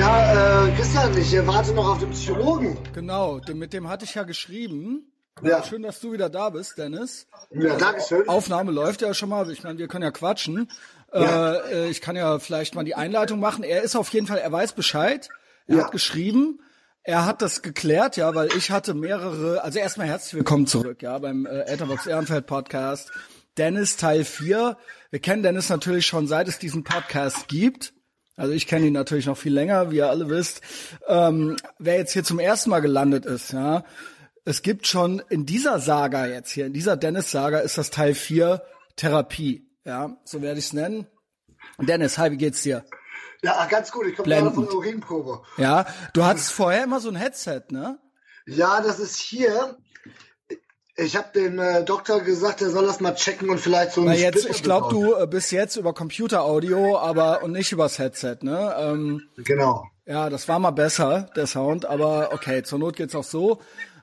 Ja, Christian, ich warte noch auf den Psychologen. Genau, mit dem hatte ich ja geschrieben. Ja. Schön, dass du wieder da bist, Dennis. Ja, danke schön. Aufnahme läuft ja schon mal. Ich meine, wir können ja quatschen. Ja. Ich kann ja vielleicht mal die Einleitung machen. Er ist auf jeden Fall, er weiß Bescheid. Er hat geschrieben. Er hat das geklärt, ja, weil ich hatte mehrere, also erstmal herzlich willkommen zurück, ja, beim Etherbox Ehrenfeld Podcast. Dennis Teil 4. Wir kennen Dennis natürlich schon, seit es diesen Podcast gibt. Also ich kenne ihn natürlich noch viel länger, wie ihr alle wisst. Wer jetzt hier zum ersten Mal gelandet ist, ja, es gibt schon in dieser Saga jetzt hier, in dieser Dennis-Saga ist das Teil 4 Therapie, ja, so werde ich es nennen. Dennis, hi, wie geht's dir? Ja, ganz gut, ich komme gerade von der Urinprobe. Ja, du hattest vorher immer so ein Headset, ne? Ja, das ist hier. Ich habe dem Doktor gesagt, er soll das mal checken und vielleicht so ein jetzt, ich glaube, du bist jetzt über Computeraudio, aber und nicht übers Headset, ne? Genau. Ja, das war mal besser, der Sound, aber okay, zur Not geht's auch so.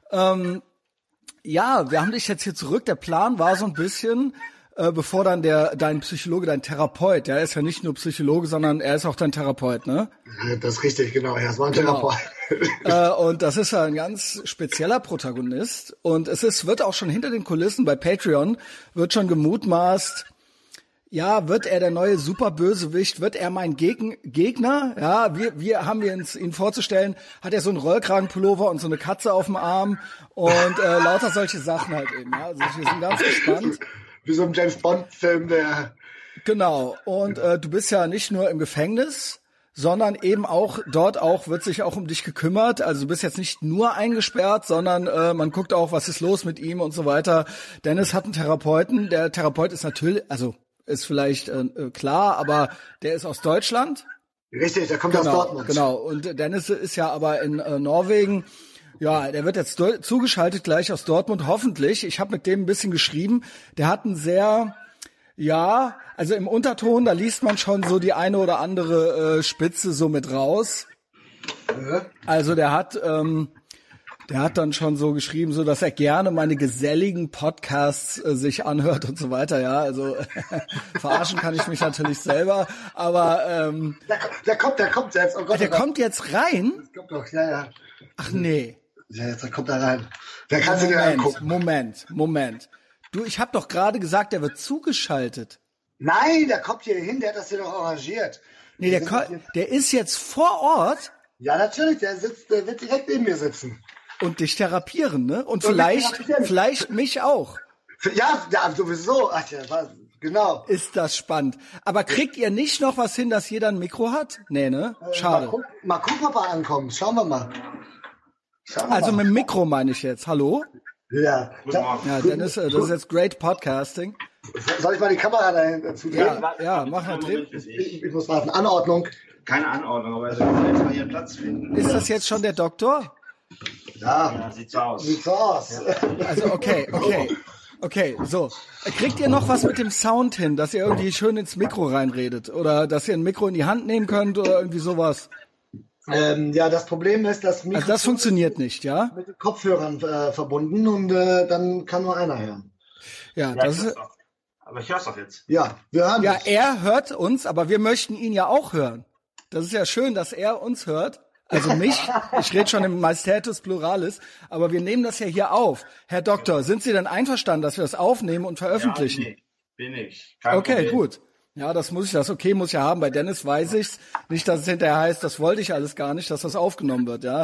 Ja, wir haben dich jetzt hier zurück. Der Plan war so ein bisschen, bevor dann dein Psychologe, dein Therapeut, der ist ja nicht nur Psychologe, sondern er ist auch dein Therapeut, ne? Das ist richtig, genau. Er ist mein Therapeut. Und das ist ja ein ganz spezieller Protagonist. Und wird auch schon hinter den Kulissen bei Patreon, wird schon gemutmaßt, ja, wird er der neue Superbösewicht? Wird er mein Gegner? Ja, wir haben ihn vorzustellen, hat er so einen Rollkragenpullover und so eine Katze auf dem Arm und lauter solche Sachen halt eben. Ja. Also wir sind ganz gespannt. Wie so ein James-Bond-Film, der... Genau, und du bist ja nicht nur im Gefängnis, sondern eben auch, dort wird sich auch um dich gekümmert. Also du bist jetzt nicht nur eingesperrt, sondern man guckt auch, was ist los mit ihm und so weiter. Dennis hat einen Therapeuten. Der Therapeut ist natürlich, also ist vielleicht klar, aber der ist aus Deutschland. Richtig, der kommt aus Dortmund. Genau, und Dennis ist ja aber in Norwegen. Ja, der wird jetzt zugeschaltet gleich aus Dortmund, hoffentlich. Ich habe mit dem ein bisschen geschrieben. Der hat einen sehr, ja, also im Unterton, da liest man schon so die eine oder andere Spitze so mit raus. Also der hat dann schon so geschrieben, so dass er gerne meine geselligen Podcasts sich anhört und so weiter, ja. Also verarschen kann ich mich natürlich selber, aber der kommt jetzt. Oh Gott, der kommt jetzt rein? Das kommt doch, ja. Ach nee. Ja, jetzt kommt er rein. Wer kann sich den angucken? Moment. Du, ich habe doch gerade gesagt, der wird zugeschaltet. Nein, der kommt hier hin, der hat das hier doch arrangiert. Nee, der ist jetzt vor Ort. Ja, natürlich, der wird direkt neben mir sitzen. Und dich therapieren, ne? Und vielleicht mich auch. Ja, sowieso. Ach ja, genau. Ist das spannend. Aber kriegt ihr nicht noch was hin, dass jeder ein Mikro hat? Nee, ne? Schade. Mal gucken, ob er ankommt. Schauen wir mal. Also mit dem Mikro meine ich jetzt. Hallo? Ja. Ja, Dennis, das ist jetzt great Podcasting. Soll ich mal die Kamera dahin zudrehen? Ja, mach mal drin. Ich muss warten. Anordnung. Keine Anordnung, aber er soll jetzt mal hier Platz finden. Ist das jetzt schon der Doktor? Ja, sieht so aus. Sieht so aus. Also okay, so. Kriegt ihr noch was mit dem Sound hin, dass ihr irgendwie schön ins Mikro reinredet? Oder dass ihr ein Mikro in die Hand nehmen könnt oder irgendwie sowas? Ja, das Problem ist, dass also das funktioniert nicht, ja? Mit den Kopfhörern verbunden und dann kann nur einer hören. Ja, das ist... Aber ich hör's doch jetzt. Ja, wir hören Ja, er hört uns, aber wir möchten ihn ja auch hören. Das ist ja schön, dass er uns hört. Also mich, ich rede schon im Majestätus Pluralis, aber wir nehmen das ja hier auf. Herr Doktor, sind Sie denn einverstanden, dass wir das aufnehmen und veröffentlichen? Ja, bin ich. Okay, gut. Ja, das muss ich ja haben. Bei Dennis weiß ich's. Nicht, dass es hinterher heißt, das wollte ich alles gar nicht, dass das aufgenommen wird, ja.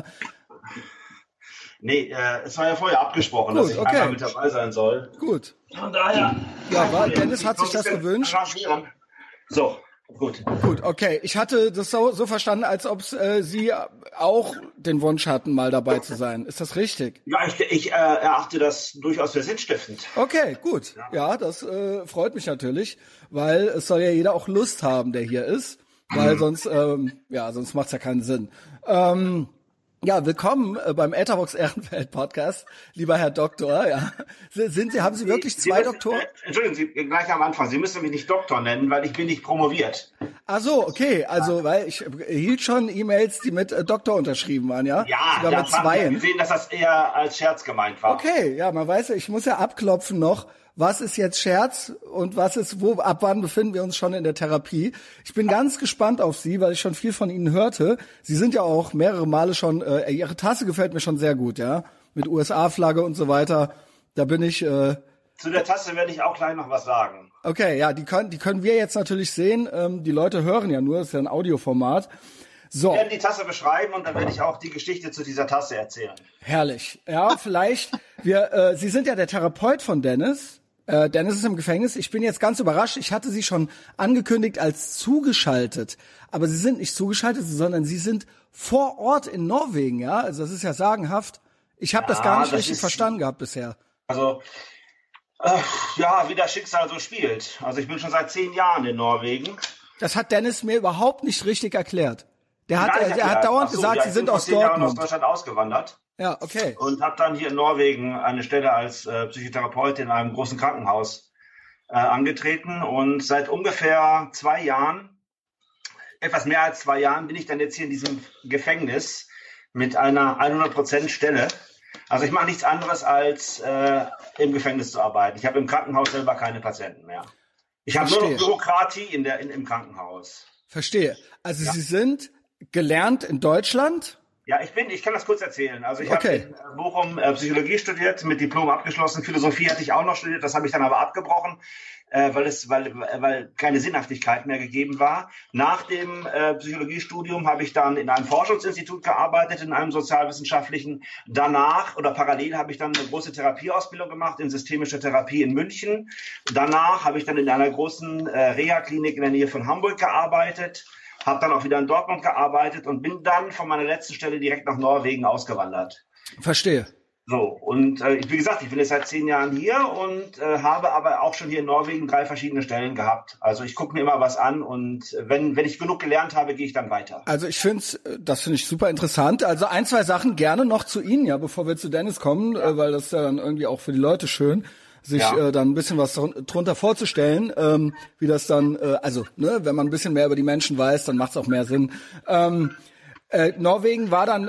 Nee, es war ja vorher abgesprochen, dass ich einmal mit dabei sein soll. Gut. Von daher. Ja, Dennis hat sich das gewünscht. So, gut. Gut, okay. Ich hatte das so verstanden, als ob Sie auch den Wunsch hatten, mal dabei zu sein. Ist das richtig? Ja, ich erachte das durchaus für sinnstiftend. Okay, gut. Ja, das freut mich natürlich, weil es soll ja jeder auch Lust haben, der hier ist, weil sonst macht's ja keinen Sinn. Ja, willkommen beim Etherbox Ehrenfeld Podcast, lieber Herr Doktor. Ja, haben Sie wirklich zwei Doktoren? Entschuldigen Sie, gleich am Anfang. Sie müssen mich nicht Doktor nennen, weil ich bin nicht promoviert. Ach so, okay. Also, weil ich erhielt schon E-Mails, die mit Doktor unterschrieben waren, ja? Ja, sogar mit zweien. Wir sehen, dass das eher als Scherz gemeint war. Okay, ja, man weiß ja, ich muss ja abklopfen noch, was ist jetzt Scherz und ab wann befinden wir uns schon in der Therapie. Ich bin ganz gespannt auf Sie, weil ich schon viel von Ihnen hörte. Sie sind ja auch mehrere Male schon, Ihre Tasse gefällt mir schon sehr gut, ja, mit USA-Flagge und so weiter. Da bin ich... Zu der Tasse werde ich auch gleich noch was sagen. Okay, ja, die können wir jetzt natürlich sehen. Die Leute hören ja nur, das ist ja ein Audioformat. So. Ich werde die Tasse beschreiben und dann werde ich auch die Geschichte zu dieser Tasse erzählen. Herrlich. Ja, vielleicht. Sie sind ja der Therapeut von Dennis. Dennis ist im Gefängnis. Ich bin jetzt ganz überrascht. Ich hatte Sie schon angekündigt als zugeschaltet. Aber Sie sind nicht zugeschaltet, sondern Sie sind vor Ort in Norwegen, ja? Also das ist ja sagenhaft. Ich habe das gar nicht richtig verstanden gehabt bisher. Also, wie das Schicksal so spielt. Also ich bin schon seit 10 Jahren in Norwegen. Das hat Dennis mir überhaupt nicht richtig erklärt. Der hat dauernd gesagt, Sie sind aus Dortmund. Ich bin vor 10 Jahren aus Deutschland ausgewandert. Ja, okay. Und habe dann hier in Norwegen eine Stelle als Psychotherapeut in einem großen Krankenhaus angetreten. Und seit ungefähr 2 Jahren, etwas mehr als 2 Jahren, bin ich dann jetzt hier in diesem Gefängnis mit einer 100% Stelle. Also ich mache nichts anderes als im Gefängnis zu arbeiten. Ich habe im Krankenhaus selber keine Patienten mehr. Ich habe nur noch Bürokratie im Krankenhaus. Verstehe. Also Sie sind gelernt in Deutschland? Ja, ich kann das kurz erzählen. Also ich habe in Bochum Psychologie studiert, mit Diplom abgeschlossen. Philosophie hatte ich auch noch studiert, das habe ich dann aber abgebrochen, weil keine Sinnhaftigkeit mehr gegeben war. Nach dem Psychologiestudium habe ich dann in einem Forschungsinstitut gearbeitet, in einem sozialwissenschaftlichen. Danach oder parallel habe ich dann eine große Therapieausbildung gemacht in systemischer Therapie in München. Danach habe ich dann in einer großen Reha-Klinik in der Nähe von Hamburg gearbeitet. Habe dann auch wieder in Dortmund gearbeitet und bin dann von meiner letzten Stelle direkt nach Norwegen ausgewandert. Verstehe. So, und wie gesagt, ich bin jetzt seit 10 Jahren hier und habe aber auch schon hier in Norwegen 3 verschiedene Stellen gehabt. Also ich gucke mir immer was an und wenn ich genug gelernt habe, gehe ich dann weiter. Also das finde ich super interessant. Also 1, 2 Sachen gerne noch zu Ihnen, ja, bevor wir zu Dennis kommen, weil das ist ja dann irgendwie auch für die Leute schön, sich dann ein bisschen was drunter vorzustellen, wie das dann, wenn man ein bisschen mehr über die Menschen weiß, dann macht es auch mehr Sinn. Norwegen war dann,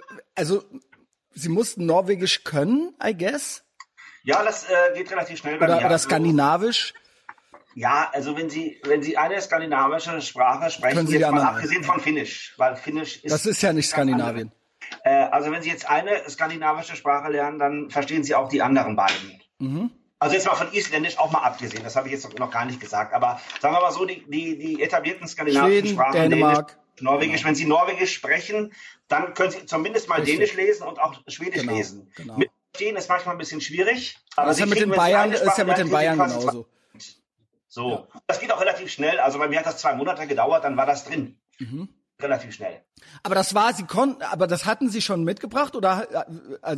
Sie mussten Norwegisch können, I guess? Ja, das geht relativ schnell bei mir. Oder Skandinavisch? Ja, also wenn Sie eine skandinavische Sprache sprechen, jetzt mal abgesehen von Finnisch, weil Finnisch ist... Das ist ja nicht Skandinavien. Also wenn Sie jetzt eine skandinavische Sprache lernen, dann verstehen Sie auch die anderen beiden. Mhm. Also jetzt mal von Isländisch auch mal abgesehen, das habe ich jetzt noch gar nicht gesagt, aber sagen wir mal so, die etablierten skandinavischen Schweden, Sprachen, Dänemark, Dänisch, Norwegisch, wenn Sie Norwegisch sprechen, dann können Sie zumindest mal Dänisch lesen und auch Schwedisch lesen. Genau. Mit Verstehen ist manchmal ein bisschen schwierig. Aber das ist ja mit den Bayern genauso. So, ja. Das geht auch relativ schnell, also bei mir hat das 2 Monate gedauert, dann war das drin. Mhm. Relativ schnell. Aber das hatten Sie schon mitgebracht oder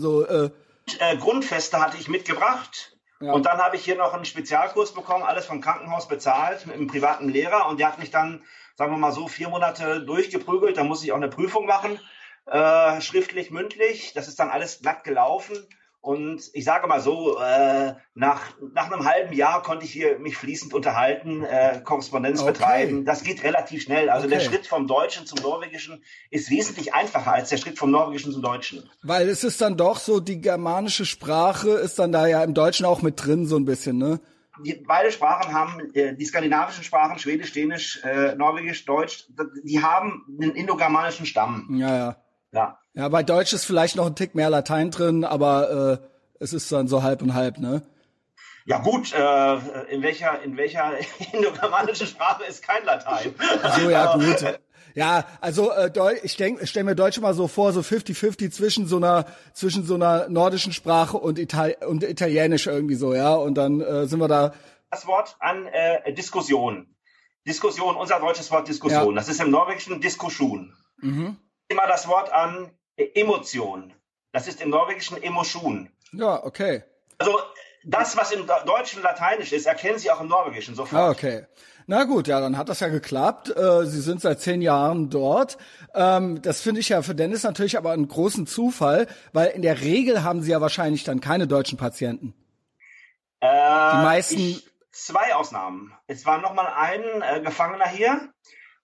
Grundfeste hatte ich mitgebracht. Ja. Und dann habe ich hier noch einen Spezialkurs bekommen, alles vom Krankenhaus bezahlt, mit einem privaten Lehrer. Und der hat mich dann, sagen wir mal so, 4 Monate durchgeprügelt. Da musste ich auch eine Prüfung machen, schriftlich, mündlich. Das ist dann alles glatt gelaufen. Und ich sage mal so, nach einem halben Jahr konnte ich hier mich fließend unterhalten, Korrespondenz betreiben. Das geht relativ schnell. Also der Schritt vom Deutschen zum Norwegischen ist wesentlich einfacher als der Schritt vom Norwegischen zum Deutschen. Weil es ist dann doch so, die germanische Sprache ist dann da ja im Deutschen auch mit drin so ein bisschen, ne? Beide Sprachen haben, die skandinavischen Sprachen, Schwedisch, Dänisch, Norwegisch, Deutsch, die haben einen indogermanischen Stamm. Ja, bei Deutsch ist vielleicht noch ein Tick mehr Latein drin, aber es ist dann so halb und halb, ne? Ja gut, in welcher indogermanischen Sprache ist kein Latein? Ach so, ja gut. Ja, also ich stell mir Deutsch immer so vor, so 50-50 zwischen so einer nordischen Sprache und Italienisch irgendwie so, ja. Und dann sind wir da. Das Wort an Diskussion. Diskussion, unser deutsches Wort Diskussion. Ja. Das ist im Norwegischen Diskussion. Mhm. Immer das Wort an Emotion. Das ist im Norwegischen Emotion. Ja, okay. Also das, was im Deutschen Lateinisch ist, erkennen Sie auch im Norwegischen sofort. Ah, okay. Na gut, ja, dann hat das ja geklappt. Sie sind seit 10 Jahren dort. Das finde ich ja für Dennis natürlich aber einen großen Zufall, weil in der Regel haben Sie ja wahrscheinlich dann keine deutschen Patienten. Die meisten... 2 Ausnahmen. Es war noch mal ein Gefangener hier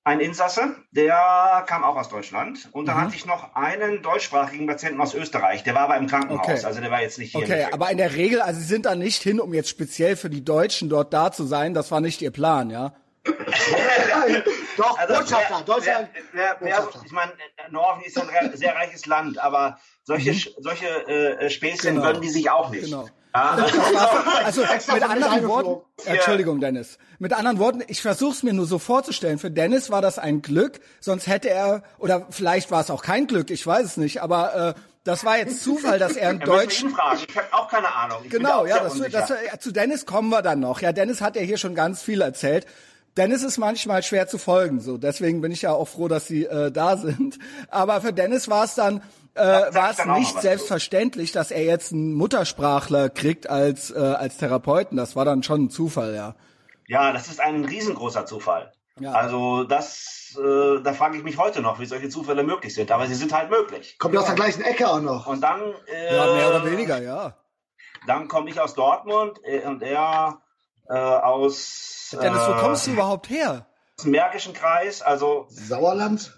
ein Insasse, der kam auch aus Deutschland. Und dann hatte ich noch einen deutschsprachigen Patienten aus Österreich. Der war aber im Krankenhaus, Okay. also der war jetzt nicht hier. Okay, aber in der Regel, also Sie sind da nicht hin, um jetzt speziell für die Deutschen dort da zu sein. Das war nicht Ihr Plan, ja? Doch, Also, Botschafter, Deutschland. Ich meine, Norwegen ist ein sehr reiches Land, aber solche Späßchen gönnen die sich auch nicht. Genau. Ja, Also mit anderen Worten, Entschuldigung, Dennis. Mit anderen Worten, ich versuche es mir nur so vorzustellen. Für Dennis war das ein Glück, sonst hätte er, oder vielleicht war es auch kein Glück, ich weiß es nicht, aber das war jetzt Zufall, dass er in Deutsch... Ich habe auch keine Ahnung. Genau, ja, zu Dennis kommen wir dann noch. Ja, Dennis hat ja hier schon ganz viel erzählt. Dennis ist manchmal schwer zu folgen, so. Deswegen bin ich ja auch froh, dass Sie da sind. Aber für Dennis war es dann nicht selbstverständlich, dass er jetzt einen Muttersprachler kriegt als Therapeuten. Das war dann schon ein Zufall, ja. Ja, das ist ein riesengroßer Zufall. Ja. Also da frage ich mich heute noch, wie solche Zufälle möglich sind. Aber sie sind halt möglich. Kommt aus der gleichen Ecke auch noch. Und dann ja, mehr oder weniger, ja. Dann komme ich aus Dortmund und er aus Dennis, wo kommst du überhaupt her? Aus dem Märkischen Kreis, also Sauerland.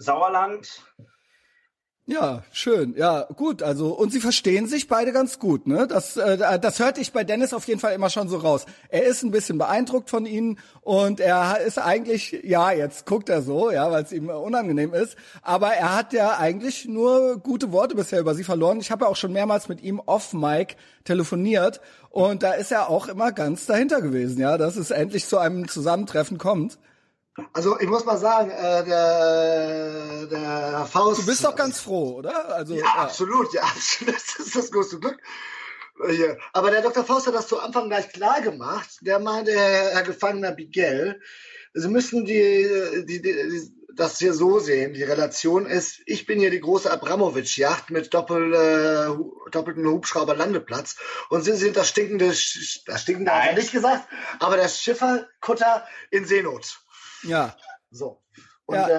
Ja, schön. Ja, gut. Also und Sie verstehen sich beide ganz gut, ne? Das hörte ich bei Dennis auf jeden Fall immer schon so raus. Er ist ein bisschen beeindruckt von Ihnen und er ist eigentlich, ja, jetzt guckt er so, ja, weil es ihm unangenehm ist. Aber er hat ja eigentlich nur gute Worte bisher über Sie verloren. Ich habe ja auch schon mehrmals mit ihm off-Mic telefoniert und da ist er auch immer ganz dahinter gewesen, ja, dass es endlich zu einem Zusammentreffen kommt. Also ich muss mal sagen, der Faust... Du bist doch ganz froh, oder? Also, ja, absolut, ja, absolut. Das ist das größte Glück. Aber der Dr. Faust hat das zu Anfang gleich klar gemacht. Der meinte, Herr Gefangener Bigel, Sie müssen das hier so sehen. Die Relation ist, ich bin hier die große Abramowitsch-Yacht mit doppelten Hubschrauber-Landeplatz und Sie sind das stinkende hat er nicht gesagt, aber der Schifferkutter in Seenot. Ja. So. Und, ja.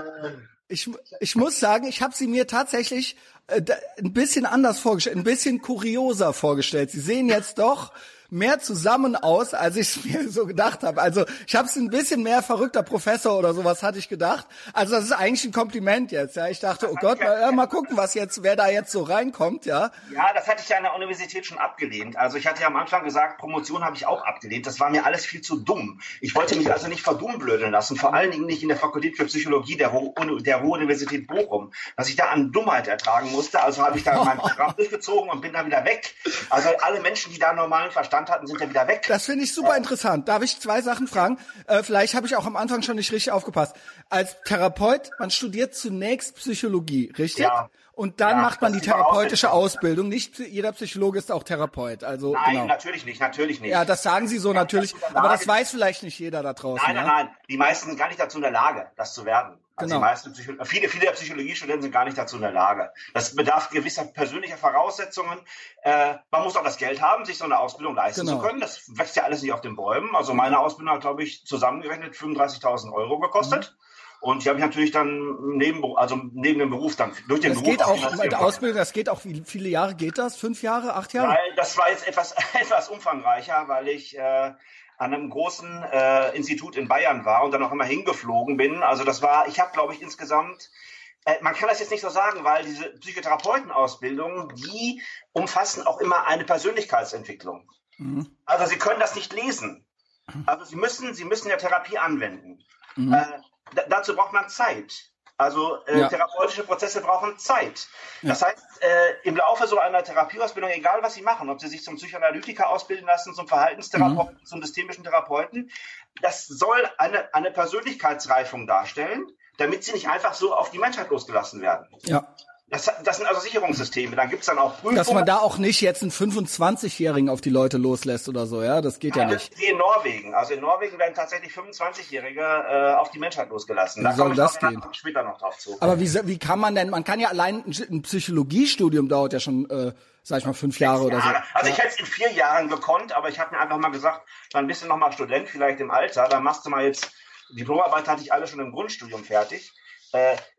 Ich muss sagen, ich habe sie mir tatsächlich ein bisschen anders vorgestellt, ein bisschen kurioser vorgestellt. Sie sehen jetzt doch mehr zusammen aus, als ich es mir so gedacht habe. Also ich habe es ein bisschen mehr verrückter Professor oder sowas hatte ich gedacht. Also das ist eigentlich ein Kompliment jetzt. Ja, ich dachte, oh Gott, mal gucken, wer da jetzt so reinkommt, ja. Ja, das hatte ich ja an der Universität schon abgelehnt. Also ich hatte ja am Anfang gesagt, Promotion habe ich auch abgelehnt. Das war mir alles viel zu dumm. Ich wollte mich also nicht verdummblödeln lassen, vor allen Dingen nicht in der Fakultät für Psychologie der Ruhr-Universität Bochum, was ich da an Dummheit ertragen musste. Also habe ich da mein Programm durchgezogen und bin dann wieder weg. Also alle Menschen, die da normalen Verstand hatten, sind ja wieder weg. Das finde ich super interessant. Darf ich 2 Sachen fragen? Vielleicht habe ich auch am Anfang schon nicht richtig aufgepasst. Als Therapeut, man studiert zunächst Psychologie, richtig? Ja. Und dann macht man die therapeutische Ausbildung. Nicht jeder Psychologe ist auch Therapeut. Also, nein, genau. natürlich nicht. Ja, das sagen Sie so natürlich. Aber das weiß vielleicht nicht jeder da draußen. Nein. Die meisten sind gar nicht dazu in der Lage, das zu werden. Also genau. Die meisten viele der Psychologiestudenten sind gar nicht dazu in der Lage. Das bedarf gewisser persönlicher Voraussetzungen. Man muss auch das Geld haben, sich so eine Ausbildung leisten zu können. Das wächst ja alles nicht auf den Bäumen. Also meine Ausbildung hat, glaube ich, zusammengerechnet 35.000 € gekostet. Und die habe ich natürlich dann neben dem Beruf dann durch den Beruf. Geht auch mit der Ausbildung, das geht auch, wie viele Jahre geht das? 5 Jahre, 8 Jahre? Weil das war jetzt etwas umfangreicher, weil ich an einem großen Institut in Bayern war und dann auch immer hingeflogen bin. Also ich habe, glaube ich, insgesamt, man kann das jetzt nicht so sagen, weil diese Psychotherapeutenausbildungen, die umfassen auch immer eine Persönlichkeitsentwicklung. Mhm. Also Sie können das nicht lesen. Also Sie müssen ja Therapie anwenden. Mhm. Dazu braucht man Zeit. Also therapeutische Prozesse brauchen Zeit. Ja. Das heißt, im Laufe so einer Therapieausbildung, egal was Sie machen, ob Sie sich zum Psychoanalytiker ausbilden lassen, zum Verhaltenstherapeuten, zum systemischen Therapeuten, das soll eine Persönlichkeitsreifung darstellen, damit Sie nicht einfach so auf die Menschheit losgelassen werden. Ja. Das sind also Sicherungssysteme. Dann gibt's dann auch Prüfungen. Dass man da auch nicht jetzt einen 25-Jährigen auf die Leute loslässt oder so, ja? Das geht ja nicht. Das ist wie in Norwegen. Also in Norwegen werden tatsächlich 25-Jährige auf die Menschheit losgelassen. Da komme ich später noch drauf zu. Aber wie kann man denn, man kann ja allein, ein Psychologiestudium dauert ja schon, sag ich mal, 5 Jahre oder so. Also ich hätte es in 4 Jahren gekonnt, aber ich habe mir einfach mal gesagt, dann bist du noch mal Student, vielleicht im Alter, dann machst du mal jetzt, Diplomarbeit hatte ich alle schon im Grundstudium fertig.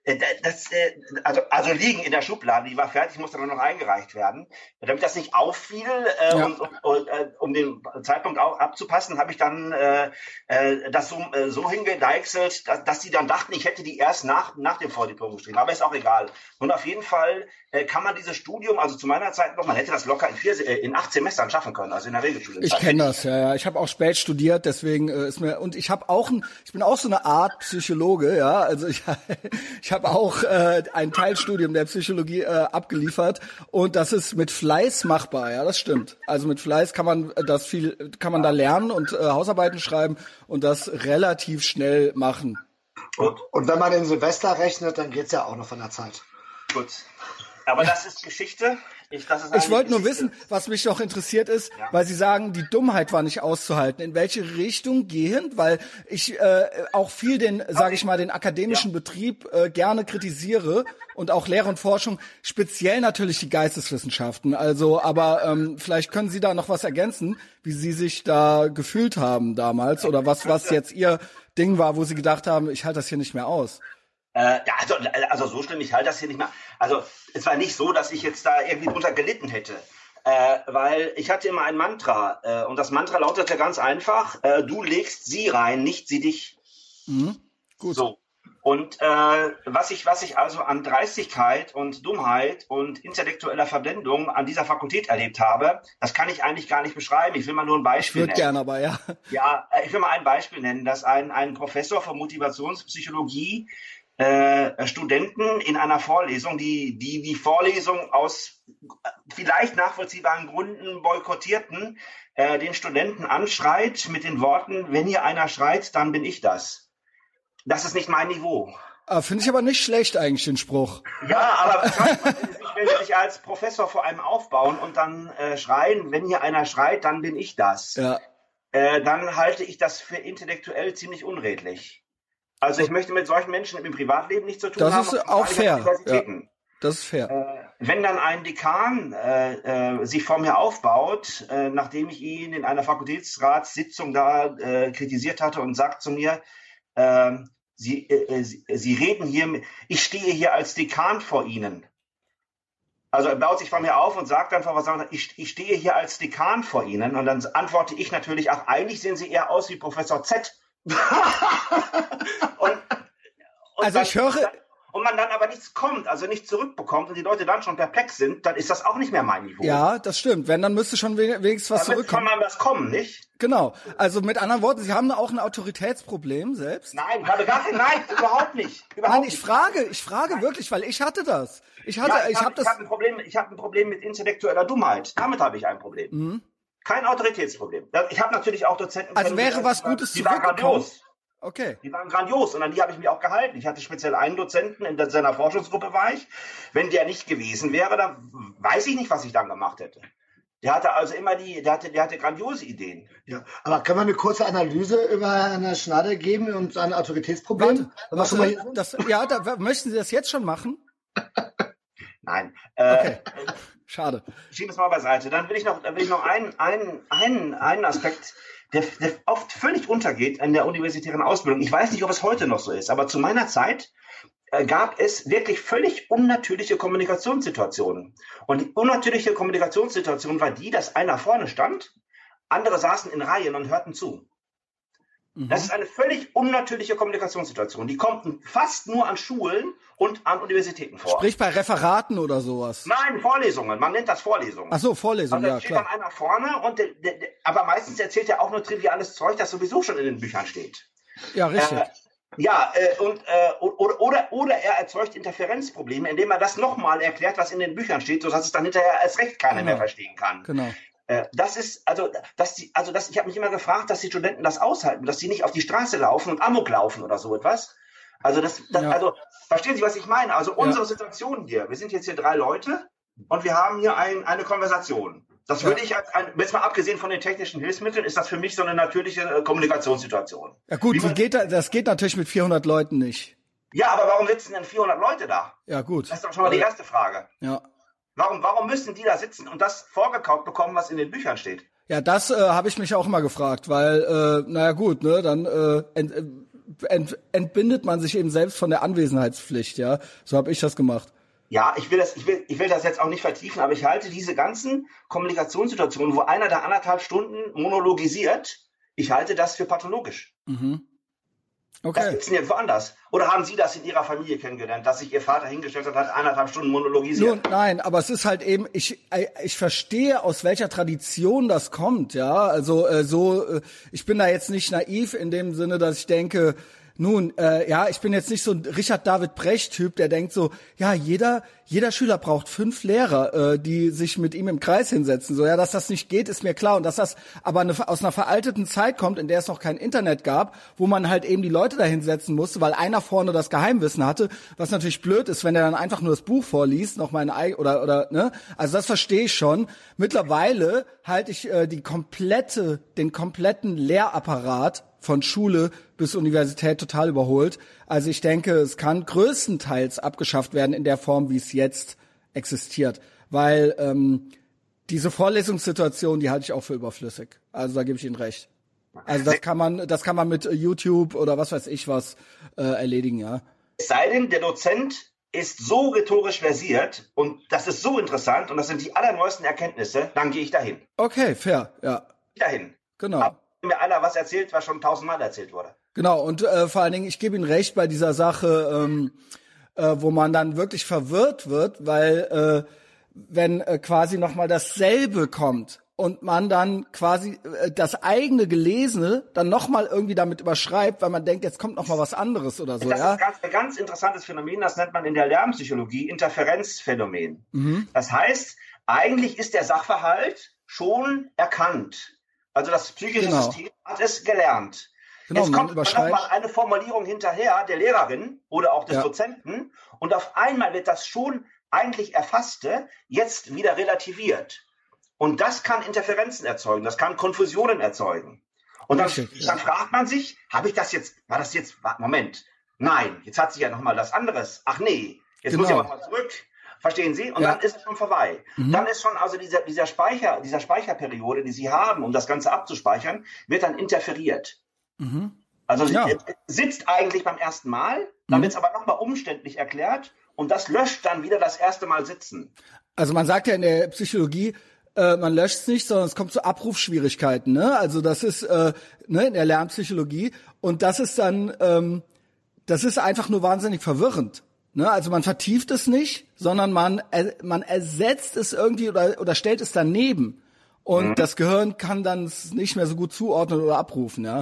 Also liegen in der Schublade, die war fertig, musste dann noch eingereicht werden. Damit das nicht auffiel, um den Zeitpunkt auch abzupassen, habe ich dann das so hingedeichselt, dass die dann dachten, ich hätte die erst nach dem Vordiplom geschrieben. Aber ist auch egal. Und auf jeden Fall kann man dieses Studium, also zu meiner Zeit noch, man hätte das locker in 8 Semestern schaffen können, also in der Regelschule. Ich kenne das, ja. Ich habe auch spät studiert, deswegen und ich bin auch so eine Art Psychologe, ja. Also ich habe auch ein Teilstudium der Psychologie abgeliefert und das ist mit Fleiß machbar, ja, das stimmt. Also mit Fleiß kann man da lernen und Hausarbeiten schreiben und das relativ schnell machen. Und wenn man den Silvester rechnet, dann geht's ja auch noch von der Zeit. Gut. Aber das ist Geschichte. Ich wollte nur wissen, was mich noch interessiert ist, weil Sie sagen, die Dummheit war nicht auszuhalten. In welche Richtung gehend? Weil ich auch viel den akademischen Betrieb gerne kritisiere und auch Lehre und Forschung, speziell natürlich die Geisteswissenschaften. Also, aber vielleicht können Sie da noch was ergänzen, wie Sie sich da gefühlt haben damals oder was jetzt Ihr Ding war, wo Sie gedacht haben, ich halte das hier nicht mehr aus. Also so schlimm, ich halte das hier nicht mehr. Also es war nicht so, dass ich jetzt da irgendwie drunter gelitten hätte, weil ich hatte immer ein Mantra und das Mantra lautete ganz einfach, du legst sie rein, nicht sie dich. Gut. So. Und was ich also an Dreistigkeit und Dummheit und intellektueller Verblendung an dieser Fakultät erlebt habe, das kann ich eigentlich gar nicht beschreiben. Ich will mal nur ein Beispiel nennen. Ich würde gerne, aber ja. Ja, ich will mal ein Beispiel nennen, dass ein Professor für Motivationspsychologie Studenten in einer Vorlesung, die Vorlesung aus vielleicht nachvollziehbaren Gründen boykottierten, den Studenten anschreit mit den Worten, wenn hier einer schreit, dann bin ich das. Das ist nicht mein Niveau. Finde ich aber nicht schlecht eigentlich, den Spruch. Ja, aber wenn Sie sich als Professor vor einem aufbauen und dann schreien, wenn hier einer schreit, dann bin ich das. Ja. Dann halte ich das für intellektuell ziemlich unredlich. Also ich möchte mit solchen Menschen im Privatleben nichts zu tun haben. Das ist auch fair. Ja, das ist fair. Wenn dann ein Dekan sich vor mir aufbaut, nachdem ich ihn in einer Fakultätsratssitzung da kritisiert hatte und sagt zu mir, Sie reden hier, ich stehe hier als Dekan vor Ihnen. Also er baut sich vor mir auf und sagt dann, ich stehe hier als Dekan vor Ihnen. Und dann antworte ich natürlich, ach, eigentlich sehen Sie eher aus wie Professor Z. Also ich höre... Und man dann aber nichts kommt, also nichts zurückbekommt und die Leute dann schon perplex sind, dann ist das auch nicht mehr mein Niveau. Ja, das stimmt. Wenn, dann müsste schon wenigstens was zurückkommen. Dann kann man was kommen, nicht? Genau. Also mit anderen Worten, Sie haben auch ein Autoritätsproblem selbst? Nein, ich habe gar kein, nein, überhaupt nicht. Nein, ich frage wirklich, weil ich hatte das. Ich habe ein Problem mit intellektueller Dummheit. Damit habe ich ein Problem. Mhm. Kein Autoritätsproblem. Ich habe natürlich auch Dozenten. Also wäre was Gutes die waren grandios. Okay. Die waren grandios und an die habe ich mich auch gehalten. Ich hatte speziell einen Dozenten, in seiner Forschungsgruppe war ich. Wenn der nicht gewesen wäre, dann weiß ich nicht, was ich dann gemacht hätte. Der hatte also immer der hatte grandiose Ideen. Ja, aber können wir eine kurze Analyse über Herrn Schneider geben und sein Autoritätsproblem? Möchten Sie das jetzt schon machen? Nein. Okay. Schade. Schieben wir es mal beiseite. Dann will ich noch einen Aspekt, der oft völlig untergeht in der universitären Ausbildung. Ich weiß nicht, ob es heute noch so ist, aber zu meiner Zeit gab es wirklich völlig unnatürliche Kommunikationssituationen. Und die unnatürliche Kommunikationssituation war die, dass einer vorne stand, andere saßen in Reihen und hörten zu. Mhm. Das ist eine völlig unnatürliche Kommunikationssituation. Die kommt fast nur an Schulen und an Universitäten vor. Sprich bei Referaten oder sowas? Nein, Vorlesungen. Man nennt das Vorlesungen. Ach so, Vorlesungen, also ja, steht klar. dann einer vorne, aber meistens erzählt er auch nur triviales Zeug, das sowieso schon in den Büchern steht. Ja, richtig. Oder er erzeugt Interferenzprobleme, indem er das nochmal erklärt, was in den Büchern steht, sodass es dann hinterher erst recht keiner mehr verstehen kann. Genau. Ich habe mich immer gefragt, dass die Studenten das aushalten, dass sie nicht auf die Straße laufen und Amok laufen oder so etwas. Also also verstehen Sie, was ich meine? Also unsere Situation hier, wir sind jetzt hier 3 Leute und wir haben hier eine Konversation. Das würde ich jetzt mal abgesehen von den technischen Hilfsmitteln, ist das für mich so eine natürliche Kommunikationssituation. Ja gut, das geht natürlich mit 400 Leuten nicht. Ja, aber warum sitzen denn 400 Leute da? Ja gut. Das ist doch schon mal die erste Frage. Ja. Warum müssen die da sitzen und das vorgekaut bekommen, was in den Büchern steht? Ja, das habe ich mich auch immer gefragt, weil, naja gut, ne, dann entbindet man sich eben selbst von der Anwesenheitspflicht, ja. So habe ich das gemacht. Ja, ich will das jetzt auch nicht vertiefen, aber ich halte diese ganzen Kommunikationssituationen, wo einer da 1,5 Stunden monologisiert, ich halte das für pathologisch. Mhm. Okay. Das gibt's nirgendwo anders. Oder haben Sie das in Ihrer Familie kennengelernt, dass sich Ihr Vater hingestellt hat, 1,5 Stunden monologisiert? Nun, nein, aber es ist halt eben, ich verstehe, aus welcher Tradition das kommt, ja. Also ich bin da jetzt nicht naiv in dem Sinne, dass ich denke, nun, ich bin jetzt nicht so ein Richard David Brecht-Typ, der denkt so, ja, jeder Schüler braucht 5 Lehrer, die sich mit ihm im Kreis hinsetzen. So, ja, dass das nicht geht, ist mir klar. Und dass das aber aus einer veralteten Zeit kommt, in der es noch kein Internet gab, wo man halt eben die Leute da hinsetzen musste, weil einer vorne das Geheimwissen hatte, was natürlich blöd ist, wenn er dann einfach nur das Buch vorliest, noch mein oder ne? Also das verstehe ich schon. Mittlerweile halte ich den kompletten Lehrapparat von Schule bis Universität total überholt. Also ich denke, es kann größtenteils abgeschafft werden in der Form, wie es jetzt existiert. Weil diese Vorlesungssituation, die halte ich auch für überflüssig. Also da gebe ich Ihnen recht. Also das kann man mit YouTube oder was weiß ich was erledigen, ja. Es sei denn, der Dozent ist so rhetorisch versiert und das ist so interessant und das sind die allerneuesten Erkenntnisse, dann gehe ich dahin. Okay, fair, ja. Dahin. Genau. Aber mir einer was erzählt, was schon 1000-mal erzählt wurde. Genau, und vor allen Dingen, ich gebe Ihnen recht bei dieser Sache, wo man dann wirklich verwirrt wird, weil wenn quasi nochmal dasselbe kommt und man dann quasi das eigene Gelesene dann nochmal irgendwie damit überschreibt, weil man denkt, jetzt kommt nochmal was anderes oder so. Das ja? ist ein ganz interessantes Phänomen, das nennt man in der Lernpsychologie Interferenzphänomen. Mhm. Das heißt, eigentlich ist der Sachverhalt schon erkannt. Also das psychische System hat es gelernt. Genau, es kommt nochmal eine Formulierung hinterher der Lehrerin oder auch des Dozenten und auf einmal wird das schon eigentlich Erfasste jetzt wieder relativiert. Und das kann Interferenzen erzeugen, das kann Konfusionen erzeugen. Und dann fragt man sich, Moment, nein, jetzt hat sich ja nochmal das anderes. Ach nee, jetzt muss ich aber mal zurück. Verstehen Sie? Und dann ist es schon vorbei. Mhm. Dann ist schon also dieser Speicherperiode, die Sie haben, um das Ganze abzuspeichern, wird dann interferiert. Mhm. Also sitzt eigentlich beim ersten Mal, dann wird es aber nochmal umständlich erklärt und das löscht dann wieder das erste Mal Sitzen. Also man sagt ja in der Psychologie, man löscht es nicht, sondern es kommt zu Abrufschwierigkeiten. Ne? Also das ist in der Lernpsychologie und das ist dann, das ist einfach nur wahnsinnig verwirrend. Ne, also man vertieft es nicht, sondern man ersetzt es irgendwie oder stellt es daneben. Und das Gehirn kann dann es nicht mehr so gut zuordnen oder abrufen. Ja,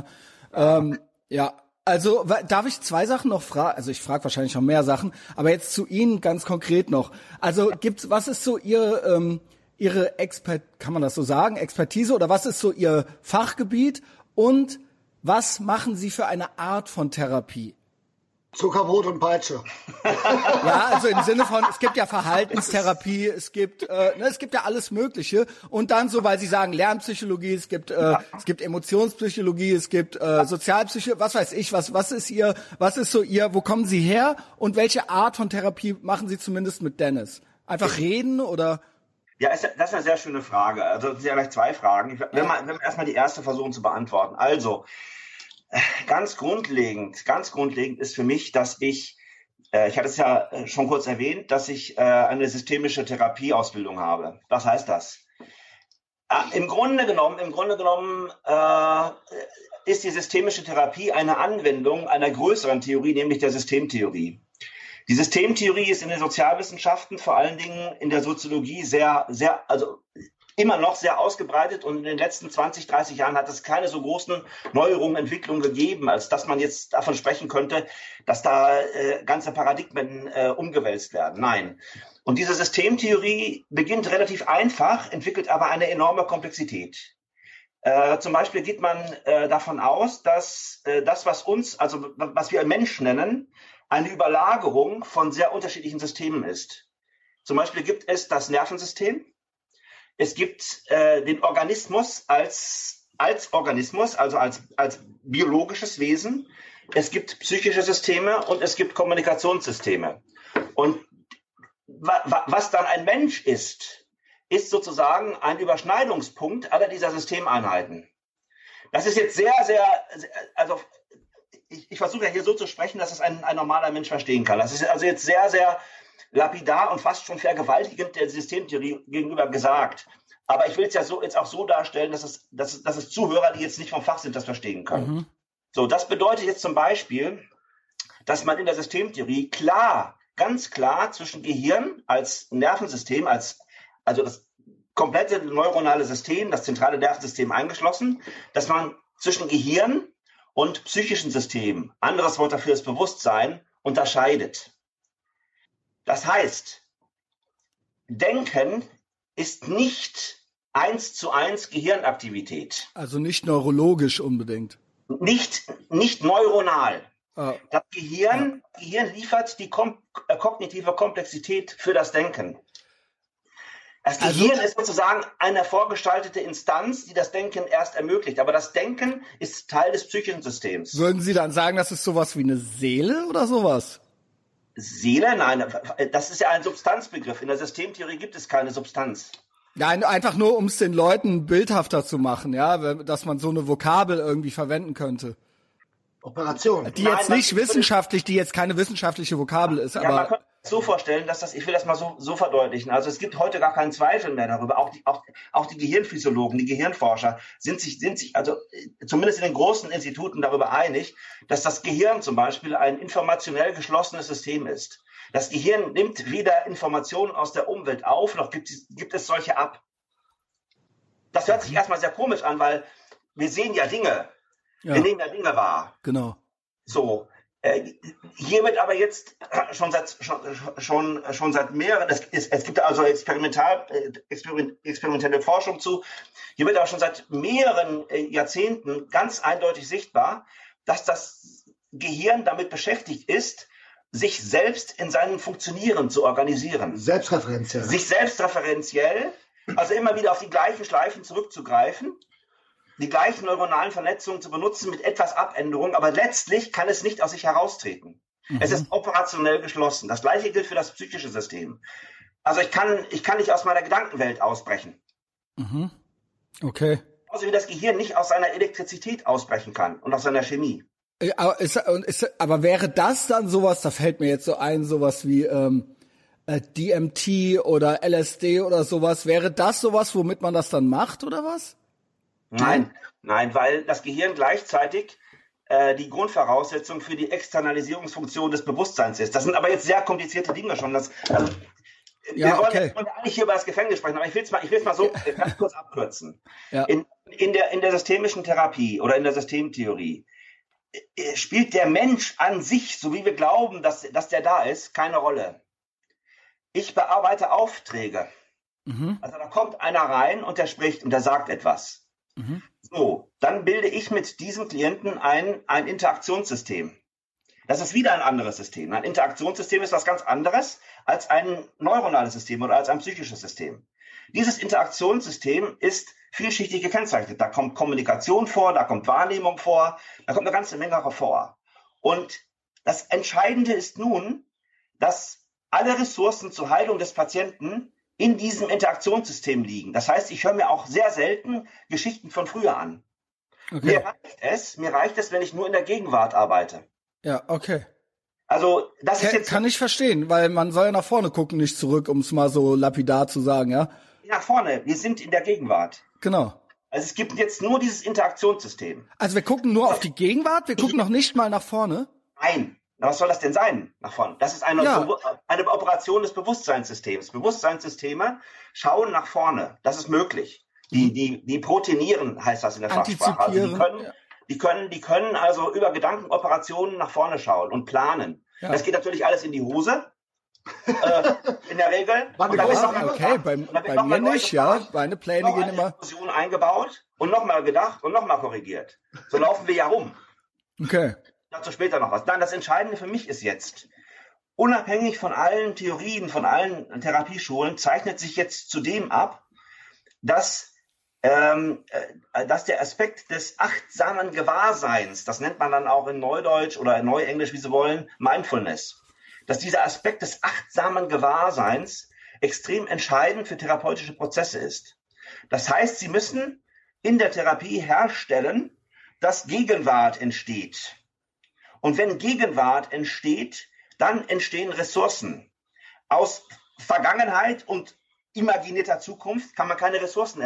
also darf ich 2 Sachen noch fragen? Also ich frage wahrscheinlich noch mehr Sachen, aber jetzt zu Ihnen ganz konkret noch. Also was ist so Ihre kann man das so sagen, Expertise oder was ist so Ihr Fachgebiet und was machen Sie für eine Art von Therapie? Zuckerbrot und Peitsche. Ja, also im Sinne von, es gibt ja Verhaltenstherapie, es gibt ja alles Mögliche. Und dann so, weil Sie sagen Lernpsychologie, es gibt Emotionspsychologie, es gibt Sozialpsychologie, was weiß ich, was ist so Ihr, wo kommen Sie her und welche Art von Therapie machen Sie zumindest mit Dennis? Einfach reden oder? Ja, das ist eine sehr schöne Frage. Also das sind ja gleich 2 Fragen. Wenn wir erstmal die erste versuchen zu beantworten. Also, ganz grundlegend ist für mich, dass ich hatte es ja schon kurz erwähnt, dass ich eine systemische Therapieausbildung habe. Was heißt das? Im Grunde genommen ist die systemische Therapie eine Anwendung einer größeren Theorie, nämlich der Systemtheorie. Die Systemtheorie ist in den Sozialwissenschaften, vor allen Dingen in der Soziologie immer noch sehr ausgebreitet und in den letzten 20, 30 Jahren hat es keine so großen Neuerungen, Entwicklungen gegeben, als dass man jetzt davon sprechen könnte, dass da ganze Paradigmen umgewälzt werden. Nein. Und diese Systemtheorie beginnt relativ einfach, entwickelt aber eine enorme Komplexität. Zum Beispiel geht man davon aus, dass das, was wir Mensch nennen, eine Überlagerung von sehr unterschiedlichen Systemen ist. Zum Beispiel gibt es das Nervensystem. Es gibt den Organismus als Organismus, also als biologisches Wesen. Es gibt psychische Systeme und es gibt Kommunikationssysteme. Und was dann ein Mensch ist sozusagen ein Überschneidungspunkt aller dieser Systemeinheiten. Das ist jetzt sehr, sehr, also ich versuche ja hier so zu sprechen, dass es ein normaler Mensch verstehen kann. Das ist also jetzt sehr, sehr lapidar und fast schon vergewaltigend der Systemtheorie gegenüber gesagt. Aber ich will es ja jetzt auch so darstellen, dass es Zuhörer, die jetzt nicht vom Fach sind, das verstehen können. Mhm. So, das bedeutet jetzt zum Beispiel, dass man in der Systemtheorie ganz klar zwischen Gehirn als Nervensystem, also das komplette neuronale System, das zentrale Nervensystem eingeschlossen, dass man zwischen Gehirn und psychischen Systemen, anderes Wort dafür ist Bewusstsein, unterscheidet. Das heißt, Denken ist nicht 1:1 Gehirnaktivität. Also nicht neurologisch unbedingt. Nicht neuronal. Das Gehirn liefert die kognitive Komplexität für das Denken. Das Gehirn ist sozusagen eine vorgestaltete Instanz, die das Denken erst ermöglicht. Aber das Denken ist Teil des psychischen Systems. Würden Sie dann sagen, das ist sowas wie eine Seele oder sowas? Seele? Nein, das ist ja ein Substanzbegriff. In der Systemtheorie gibt es keine Substanz. Nein, einfach nur, um es den Leuten bildhafter zu machen, ja, dass man so eine Vokabel irgendwie verwenden könnte. Operation. Die jetzt keine wissenschaftliche Vokabel ist, aber... Man könnte es so vorstellen, ich will das mal so verdeutlichen. Also es gibt heute gar keinen Zweifel mehr darüber. Auch die Gehirnphysiologen, die Gehirnforscher sind sich also zumindest in den großen Instituten darüber einig, dass das Gehirn zum Beispiel ein informationell geschlossenes System ist. Das Gehirn nimmt weder Informationen aus der Umwelt auf, noch gibt es solche ab. Das hört sich erstmal sehr komisch an, weil wir sehen ja Dinge. Ja. Wir nehmen ja Dinge wahr. Genau. So. Hier wird aber jetzt schon seit mehreren, es gibt also experimentelle Forschung zu, hier wird aber schon seit mehreren Jahrzehnten ganz eindeutig sichtbar, dass das Gehirn damit beschäftigt ist, sich selbst in seinem Funktionieren zu organisieren. Selbstreferenziell. Sich selbstreferenziell, also immer wieder auf die gleichen Schleifen zurückzugreifen, die gleichen neuronalen Vernetzungen zu benutzen mit etwas Abänderung, aber letztlich kann es nicht aus sich heraustreten. Mhm. Es ist operationell geschlossen. Das Gleiche gilt für das psychische System. Also ich kann nicht aus meiner Gedankenwelt ausbrechen. Mhm. Okay. Genauso wie das Gehirn nicht aus seiner Elektrizität ausbrechen kann und aus seiner Chemie. Aber wäre das dann sowas, da fällt mir jetzt so ein, sowas wie DMT oder LSD oder sowas, wäre das sowas, womit man das dann macht oder was? Nein, weil das Gehirn gleichzeitig die Grundvoraussetzung für die Externalisierungsfunktion des Bewusstseins ist. Das sind aber jetzt sehr komplizierte Dinge schon. Wir wollen eigentlich hier über das Gefängnis sprechen, aber ich will es mal so ganz kurz abkürzen. Ja. In der systemischen Therapie oder in der Systemtheorie spielt der Mensch an sich, so wie wir glauben, dass der da ist, keine Rolle. Ich bearbeite Aufträge. Mhm. Also da kommt einer rein und der spricht und der sagt etwas. Mhm. So, dann bilde ich mit diesem Klienten ein Interaktionssystem. Das ist wieder ein anderes System. Ein Interaktionssystem ist was ganz anderes als ein neuronales System oder als ein psychisches System. Dieses Interaktionssystem ist vielschichtig gekennzeichnet. Da kommt Kommunikation vor, da kommt Wahrnehmung vor, da kommt eine ganze Menge vor. Und das Entscheidende ist nun, dass alle Ressourcen zur Heilung des Patienten in diesem Interaktionssystem liegen. Das heißt, ich höre mir auch sehr selten Geschichten von früher an. Okay. Mir reicht es, wenn ich nur in der Gegenwart arbeite. Ja, okay. Also, das ist jetzt... Kann ich verstehen, weil man soll ja nach vorne gucken, nicht zurück, um es mal so lapidar zu sagen, ja? Nach vorne, wir sind in der Gegenwart. Genau. Also es gibt jetzt nur dieses Interaktionssystem. Also wir gucken nur auf die Gegenwart, wir gucken noch nicht mal nach vorne? Nein. Was soll das denn sein nach vorne? Das ist eine Operation des Bewusstseinssystems. Bewusstseinssysteme schauen nach vorne. Das ist möglich. Die proteinieren, heißt das in der Fachsprache. Also die können also über Gedankenoperationen nach vorne schauen und planen. Ja. Das geht natürlich alles in die Hose. In der Regel. Bei mir nicht, ja. Meine Pläne gehen immer. Diskussion eingebaut und nochmal gedacht und nochmal korrigiert. So laufen wir ja rum. Okay. Dazu später noch was. Nein, das Entscheidende für mich ist jetzt, unabhängig von allen Theorien, von allen Therapieschulen, zeichnet sich jetzt zudem ab, dass der Aspekt des achtsamen Gewahrseins, das nennt man dann auch in Neudeutsch oder in Neuenglisch, wie Sie wollen, Mindfulness, dass dieser Aspekt des achtsamen Gewahrseins extrem entscheidend für therapeutische Prozesse ist. Das heißt, Sie müssen in der Therapie herstellen, dass Gegenwart entsteht. Und wenn Gegenwart entsteht, dann entstehen Ressourcen. Aus Vergangenheit und imaginierter Zukunft kann man keine Ressourcen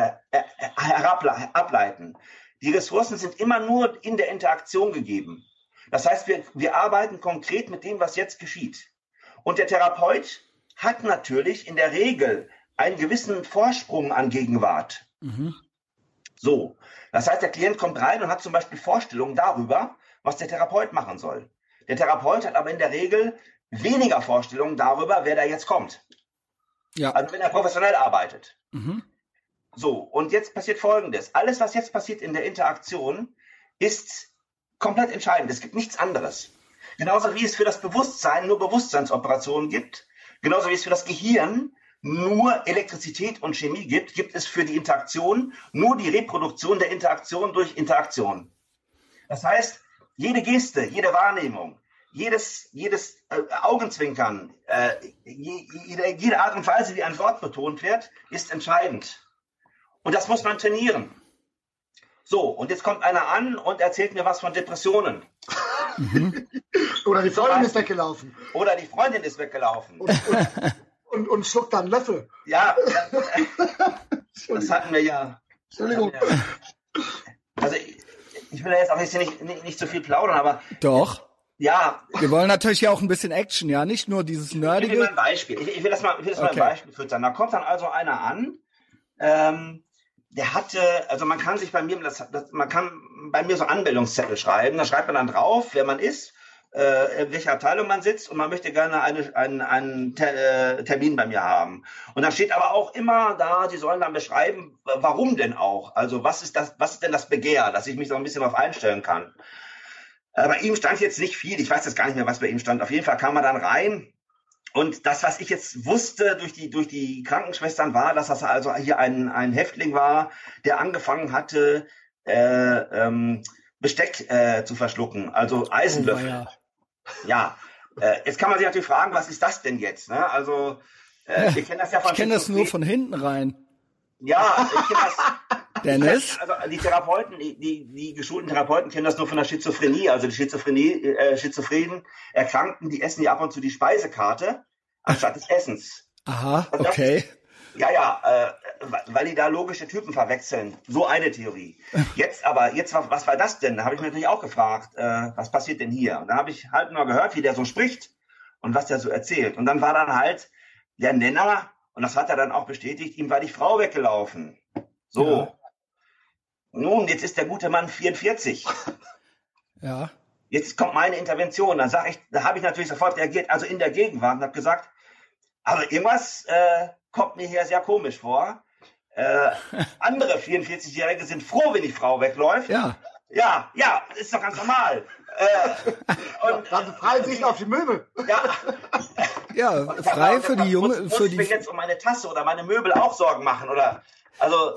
ableiten. Die Ressourcen sind immer nur in der Interaktion gegeben. Das heißt, wir arbeiten konkret mit dem, was jetzt geschieht. Und der Therapeut hat natürlich in der Regel einen gewissen Vorsprung an Gegenwart. Mhm. So, das heißt, der Klient kommt rein und hat zum Beispiel Vorstellungen darüber, was der Therapeut machen soll. Der Therapeut hat aber in der Regel weniger Vorstellungen darüber, wer da jetzt kommt. Ja. Also wenn er professionell arbeitet. Mhm. So, und jetzt passiert Folgendes. Alles, was jetzt passiert in der Interaktion, ist komplett entscheidend. Es gibt nichts anderes. Genauso wie es für das Bewusstsein nur Bewusstseinsoperationen gibt, genauso wie es für das Gehirn nur Elektrizität und Chemie gibt, gibt es für die Interaktion nur die Reproduktion der Interaktion durch Interaktion. Das heißt, jede Geste, jede Wahrnehmung, jedes Augenzwinkern, jede Art und Weise, wie ein Wort betont wird, ist entscheidend. Und das muss man trainieren. So, und jetzt kommt einer an und erzählt mir was von Depressionen. Mhm. Oder die Freundin ist weggelaufen. Oder die Freundin ist weggelaufen. Und schluckt dann Löffel. Ja, das hatten wir ja. Entschuldigung. Also ich will da jetzt auch nicht so viel plaudern, aber... Doch. Ja. Wir wollen natürlich ja auch ein bisschen Action, ja, nicht nur dieses Nerdige. Ich will mal ein Beispiel. Ich will das mal ein Beispiel füttern. Da kommt dann also einer an, der hatte, also man kann sich bei mir, man kann bei mir so Anmeldungszettel schreiben, da schreibt man dann drauf, wer man ist, in welcher Abteilung man sitzt und man möchte gerne einen Termin bei mir haben. Und dann steht aber auch immer da, sie sollen dann beschreiben, warum denn auch? Also was ist denn das Begehr, dass ich mich so ein bisschen darauf einstellen kann? Bei ihm stand jetzt nicht viel, ich weiß jetzt gar nicht mehr, was bei ihm stand. Auf jeden Fall kam er dann rein und das, was ich jetzt wusste durch die Krankenschwestern war, dass das also hier ein Häftling war, der angefangen hatte, Besteck zu verschlucken, also Eisenlöffel. Ja, jetzt kann man sich natürlich fragen, was ist das denn jetzt? Ne? Also wir kennen das ja von... Ich kenne das nur von hinten rein. Ja, ich kenne das... Dennis? Also die Therapeuten, die geschulten Therapeuten kennen das nur von der Schizophrenie. Also die schizophrenen Erkrankten, die essen ja ab und zu die Speisekarte anstatt des Essens. Aha, okay. Weil die da logische Typen verwechseln. So eine Theorie. Jetzt, was war das denn? Da habe ich mich natürlich auch gefragt, was passiert denn hier? Und da habe ich halt nur gehört, wie der so spricht und was der so erzählt. Und dann war dann halt der Nenner, und das hat er dann auch bestätigt, ihm war die Frau weggelaufen. So. Ja. Nun, jetzt ist der gute Mann 44. Ja. Jetzt kommt meine Intervention. Da habe ich natürlich sofort reagiert, also in der Gegenwart, und habe gesagt, aber irgendwas kommt mir hier sehr komisch vor. Andere 44-Jährige sind froh, wenn die Frau wegläuft. Ja. Ja, ist doch ganz normal. Dann freien sich auf die Möbel. Ja, frei für die Junge. Muss ich mir jetzt um meine Tasse oder meine Möbel auch Sorgen machen? Oder, also,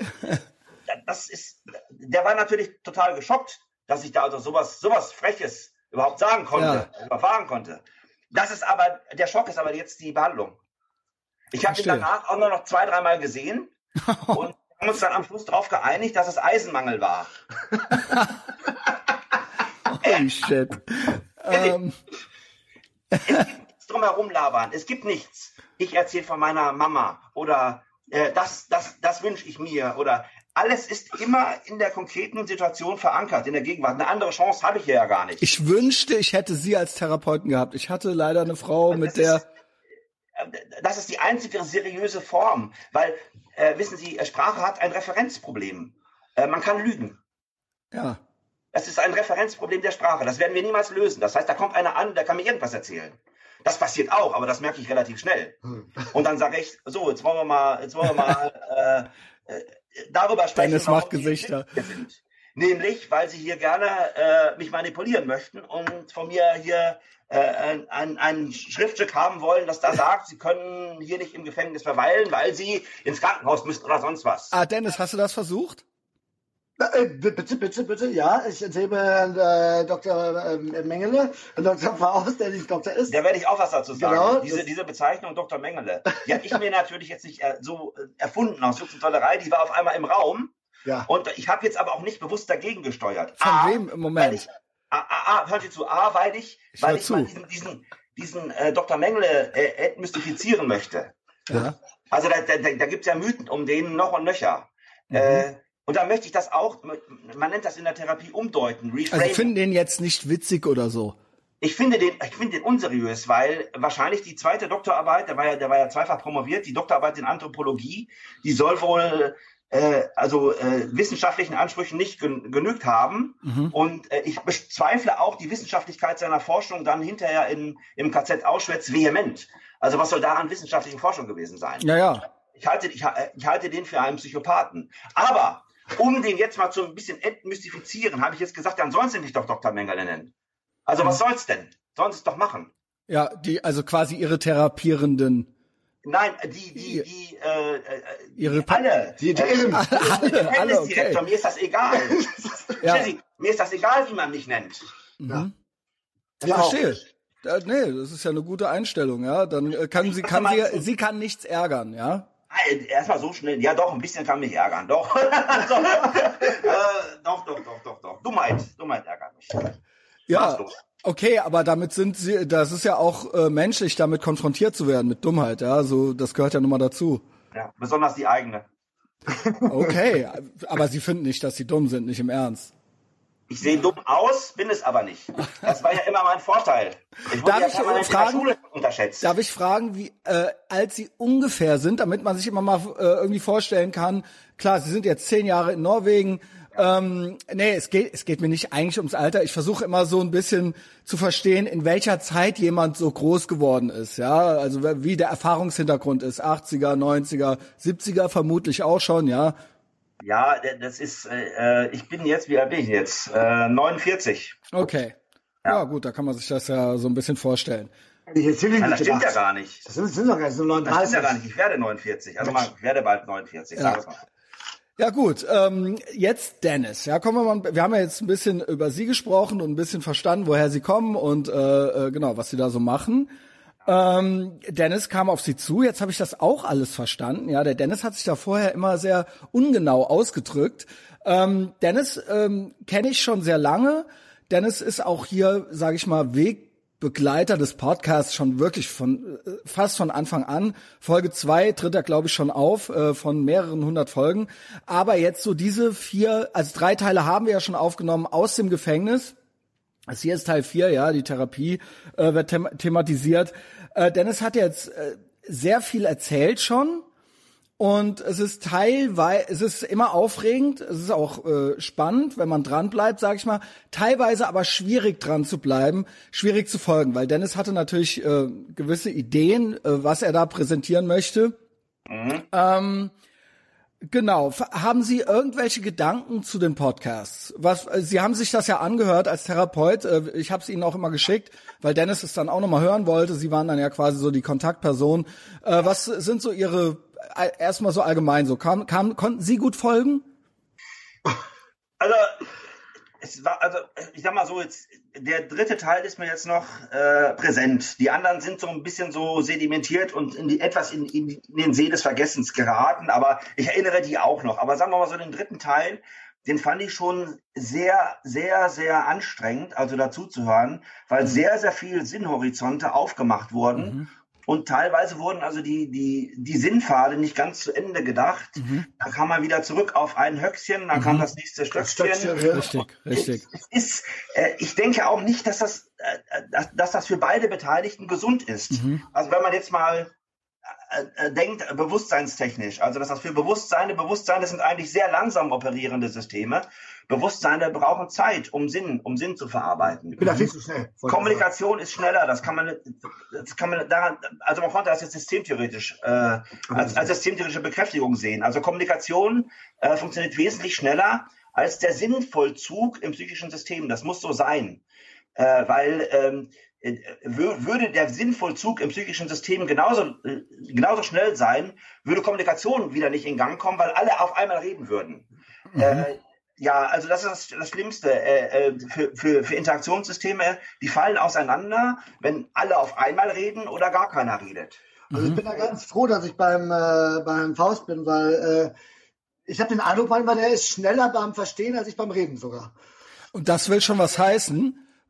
der war natürlich total geschockt, dass ich da also sowas Freches überhaupt sagen konnte, überfahren konnte. Der Schock ist aber jetzt die Behandlung. Ich habe ihn danach auch nur noch 2-3 Mal gesehen und haben uns dann am Schluss darauf geeinigt, dass es Eisenmangel war. Holy shit. Es gibt nichts drumherum labern. Es gibt nichts. Ich erzähle von meiner Mama oder das wünsche ich mir oder alles ist immer in der konkreten Situation verankert, in der Gegenwart. Eine andere Chance habe ich hier ja gar nicht. Ich wünschte, ich hätte Sie als Therapeuten gehabt. Ich hatte leider eine Frau, das ist die einzige seriöse Form, weil, wissen Sie, Sprache hat ein Referenzproblem. Man kann lügen. Ja. Das ist ein Referenzproblem der Sprache. Das werden wir niemals lösen. Das heißt, da kommt einer an, der kann mir irgendwas erzählen. Das passiert auch, aber das merke ich relativ schnell. Und dann sage ich, so, jetzt wollen wir mal darüber sprechen, Dennis macht Gesichter. Sind. Nämlich, weil sie hier gerne mich manipulieren möchten und von mir hier ein Schriftstück haben wollen, das da sagt, sie können hier nicht im Gefängnis verweilen, weil sie ins Krankenhaus müssen oder sonst was. Dennis, hast du das versucht? Bitte, ja. Ich erzähle Herrn Dr. Mengele, Dr. Faust, der nicht Doktor ist. Da werde ich auch was dazu sagen. Genau, diese Bezeichnung Dr. Mengele, die habe ich mir natürlich jetzt nicht so erfunden aus Jux und Tollerei, die war auf einmal im Raum. Ja. Und ich habe jetzt aber auch nicht bewusst dagegen gesteuert. Von wem im Moment? Hört ihr zu? Weil ich mal diesen Dr. Mengele entmystifizieren möchte. Ja. Also da gibt's ja Mythen um den noch und nöcher. Und da möchte ich das auch, man nennt das in der Therapie umdeuten, reframing. Also ich finde den jetzt nicht witzig oder so. Ich finde den unseriös, weil wahrscheinlich die zweite Doktorarbeit, der war ja zweifach promoviert, die Doktorarbeit in Anthropologie, die soll wohl wissenschaftlichen Ansprüchen nicht genügt haben. Und ich bezweifle auch die Wissenschaftlichkeit seiner Forschung dann hinterher im KZ Auschwitz vehement. Also was soll daran wissenschaftliche Forschung gewesen sein? Ja. Ich halte den für einen Psychopathen. Aber um den jetzt mal so ein bisschen entmystifizieren, habe ich jetzt gesagt, dann sollen sie mich doch Dr. Mengele nennen. Also was soll's denn? Sollen sie es doch machen. Ja, also quasi ihre Therapierenden. Nein, alle, okay. Mir ist das egal. Mir ist das egal, wie man mich nennt. Ja. Ich verstehe. Nee, das ist ja eine gute Einstellung, ja. Dann sie kann nichts ärgern, ja. Erstmal so schnell, ja doch, ein bisschen kann mich ärgern, doch. Doch. Dummheit ärgert mich. Ja, okay, aber das ist ja auch menschlich, damit konfrontiert zu werden mit Dummheit, ja, so, das gehört ja nun mal dazu. Ja, besonders die eigene. Okay, aber Sie finden nicht, dass Sie dumm sind, nicht im Ernst. Ich sehe dumm aus, bin es aber nicht. Das war ja immer mein Vorteil. Ich wurde in der Schule unterschätzt. Darf ich fragen, wie alt Sie ungefähr sind, damit man sich immer mal irgendwie vorstellen kann, klar, Sie sind jetzt 10 Jahre in Norwegen. Nee, es geht mir nicht eigentlich ums Alter. Ich versuche immer so ein bisschen zu verstehen, in welcher Zeit jemand so groß geworden ist, ja, also wie der Erfahrungshintergrund ist, 80er, 90er, 70er vermutlich auch schon, ja. Ja, das ist, ich bin jetzt, wie alt bin ich jetzt? 49. Okay. Ja gut, da kann man sich das ja so ein bisschen vorstellen. Das stimmt ja gar nicht. Das sind doch gar nicht so 39. Das stimmt ja gar nicht, ich werde 49. Also ich werde bald 49, sagen wir es mal. Ja gut, jetzt Dennis. Ja, kommen wir mal. Wir haben ja jetzt ein bisschen über Sie gesprochen und ein bisschen verstanden, woher Sie kommen und genau, was Sie da so machen. Dennis kam auf Sie zu. Jetzt habe ich das auch alles verstanden. Ja, der Dennis hat sich da vorher immer sehr ungenau ausgedrückt. Dennis kenne ich schon sehr lange. Dennis ist auch hier, sage ich mal, Wegbegleiter des Podcasts schon wirklich fast von Anfang an. Folge 2 tritt er, glaube ich, schon auf, von mehreren 100 Folgen. Aber jetzt so diese 3 Teile haben wir ja schon aufgenommen aus dem Gefängnis. Das hier ist Teil 4, ja, die Therapie wird thematisiert. Dennis hat jetzt sehr viel erzählt schon. Und es ist immer aufregend, es ist auch spannend, wenn man dran bleibt, sag ich mal, teilweise aber schwierig dran zu bleiben, schwierig zu folgen, weil Dennis hatte natürlich gewisse Ideen, was er da präsentieren möchte. Genau. Haben Sie irgendwelche Gedanken zu den Podcasts? Sie haben sich das ja angehört als Therapeut. Ich habe es Ihnen auch immer geschickt, weil Dennis es dann auch nochmal hören wollte. Sie waren dann ja quasi so die Kontaktperson. Was sind so Ihre, erstmal so allgemein so, konnten Sie gut folgen? Also, ich sag mal so, jetzt, der 3. Teil ist mir jetzt noch präsent. Die anderen sind so ein bisschen so sedimentiert und etwas in den See des Vergessens geraten, aber ich erinnere die auch noch. Aber sagen wir mal so, den 3. Teil, den fand ich schon sehr, sehr, sehr anstrengend, also dazu zu hören, weil sehr, sehr viel Sinnhorizonte aufgemacht wurden. Und teilweise wurden also die Sinnpfade nicht ganz zu Ende gedacht. Da kam man wieder zurück auf ein Höchstchen, dann kam das nächste Stöckchen. Richtig. Ich denke auch nicht, dass das für beide Beteiligten gesund ist. Also wenn man jetzt mal denkt, bewusstseinstechnisch, also dass das für Bewusstseine, das sind eigentlich sehr langsam operierende Systeme. Bewusstseine brauchen Zeit, um Sinn zu verarbeiten. Ich bin da viel zu schnell. Kommunikation ist schneller, das kann man daran, also man konnte das jetzt systemtheoretisch, als systemtheoretische Bekräftigung sehen. Also Kommunikation funktioniert wesentlich schneller als der Sinnvollzug im psychischen System. Das muss so sein, weil würde der Sinnvollzug im psychischen System genauso schnell sein, würde Kommunikation wieder nicht in Gang kommen, weil alle auf einmal reden würden. Ja, also das ist das Schlimmste für Interaktionssysteme. Die fallen auseinander, wenn alle auf einmal reden oder gar keiner redet. Also ich bin da ganz froh, dass ich beim Faust bin, weil ich habe den Eindruck, manchmal der ist schneller beim Verstehen als ich beim Reden sogar. Und das will schon was heißen.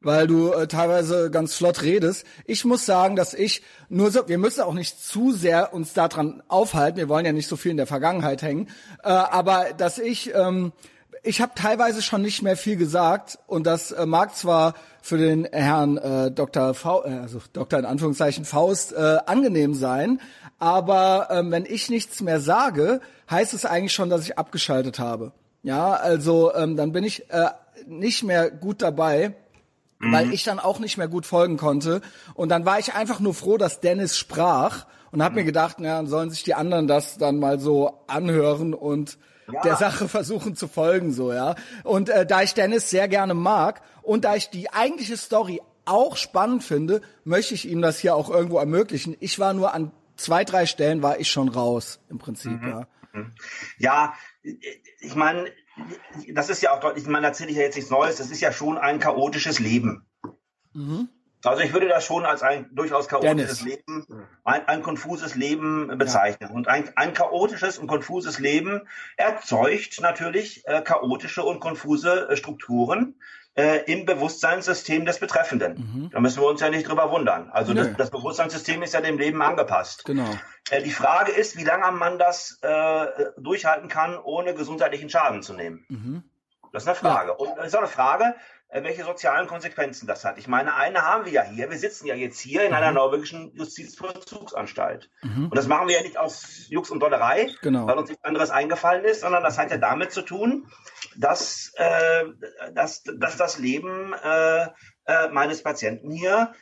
weil du teilweise ganz flott redest. Ich muss sagen, dass wir müssen auch nicht zu sehr uns daran aufhalten, wir wollen ja nicht so viel in der Vergangenheit hängen, aber dass ich habe teilweise schon nicht mehr viel gesagt und das mag zwar für den Herrn Dr. in Anführungszeichen Faust angenehm sein, aber wenn ich nichts mehr sage, heißt es eigentlich schon, dass ich abgeschaltet habe. Ja, also dann bin ich nicht mehr gut dabei, weil ich dann auch nicht mehr gut folgen konnte. Und dann war ich einfach nur froh, dass Dennis sprach und habe mir gedacht, dann sollen sich die anderen das dann mal so anhören und der Sache versuchen zu folgen, so, ja. Und da ich Dennis sehr gerne mag und da ich die eigentliche Story auch spannend finde, möchte ich ihm das hier auch irgendwo ermöglichen. Ich war nur an 2, 3 Stellen war ich schon raus, im Prinzip, ja. Ja, ich meine, das ist ja auch deutlich, ich meine, da erzähle ich ja jetzt nichts Neues, das ist ja schon ein chaotisches Leben. Also ich würde das schon als ein durchaus chaotisches Leben, ein konfuses Leben bezeichnen. Und ein chaotisches und konfuses Leben erzeugt natürlich chaotische und konfuse Strukturen im Bewusstseinssystem des Betreffenden. Da müssen wir uns ja nicht drüber wundern. Also das Bewusstseinssystem ist ja dem Leben angepasst. Genau. Die Frage ist, wie lange man das durchhalten kann, ohne gesundheitlichen Schaden zu nehmen. Das ist eine Frage. Ja. Und es ist auch eine Frage, welche sozialen Konsequenzen das hat. Ich meine, eine haben wir ja hier. Wir sitzen ja jetzt hier in einer norwegischen Justizvollzugsanstalt. Und das machen wir ja nicht aus Jux und Dollerei, weil uns nichts anderes eingefallen ist, sondern das hat ja damit zu tun, dass das Leben meines Patienten hier,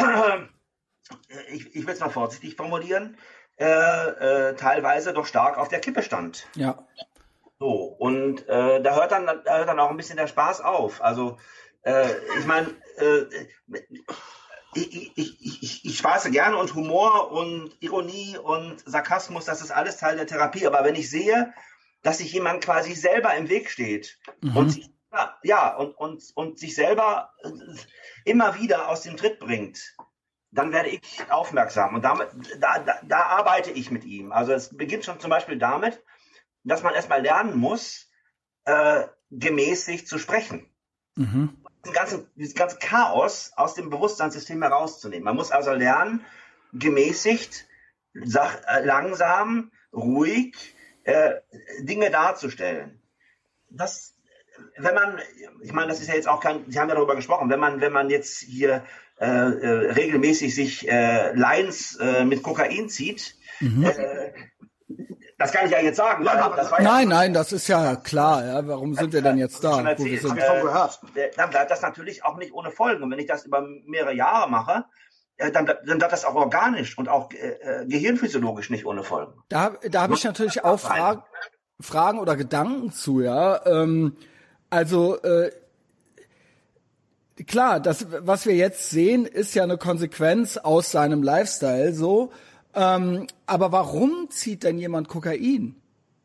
ich will es mal vorsichtig formulieren, teilweise doch stark auf der Kippe stand. Ja. So, und da hört dann auch ein bisschen der Spaß auf. Also ich meine, ich spaße gerne und Humor und Ironie und Sarkasmus, das ist alles Teil der Therapie. Aber wenn ich sehe, dass sich jemand quasi selber im Weg steht und sich selber immer wieder aus dem Tritt bringt, dann werde ich aufmerksam. Und da arbeite ich mit ihm. Also es beginnt schon zum Beispiel damit, dass man erstmal lernen muss, gemäßigt zu sprechen. Dieses ganze Chaos aus dem Bewusstseinssystem herauszunehmen. Man muss also lernen, gemäßigt, langsam, ruhig Dinge darzustellen. Ich meine, das ist ja jetzt auch Sie haben ja darüber gesprochen, wenn man jetzt hier regelmäßig sich Lines mit Kokain zieht, das kann ich ja jetzt sagen. Nein, das ist ja klar. Ja. Warum sind wir denn jetzt da? Dann bleibt das natürlich auch nicht ohne Folgen. Und wenn ich das über mehrere Jahre mache, dann bleibt das auch organisch und auch gehirnphysiologisch nicht ohne Folgen. Da habe ich natürlich auch Fragen oder Gedanken zu. Ja, klar, das, was wir jetzt sehen, ist ja eine Konsequenz aus seinem Lifestyle so. Aber warum zieht denn jemand Kokain?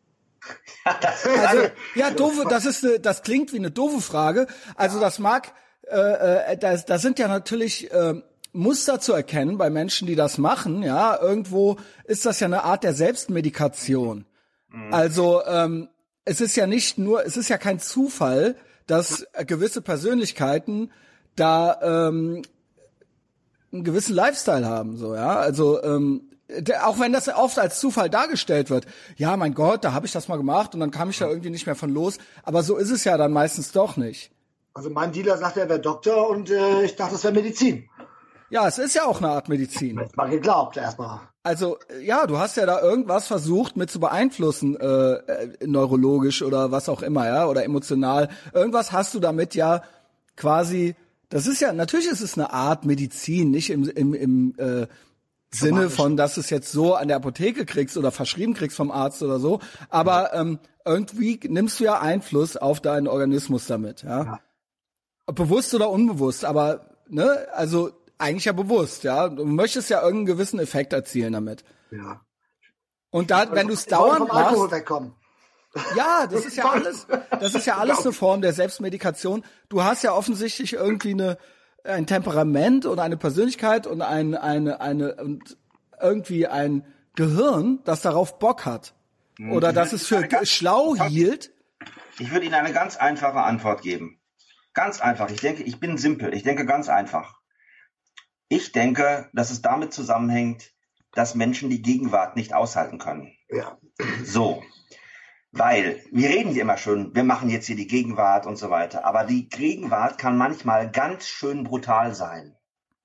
Das klingt wie eine doofe Frage. Also das mag, da sind ja natürlich Muster zu erkennen bei Menschen, die das machen. Ja, irgendwo ist das ja eine Art der Selbstmedikation. Also es ist ja kein Zufall, dass gewisse Persönlichkeiten da einen gewissen Lifestyle haben, so, ja. Also auch wenn das oft als Zufall dargestellt wird, ja, mein Gott, da habe ich das mal gemacht und dann kam ich da irgendwie nicht mehr von los. Aber so ist es ja dann meistens doch nicht. Also mein Dealer sagt, er wäre Doktor und ich dachte, das wäre Medizin. Ja, es ist ja auch eine Art Medizin. Jetzt mal geglaubt erstmal. Also ja, du hast ja da irgendwas versucht mit zu beeinflussen, neurologisch oder was auch immer, ja, oder emotional. Irgendwas hast du damit ja quasi. Das ist ja, natürlich ist es eine Art Medizin, nicht im Sinne von, dass du es jetzt so an der Apotheke kriegst oder verschrieben kriegst vom Arzt oder so, aber irgendwie nimmst du ja Einfluss auf deinen Organismus damit, ja. Bewusst oder unbewusst, aber ne, also eigentlich ja bewusst, ja. Du möchtest ja irgendeinen gewissen Effekt erzielen damit. Ja. Und da, wenn du es dauernd machst, wegkommen. ja, das ist ja alles eine Form der Selbstmedikation. Du hast ja offensichtlich irgendwie ein Temperament oder eine Persönlichkeit und und irgendwie ein Gehirn, das darauf Bock hat. Oder das es für schlau hielt. Ich würde Ihnen eine ganz einfache Antwort geben. Ganz einfach. Ich bin simpel. Ich denke ganz einfach. Ich denke, dass es damit zusammenhängt, dass Menschen die Gegenwart nicht aushalten können. Ja. So. Weil, wir reden hier immer schön, wir machen jetzt hier die Gegenwart und so weiter. Aber die Gegenwart kann manchmal ganz schön brutal sein.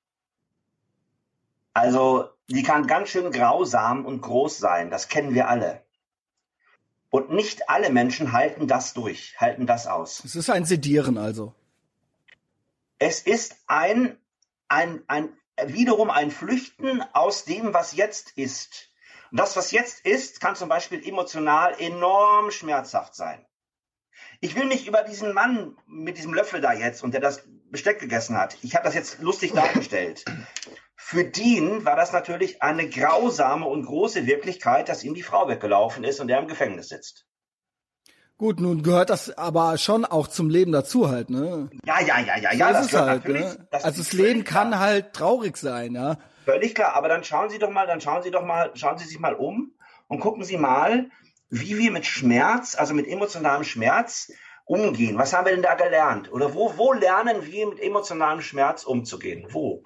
Also, die kann ganz schön grausam und groß sein. Das kennen wir alle. Und nicht alle Menschen halten das durch, halten das aus. Es ist ein Sedieren also. Es ist wiederum ein Flüchten aus dem, was jetzt ist. Und das, was jetzt ist, kann zum Beispiel emotional enorm schmerzhaft sein. Ich will nicht über diesen Mann mit diesem Löffel da jetzt und der das Besteck gegessen hat. Ich habe das jetzt lustig dargestellt. Für den war das natürlich eine grausame und große Wirklichkeit, dass ihm die Frau weggelaufen ist und er im Gefängnis sitzt. Gut, nun gehört das aber schon auch zum Leben dazu halt, ne? Ja, das gehört halt, natürlich. Ne? Also das Leben kann halt traurig sein, ja. Völlig klar, aber dann schauen Sie sich mal um und gucken Sie mal, wie wir mit Schmerz, also mit emotionalem Schmerz umgehen. Was haben wir denn da gelernt? Oder wo lernen wir mit emotionalem Schmerz umzugehen? Wo?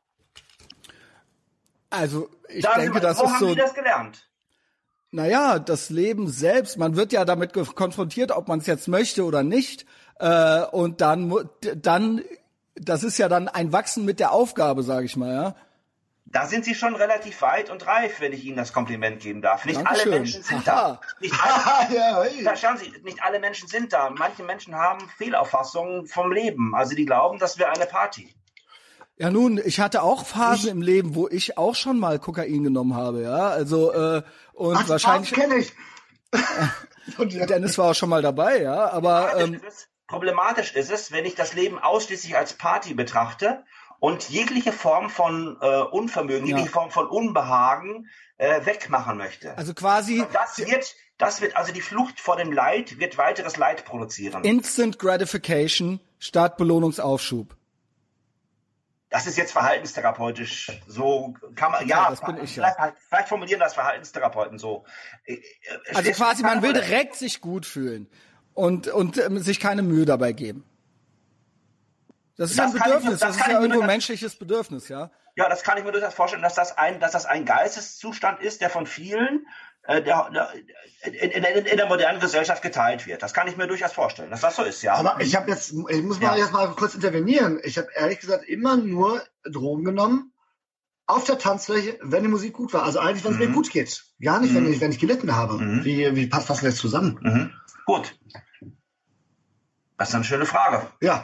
Also, ich denke, das ist so. Wo haben Sie das gelernt? Naja, das Leben selbst, man wird ja damit konfrontiert, ob man es jetzt möchte oder nicht. Und dann, das ist ja dann ein Wachsen mit der Aufgabe, sage ich mal, ja. Da sind Sie schon relativ weit und reif, wenn ich Ihnen das Kompliment geben darf. Nicht Dankeschön. Alle Menschen sind da. Schauen Sie, nicht alle Menschen sind da. Manche Menschen haben Fehlauffassungen vom Leben. Also die glauben, das wäre eine Party. Ja nun, ich hatte auch Phasen im Leben, wo ich auch schon mal Kokain genommen habe, ja. Also und wahrscheinlich kenne ich. Dennis war auch schon mal dabei, ja. Aber problematisch ist es, wenn ich das Leben ausschließlich als Party betrachte und jegliche Form von Unvermögen, jegliche Form von Unbehagen wegmachen möchte. Also quasi das wird also die Flucht vor dem Leid wird weiteres Leid produzieren. Instant Gratification statt Belohnungsaufschub. Das ist jetzt verhaltenstherapeutisch, so kann man, das bin ich ja. Vielleicht formulieren das Verhaltenstherapeuten so. Also quasi, man will direkt sich gut fühlen und sich keine Mühe dabei geben. Das ist ein Bedürfnis, das ist ja irgendwo ein menschliches Bedürfnis, ja. Ja, das kann ich mir durchaus vorstellen, dass das ein Geisteszustand ist, der von vielen in der modernen Gesellschaft geteilt wird. Das kann ich mir durchaus vorstellen, dass das so ist, ja. Aber ich muss jetzt mal kurz intervenieren. Ich habe ehrlich gesagt immer nur Drogen genommen auf der Tanzfläche, wenn die Musik gut war. Also eigentlich, wenn es mir gut geht. Gar nicht, wenn ich gelitten habe. Wie passt das jetzt zusammen? Gut. Das ist eine schöne Frage. Ja.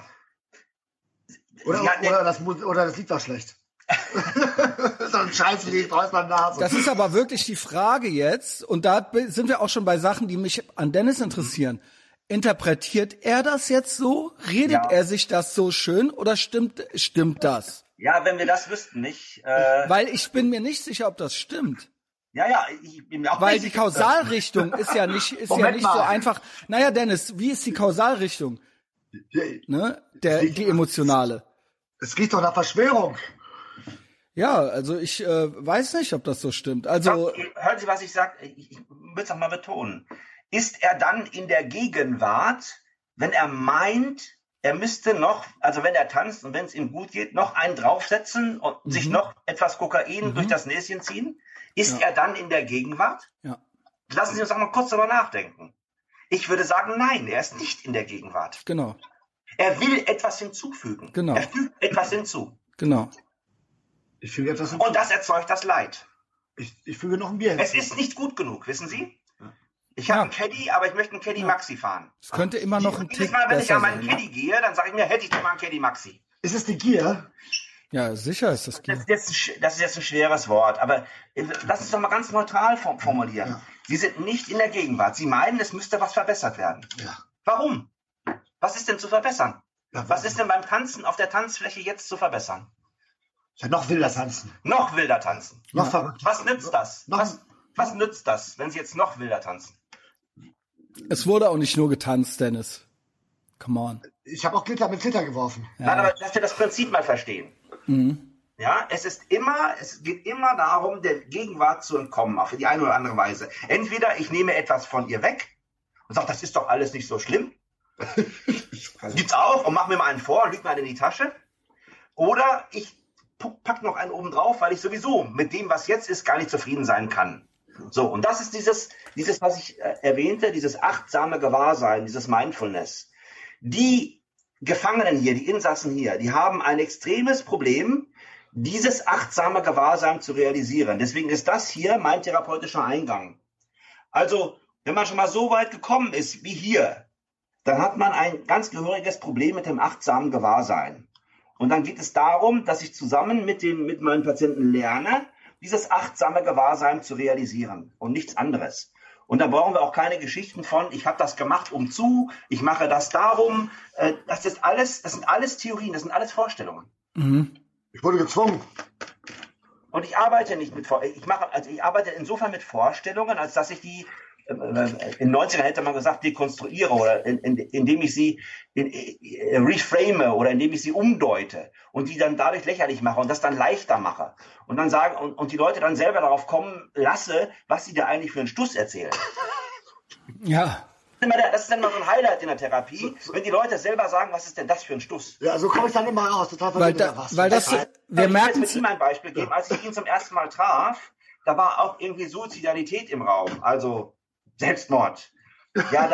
Oder das Lied war schlecht. So ein Scheißlied aus meiner Nase. Das ist aber wirklich die Frage jetzt, und da sind wir auch schon bei Sachen, die mich an Dennis interessieren. Interpretiert er das jetzt so? Redet er sich das so schön oder stimmt das? Ja, wenn wir das wüssten, nicht? Weil ich bin mir nicht sicher, ob das stimmt. Ja, ich bin mir auch weil nicht die sicher. Kausalrichtung ist ja nicht so einfach. Naja, Dennis, wie ist die Kausalrichtung? Ne? Die emotionale. Es riecht doch nach Verschwörung. Ja, also ich weiß nicht, ob das so stimmt. Also hören Sie, was ich sage. Ich will es noch mal betonen. Ist er dann in der Gegenwart, wenn er meint, er müsste noch, also wenn er tanzt und wenn es ihm gut geht, noch einen draufsetzen und sich noch etwas Kokain durch das Näschen ziehen? Ist er dann in der Gegenwart? Ja. Lassen Sie uns auch mal kurz darüber nachdenken. Ich würde sagen, nein, er ist nicht in der Gegenwart. Genau. Er will etwas hinzufügen. Genau. Er fügt etwas hinzu. Genau. Ich füge etwas hinzu. Und das erzeugt das Leid. Ich füge noch ein Bier hinzu. Es ist nicht gut genug, wissen Sie? Ich habe einen Caddy, aber ich möchte einen Caddy Maxi fahren. Es könnte immer noch ein Tick Jedes Mal, wenn ich besser an meinen sein. Caddy gehe, dann sage ich mir, hätte ich doch mal einen Caddy Maxi. Ist es die Gier? Ja, sicher ist das Gier. Das ist jetzt ein schweres Wort, aber lass uns doch mal ganz neutral formulieren. Ja. Sie sind nicht in der Gegenwart. Sie meinen, es müsste was verbessert werden. Ja. Warum? Was ist denn zu verbessern? Ja, was ist denn beim Tanzen auf der Tanzfläche jetzt zu verbessern? Ja, noch wilder tanzen. Noch wilder tanzen. Noch verrückt. Was nützt das? Was nützt das, wenn Sie jetzt noch wilder tanzen? Es wurde auch nicht nur getanzt, Dennis. Come on. Ich habe auch Glitter mit Glitter geworfen. Ja. Nein, aber dass wir das Prinzip mal verstehen. Ja, es geht immer darum, der Gegenwart zu entkommen, auf die eine oder andere Weise. Entweder ich nehme etwas von ihr weg und sage, das ist doch alles nicht so schlimm. Gibt's auch, und mach mir mal einen vor, lüg mir einen in die Tasche. Oder ich pack noch einen oben drauf, weil ich sowieso mit dem, was jetzt ist, gar nicht zufrieden sein kann. So, und das ist dieses, was ich erwähnte, dieses achtsame Gewahrsein, dieses Mindfulness. Die Gefangenen hier, die Insassen hier, die haben ein extremes Problem, dieses achtsame Gewahrsein zu realisieren. Deswegen ist das hier mein therapeutischer Eingang. Also, wenn man schon mal so weit gekommen ist wie hier, dann hat man ein ganz gehöriges Problem mit dem achtsamen Gewahrsein. Und dann geht es darum, dass ich zusammen mit meinen Patienten lerne, dieses achtsame Gewahrsein zu realisieren und nichts anderes. Und da brauchen wir auch keine Geschichten von, ich habe das gemacht ich mache das darum. Das sind alles Theorien, das sind alles Vorstellungen. Mhm. Ich wurde gezwungen. Und ich arbeite nicht ich arbeite insofern mit Vorstellungen, als dass ich die in den 90ern hätte man gesagt, dekonstruiere oder indem ich sie reframe oder indem ich sie umdeute und die dann dadurch lächerlich mache und das dann leichter mache und dann sagen und die Leute dann selber darauf kommen lasse, was sie da eigentlich für einen Stuss erzählen. Ja. Das ist dann mal so ein Highlight in der Therapie, wenn die Leute selber sagen, was ist denn das für ein Stuss? Ja, so komme ich dann immer raus. Total wir merken ich will ihm ein Beispiel geben. Als ich ihn zum ersten Mal traf, da war auch irgendwie Suizidalität im Raum, also Selbstmord. Ja,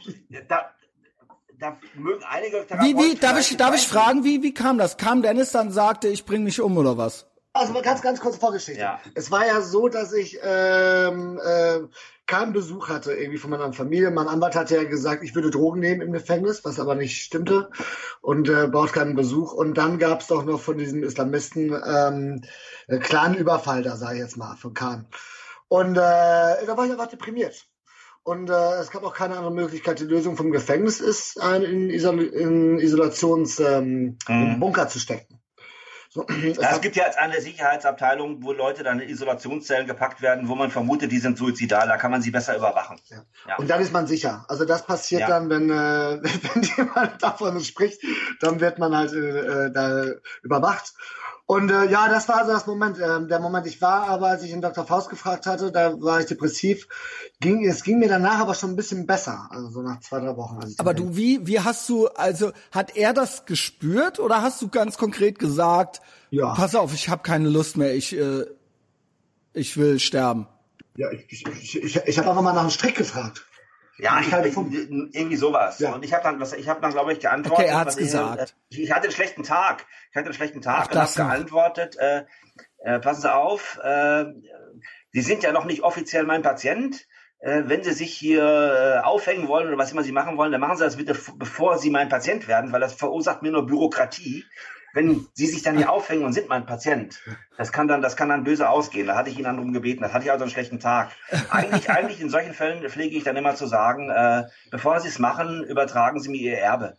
da mögen einige Therapeuten... Darf ich fragen, wie kam das? Kam Dennis dann sagte, ich bringe mich um oder was? Also ganz kurze Vorgeschichte. Ja. Es war ja so, dass ich keinen Besuch hatte irgendwie von meiner Familie. Mein Anwalt hatte ja gesagt, ich würde Drogen nehmen im Gefängnis, was aber nicht stimmte und braucht keinen Besuch. Und dann gab es doch noch von diesem Islamisten kleinen Überfall da, sage ich jetzt mal, von Khan. Und da war ich einfach deprimiert. Und es gab auch keine andere Möglichkeit. Die Lösung vom Gefängnis ist, einen in Bunker zu stecken. So, es gibt ja jetzt eine Sicherheitsabteilung, wo Leute dann in Isolationszellen gepackt werden, wo man vermutet, die sind suizidal. Da kann man sie besser überwachen. Ja. Ja. Und dann ist man sicher. Also das passiert dann, wenn jemand davon spricht, dann wird man halt da überwacht. Und das war also das Moment, der Moment, ich war aber, als ich den Dr. Faust gefragt hatte, da war ich depressiv. Es ging mir danach aber schon ein bisschen besser, also so nach 2-3 Wochen. Aber du, wie hast du, also hat er das gespürt oder hast du ganz konkret gesagt, ja, pass auf, ich habe keine Lust mehr, ich will sterben? Ja, ich habe einfach mal nach einem Strick gefragt. Ja, irgendwie sowas. Ja. Und ich habe dann, glaube ich, geantwortet. Okay, er hat's gesagt. Ich hatte einen schlechten Tag. Und habe geantwortet, passen Sie auf, Sie sind ja noch nicht offiziell mein Patient. Wenn Sie sich hier aufhängen wollen oder was immer Sie machen wollen, dann machen Sie das bitte, bevor Sie mein Patient werden, weil das verursacht mir nur Bürokratie. Wenn Sie sich dann hier aufhängen und sind mein Patient, das kann dann böse ausgehen. Da hatte ich ihn dann drum gebeten. Das hatte ich also einen schlechten Tag. Eigentlich in solchen Fällen pflege ich dann immer zu sagen, bevor Sie es machen, übertragen Sie mir Ihr Erbe.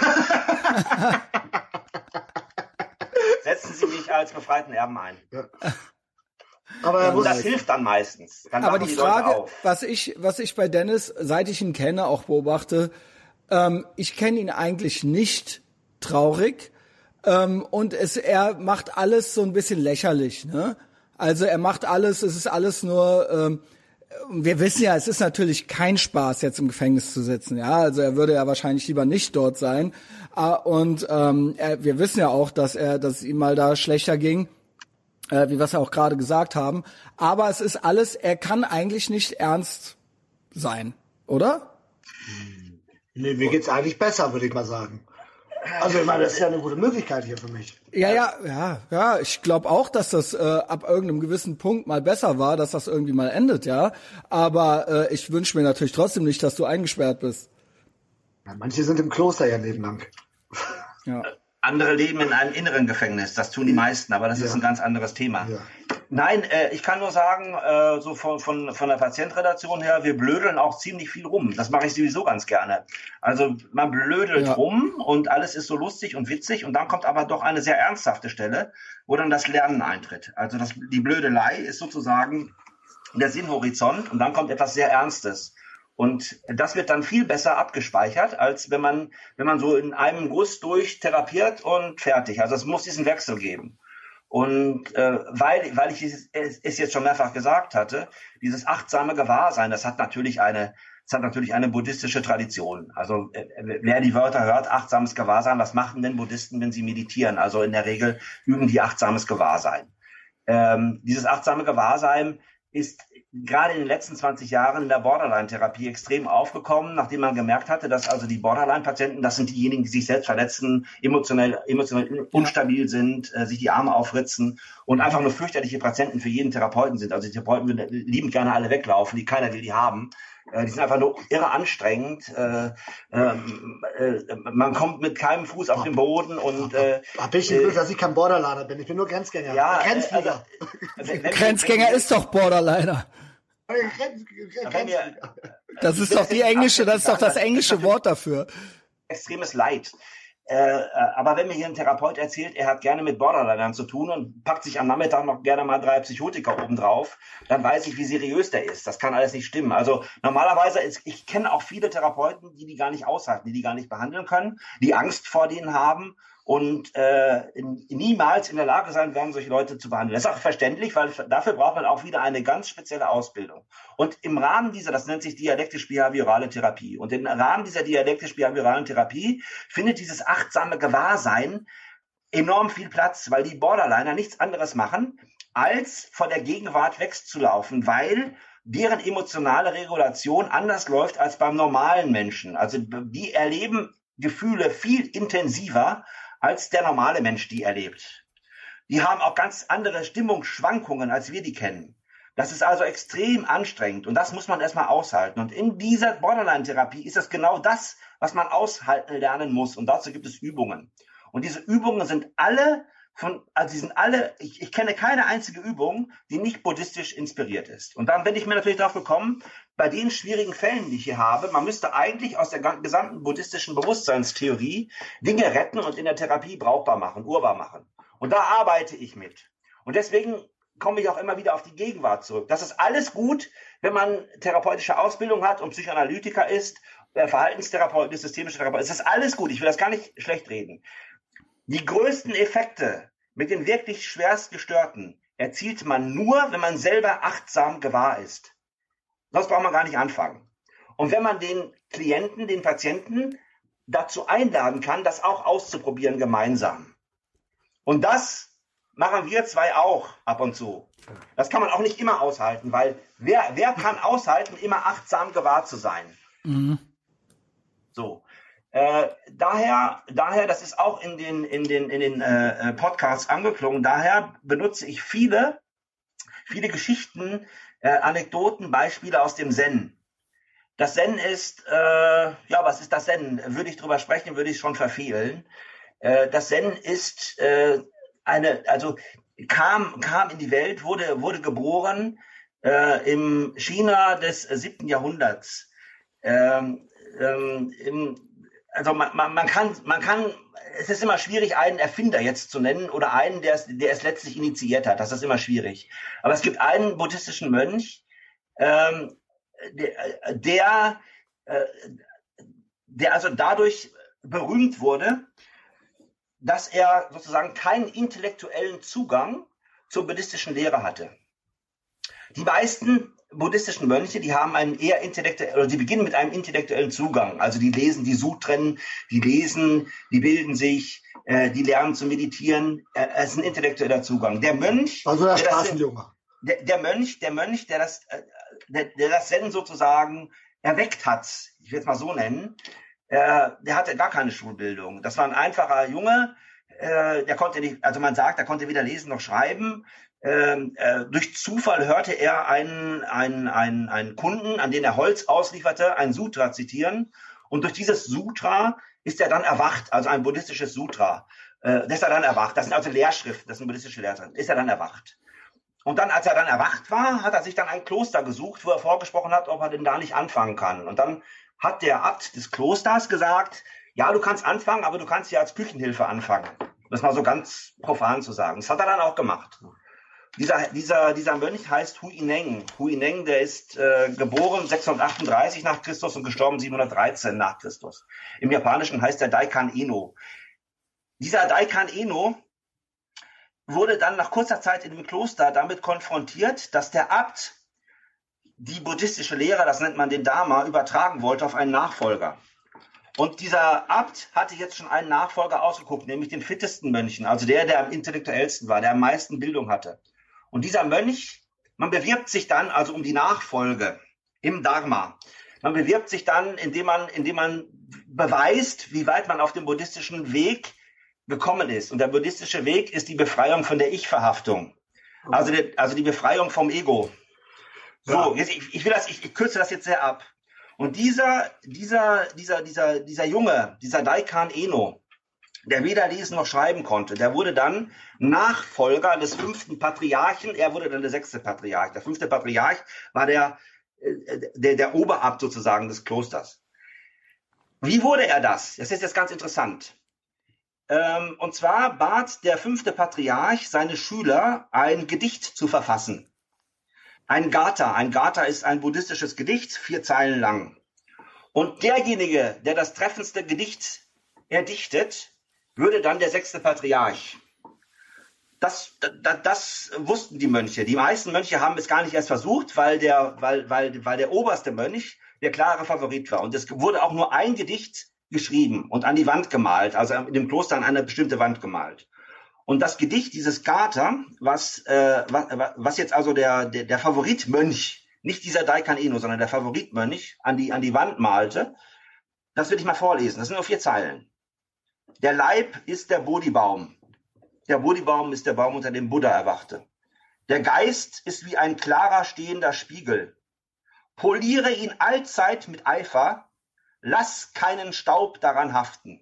Setzen Sie mich als befreiten Erben ein. Ja. Aber das hilft dann meistens. Dann aber die Frage, was ich bei Dennis, seit ich ihn kenne, auch beobachte, ich kenne ihn eigentlich nicht traurig. Und er macht alles so ein bisschen lächerlich, ne? Also er macht alles, es ist alles nur, wir wissen ja, es ist natürlich kein Spaß, jetzt im Gefängnis zu sitzen, ja? Also er würde ja wahrscheinlich lieber nicht dort sein. Und wir wissen ja auch, dass es ihm mal da schlechter ging, wie wir es ja auch gerade gesagt haben. Aber es ist alles, er kann eigentlich nicht ernst sein, oder? Nee, mir geht's eigentlich besser, würde ich mal sagen. Also ich meine, das ist ja eine gute Möglichkeit hier für mich. Ja, ich glaube auch, dass das ab irgendeinem gewissen Punkt mal besser war, dass das irgendwie mal endet, ja. Aber ich wünsche mir natürlich trotzdem nicht, dass du eingesperrt bist. Ja, manche sind im Kloster ja nebenan. Ja. Andere leben in einem inneren Gefängnis, das tun die meisten, aber das ist ein ganz anderes Thema. Ja. Nein, ich kann nur sagen, so von der Patientenredaktion her, wir blödeln auch ziemlich viel rum. Das mache ich sowieso ganz gerne. Also man blödelt rum und alles ist so lustig und witzig und dann kommt aber doch eine sehr ernsthafte Stelle, wo dann das Lernen eintritt. Also die Blödelei ist sozusagen der Sinnhorizont und dann kommt etwas sehr Ernstes. Und das wird dann viel besser abgespeichert, als wenn man so in einem Guss durch therapiert und fertig. Also es muss diesen Wechsel geben. Und weil ich es jetzt schon mehrfach gesagt hatte, dieses achtsame Gewahrsein, das hat natürlich Es hat natürlich eine buddhistische Tradition. Also wer die Wörter hört, achtsames Gewahrsein, was machen denn Buddhisten, wenn sie meditieren? Also in der Regel üben die achtsames Gewahrsein. Dieses achtsame Gewahrsein ist gerade in den letzten 20 Jahren in der Borderline-Therapie extrem aufgekommen, nachdem man gemerkt hatte, dass also die Borderline-Patienten, das sind diejenigen, die sich selbst verletzen, emotionell instabil sind, sich die Arme aufritzen und einfach nur fürchterliche Patienten für jeden Therapeuten sind. Also die Therapeuten würden liebend gerne alle weglaufen, keiner will die haben. Die sind einfach nur irre anstrengend. Man kommt mit keinem Fuß auf den Boden und bin ich glücklich, dass ich kein Borderliner bin. Ich bin nur Grenzgänger. Ja, Grenzgänger ist doch Borderliner. Das ist doch das englische Wort dafür. Extremes Leid. Aber wenn mir hier ein Therapeut erzählt, er hat gerne mit Borderlinern zu tun und packt sich am Nachmittag noch gerne mal 3 Psychotiker obendrauf, dann weiß ich, wie seriös der ist. Das kann alles nicht stimmen. Also normalerweise, ich kenne auch viele Therapeuten, die gar nicht aushalten, die gar nicht behandeln können, die Angst vor denen haben und niemals in der Lage sein werden, solche Leute zu behandeln. Das ist auch verständlich, weil dafür braucht man auch wieder eine ganz spezielle Ausbildung. Und im Rahmen dieser, das nennt sich dialektisch-behaviorale Therapie, und im Rahmen dieser dialektisch-behavioralen Therapie findet dieses achtsame Gewahrsein enorm viel Platz, weil die Borderliner nichts anderes machen, als von der Gegenwart wegzulaufen, weil deren emotionale Regulation anders läuft als beim normalen Menschen. Also die erleben Gefühle viel intensiver, als der normale Mensch die erlebt. Die haben auch ganz andere Stimmungsschwankungen, als wir die kennen. Das ist also extrem anstrengend und das muss man erstmal aushalten. Und in dieser Borderline-Therapie ist das genau das, was man aushalten lernen muss. Und dazu gibt es Übungen. Und diese Übungen sind alle ich kenne keine einzige Übung, die nicht buddhistisch inspiriert ist. Und dann bin ich mir natürlich darauf gekommen, bei den schwierigen Fällen, die ich hier habe, man müsste eigentlich aus der gesamten buddhistischen Bewusstseinstheorie Dinge retten und in der Therapie brauchbar machen, urbar machen. Und da arbeite ich mit. Und deswegen komme ich auch immer wieder auf die Gegenwart zurück. Das ist alles gut, wenn man therapeutische Ausbildung hat und Psychoanalytiker ist, Verhaltenstherapeut ist, systemische Therapeut. Es ist alles gut, ich will das gar nicht schlecht reden. Die größten Effekte mit den wirklich schwerst Gestörten erzielt man nur, wenn man selber achtsam gewahr ist. Sonst braucht man gar nicht anfangen. Und wenn man den Klienten, den Patienten dazu einladen kann, das auch auszuprobieren gemeinsam. Und das machen wir zwei auch ab und zu. Das kann man auch nicht immer aushalten, weil wer kann aushalten, immer achtsam gewahr zu sein? Mhm. So. Daher, das ist auch in den Podcasts angeklungen, daher benutze ich viele Geschichten, Anekdoten, Beispiele aus dem Zen. Das Zen ist, was ist das Zen? Würde ich drüber sprechen, würde ich schon verfehlen. Das Zen ist kam in die Welt, wurde geboren im China des 7. Jahrhunderts. Also man kann, es ist immer schwierig, einen Erfinder jetzt zu nennen oder einen, der es letztlich initiiert hat. Das ist immer schwierig. Aber es gibt einen buddhistischen Mönch, der also dadurch berühmt wurde, dass er sozusagen keinen intellektuellen Zugang zur buddhistischen Lehre hatte. Die meisten buddhistischen Mönche, die haben einen eher die beginnen mit einem intellektuellen Zugang. Also die lesen die Sutren, die bilden sich, die lernen zu meditieren. Es ist ein intellektueller Zugang. Der Mönch, also der Straßenjunge. Der Mönch, der das Zen sozusagen erweckt hat, ich will es mal so nennen, der hatte gar keine Schulbildung. Das war ein einfacher Junge, der konnte nicht, also man sagt, er konnte weder lesen noch schreiben. Durch Zufall hörte er einen Kunden, an den er Holz auslieferte, ein Sutra zitieren. Und durch dieses Sutra ist er dann erwacht, also ein buddhistisches Sutra. Ist er dann erwacht. Das sind also Lehrschriften, das sind buddhistische Lehrschriften. Ist er dann erwacht. Und dann, als er dann erwacht war, hat er sich dann ein Kloster gesucht, wo er vorgesprochen hat, ob er denn da nicht anfangen kann. Und dann hat der Abt des Klosters gesagt, ja, du kannst anfangen, aber du kannst ja als Küchenhilfe anfangen. Das mal so ganz profan zu sagen. Das hat er dann auch gemacht. Dieser Mönch heißt Huineng. Huineng, der ist geboren 638 nach Christus und gestorben 713 nach Christus. Im Japanischen heißt er Daikan Eno. Dieser Daikan Eno wurde dann nach kurzer Zeit in dem Kloster damit konfrontiert, dass der Abt die buddhistische Lehre, das nennt man den Dharma, übertragen wollte auf einen Nachfolger. Und dieser Abt hatte jetzt schon einen Nachfolger ausgeguckt, nämlich den fittesten Mönchen, also der am intellektuellsten war, der am meisten Bildung hatte. Und dieser Mönch, man bewirbt sich dann also um die Nachfolge im Dharma. Man bewirbt sich dann, indem man beweist, wie weit man auf dem buddhistischen Weg gekommen ist. Und der buddhistische Weg ist die Befreiung von der Ich-Verhaftung. Okay. Also die Befreiung vom Ego. So, jetzt, ich kürze das jetzt sehr ab. Und dieser Junge, dieser Daikan Eno, der weder lesen noch schreiben konnte, der wurde dann Nachfolger des 5. Patriarchen, er wurde dann der 6. Patriarch. Der 5. Patriarch war der Oberabt sozusagen des Klosters. Wie wurde er das? Das ist jetzt ganz interessant. Und zwar bat der 5. Patriarch seine Schüler, ein Gedicht zu verfassen. Ein Gatha. Ein Gatha ist ein buddhistisches Gedicht, 4 Zeilen lang. Und derjenige, der das treffendste Gedicht erdichtet, würde dann der 6. Patriarch. Das wussten die Mönche. Die meisten Mönche haben es gar nicht erst versucht, weil der oberste Mönch der klare Favorit war. Und es wurde auch nur ein Gedicht geschrieben und an die Wand gemalt, also in dem Kloster an eine bestimmte Wand gemalt. Und das Gedicht, dieses Gatha, was jetzt also der Favoritmönch, nicht dieser Daikan Eno, sondern der Favoritmönch an die Wand malte, das will ich mal vorlesen. Das sind nur 4 Zeilen. Der Leib ist der Bodhibaum. Der Bodhibaum ist der Baum, unter dem Buddha erwachte. Der Geist ist wie ein klarer stehender Spiegel. Poliere ihn allzeit mit Eifer, lass keinen Staub daran haften.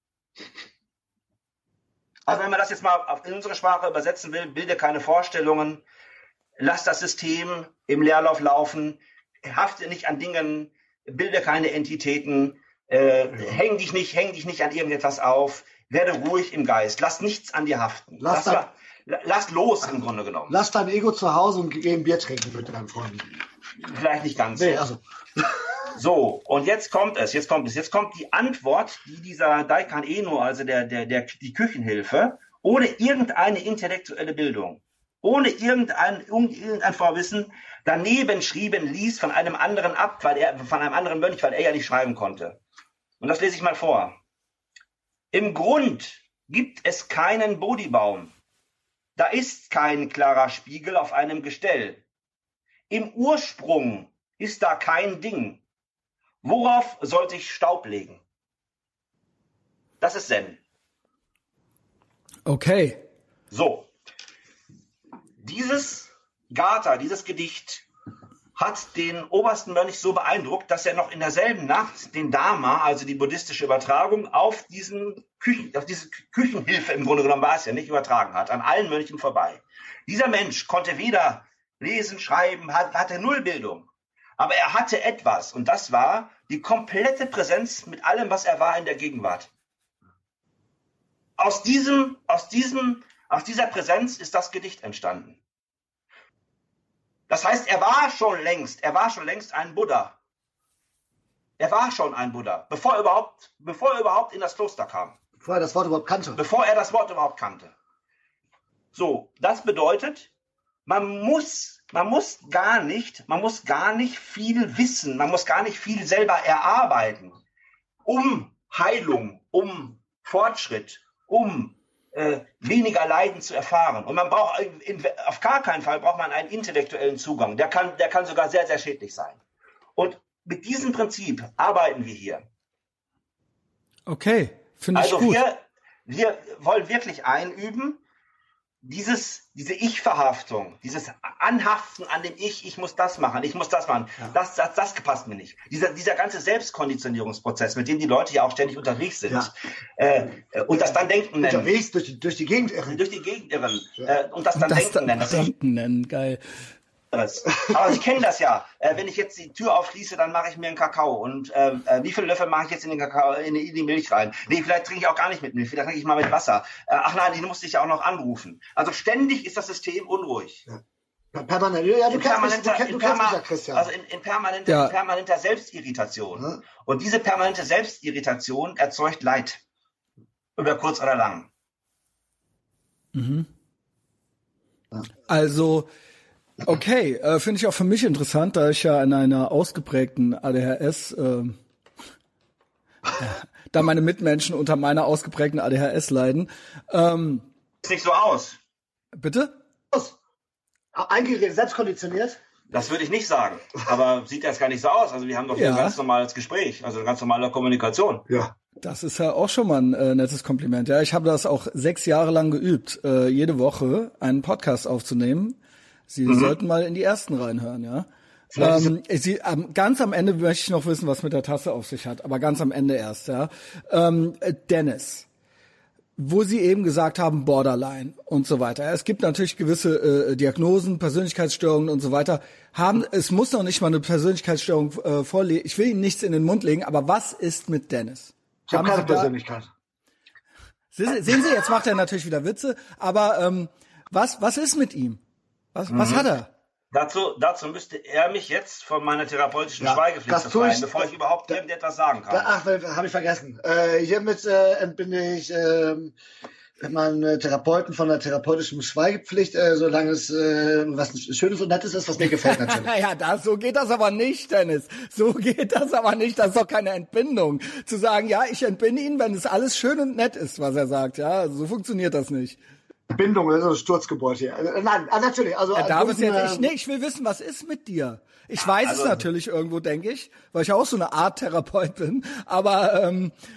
Also wenn man das jetzt mal in unsere Sprache übersetzen will, bilde keine Vorstellungen, lass das System im Leerlauf laufen, hafte nicht an Dingen, bilde keine Entitäten, häng dich nicht an irgendetwas auf, werde ruhig im Geist, lass nichts an dir haften. Lass los im Grunde genommen. Lass dein Ego zu Hause und geh ein Bier trinken mit deinen Freunden. Vielleicht nicht ganz. Nee, also. So, und jetzt kommt die Antwort, die dieser Daikan Eno, also die Küchenhilfe, ohne irgendeine intellektuelle Bildung, ohne irgendein Vorwissen, daneben schrieben ließ von einem anderen Abt, von einem anderen Mönch, weil er ja nicht schreiben konnte. Und das lese ich mal vor. Im Grund gibt es keinen Bodhibaum. Da ist kein klarer Spiegel auf einem Gestell. Im Ursprung ist da kein Ding. Worauf sollte ich Staub legen? Das ist Zen. Okay. So. Dieses Gatha, dieses Gedicht, hat den obersten Mönch so beeindruckt, dass er noch in derselben Nacht den Dharma, also die buddhistische Übertragung, auf diese Küchenhilfe, im Grunde genommen war es ja nicht, übertragen hat, an allen Mönchen vorbei. Dieser Mensch konnte weder lesen, schreiben, hatte null Bildung. Aber er hatte etwas, und das war die komplette Präsenz mit allem, was er war in der Gegenwart. Aus dieser Präsenz ist das Gedicht entstanden. Das heißt, er war schon längst ein Buddha. Er war schon ein Buddha, bevor er überhaupt in das Kloster kam. Bevor er das Wort überhaupt kannte. Bevor er das Wort überhaupt kannte. So, das bedeutet, man muss gar nicht viel wissen, man muss gar nicht viel selber erarbeiten, um Heilung, um Fortschritt, um weniger Leiden zu erfahren. Und man braucht auf gar keinen Fall braucht man einen intellektuellen Zugang. Der kann sogar sehr, sehr schädlich sein. Und mit diesem Prinzip arbeiten wir hier. Okay, finde ich gut. Also wir wollen wirklich einüben, diese Ich-Verhaftung, dieses Anhaften an dem ich muss das machen, ja. Das passt mir nicht. Dieser ganze Selbstkonditionierungsprozess, mit dem die Leute ja auch ständig unterwegs sind, ja. Und das dann Denken nennen. Unterwegs durch die Gegend irren. Durch die Gegend irren. Und das dann Denken nennen. Denken nennen, geil. Aber Sie kennen das ja. Wenn ich jetzt die Tür aufschließe, dann mache ich mir einen Kakao. Und wie viele Löffel mache ich jetzt in den Kakao, in die Milch rein? Nee, vielleicht trinke ich auch gar nicht mit Milch. Vielleicht trinke ich mal mit Wasser. Ach nein, die musste ich ja auch noch anrufen. Also ständig ist das System unruhig. Ja. Permanent. Ja, du kennst mich ja, Christian. Also in permanenter Selbstirritation. Ja. Und diese permanente Selbstirritation erzeugt Leid. Über kurz oder lang. Mhm. Ja. Also Okay, finde ich auch für mich interessant, da ich ja in einer ausgeprägten ADHS, da meine Mitmenschen unter meiner ausgeprägten ADHS leiden. Sieht nicht so aus. Bitte? Eingeredet, selbstkonditioniert? Das würde ich nicht sagen. Aber sieht das gar nicht so aus. Also wir haben doch hier ein ganz normales Gespräch, also eine ganz normale Kommunikation. Ja. Das ist ja auch schon mal ein nettes Kompliment. Ja, ich habe das auch 6 Jahre lang geübt, jede Woche einen Podcast aufzunehmen. Sie sollten mal in die ersten reinhören, ja. Ganz am Ende möchte ich noch wissen, was mit der Tasse auf sich hat, aber ganz am Ende erst, ja. Dennis, wo Sie eben gesagt haben, Borderline und so weiter. Es gibt natürlich gewisse Diagnosen, Persönlichkeitsstörungen und so weiter. Es muss noch nicht mal eine Persönlichkeitsstörung vorliegen. Ich will Ihnen nichts in den Mund legen, aber was ist mit Dennis? Ich habe keine Persönlichkeit. Sehen Sie, jetzt macht er natürlich wieder Witze, aber was ist mit ihm? Was hat er? Dazu müsste er mich jetzt von meiner therapeutischen Schweigepflicht befreien, bevor ich überhaupt irgendetwas sagen kann. Habe ich vergessen. Hiermit entbinde ich meinen Therapeuten von der therapeutischen Schweigepflicht, solange es was Schönes und Nettes ist, was mir gefällt natürlich. Ja, so geht das aber nicht, Dennis. So geht das aber nicht. Das ist doch keine Entbindung. Zu sagen, ja, ich entbinde ihn, wenn es alles schön und nett ist, was er sagt. Ja, so funktioniert das nicht. Bindung, das ist eine Sturzgeburt hier. Nein, natürlich. Also ich will wissen, was ist mit dir? Ich weiß es natürlich irgendwo, denke ich, weil ich ja auch so eine Art Therapeut bin. Aber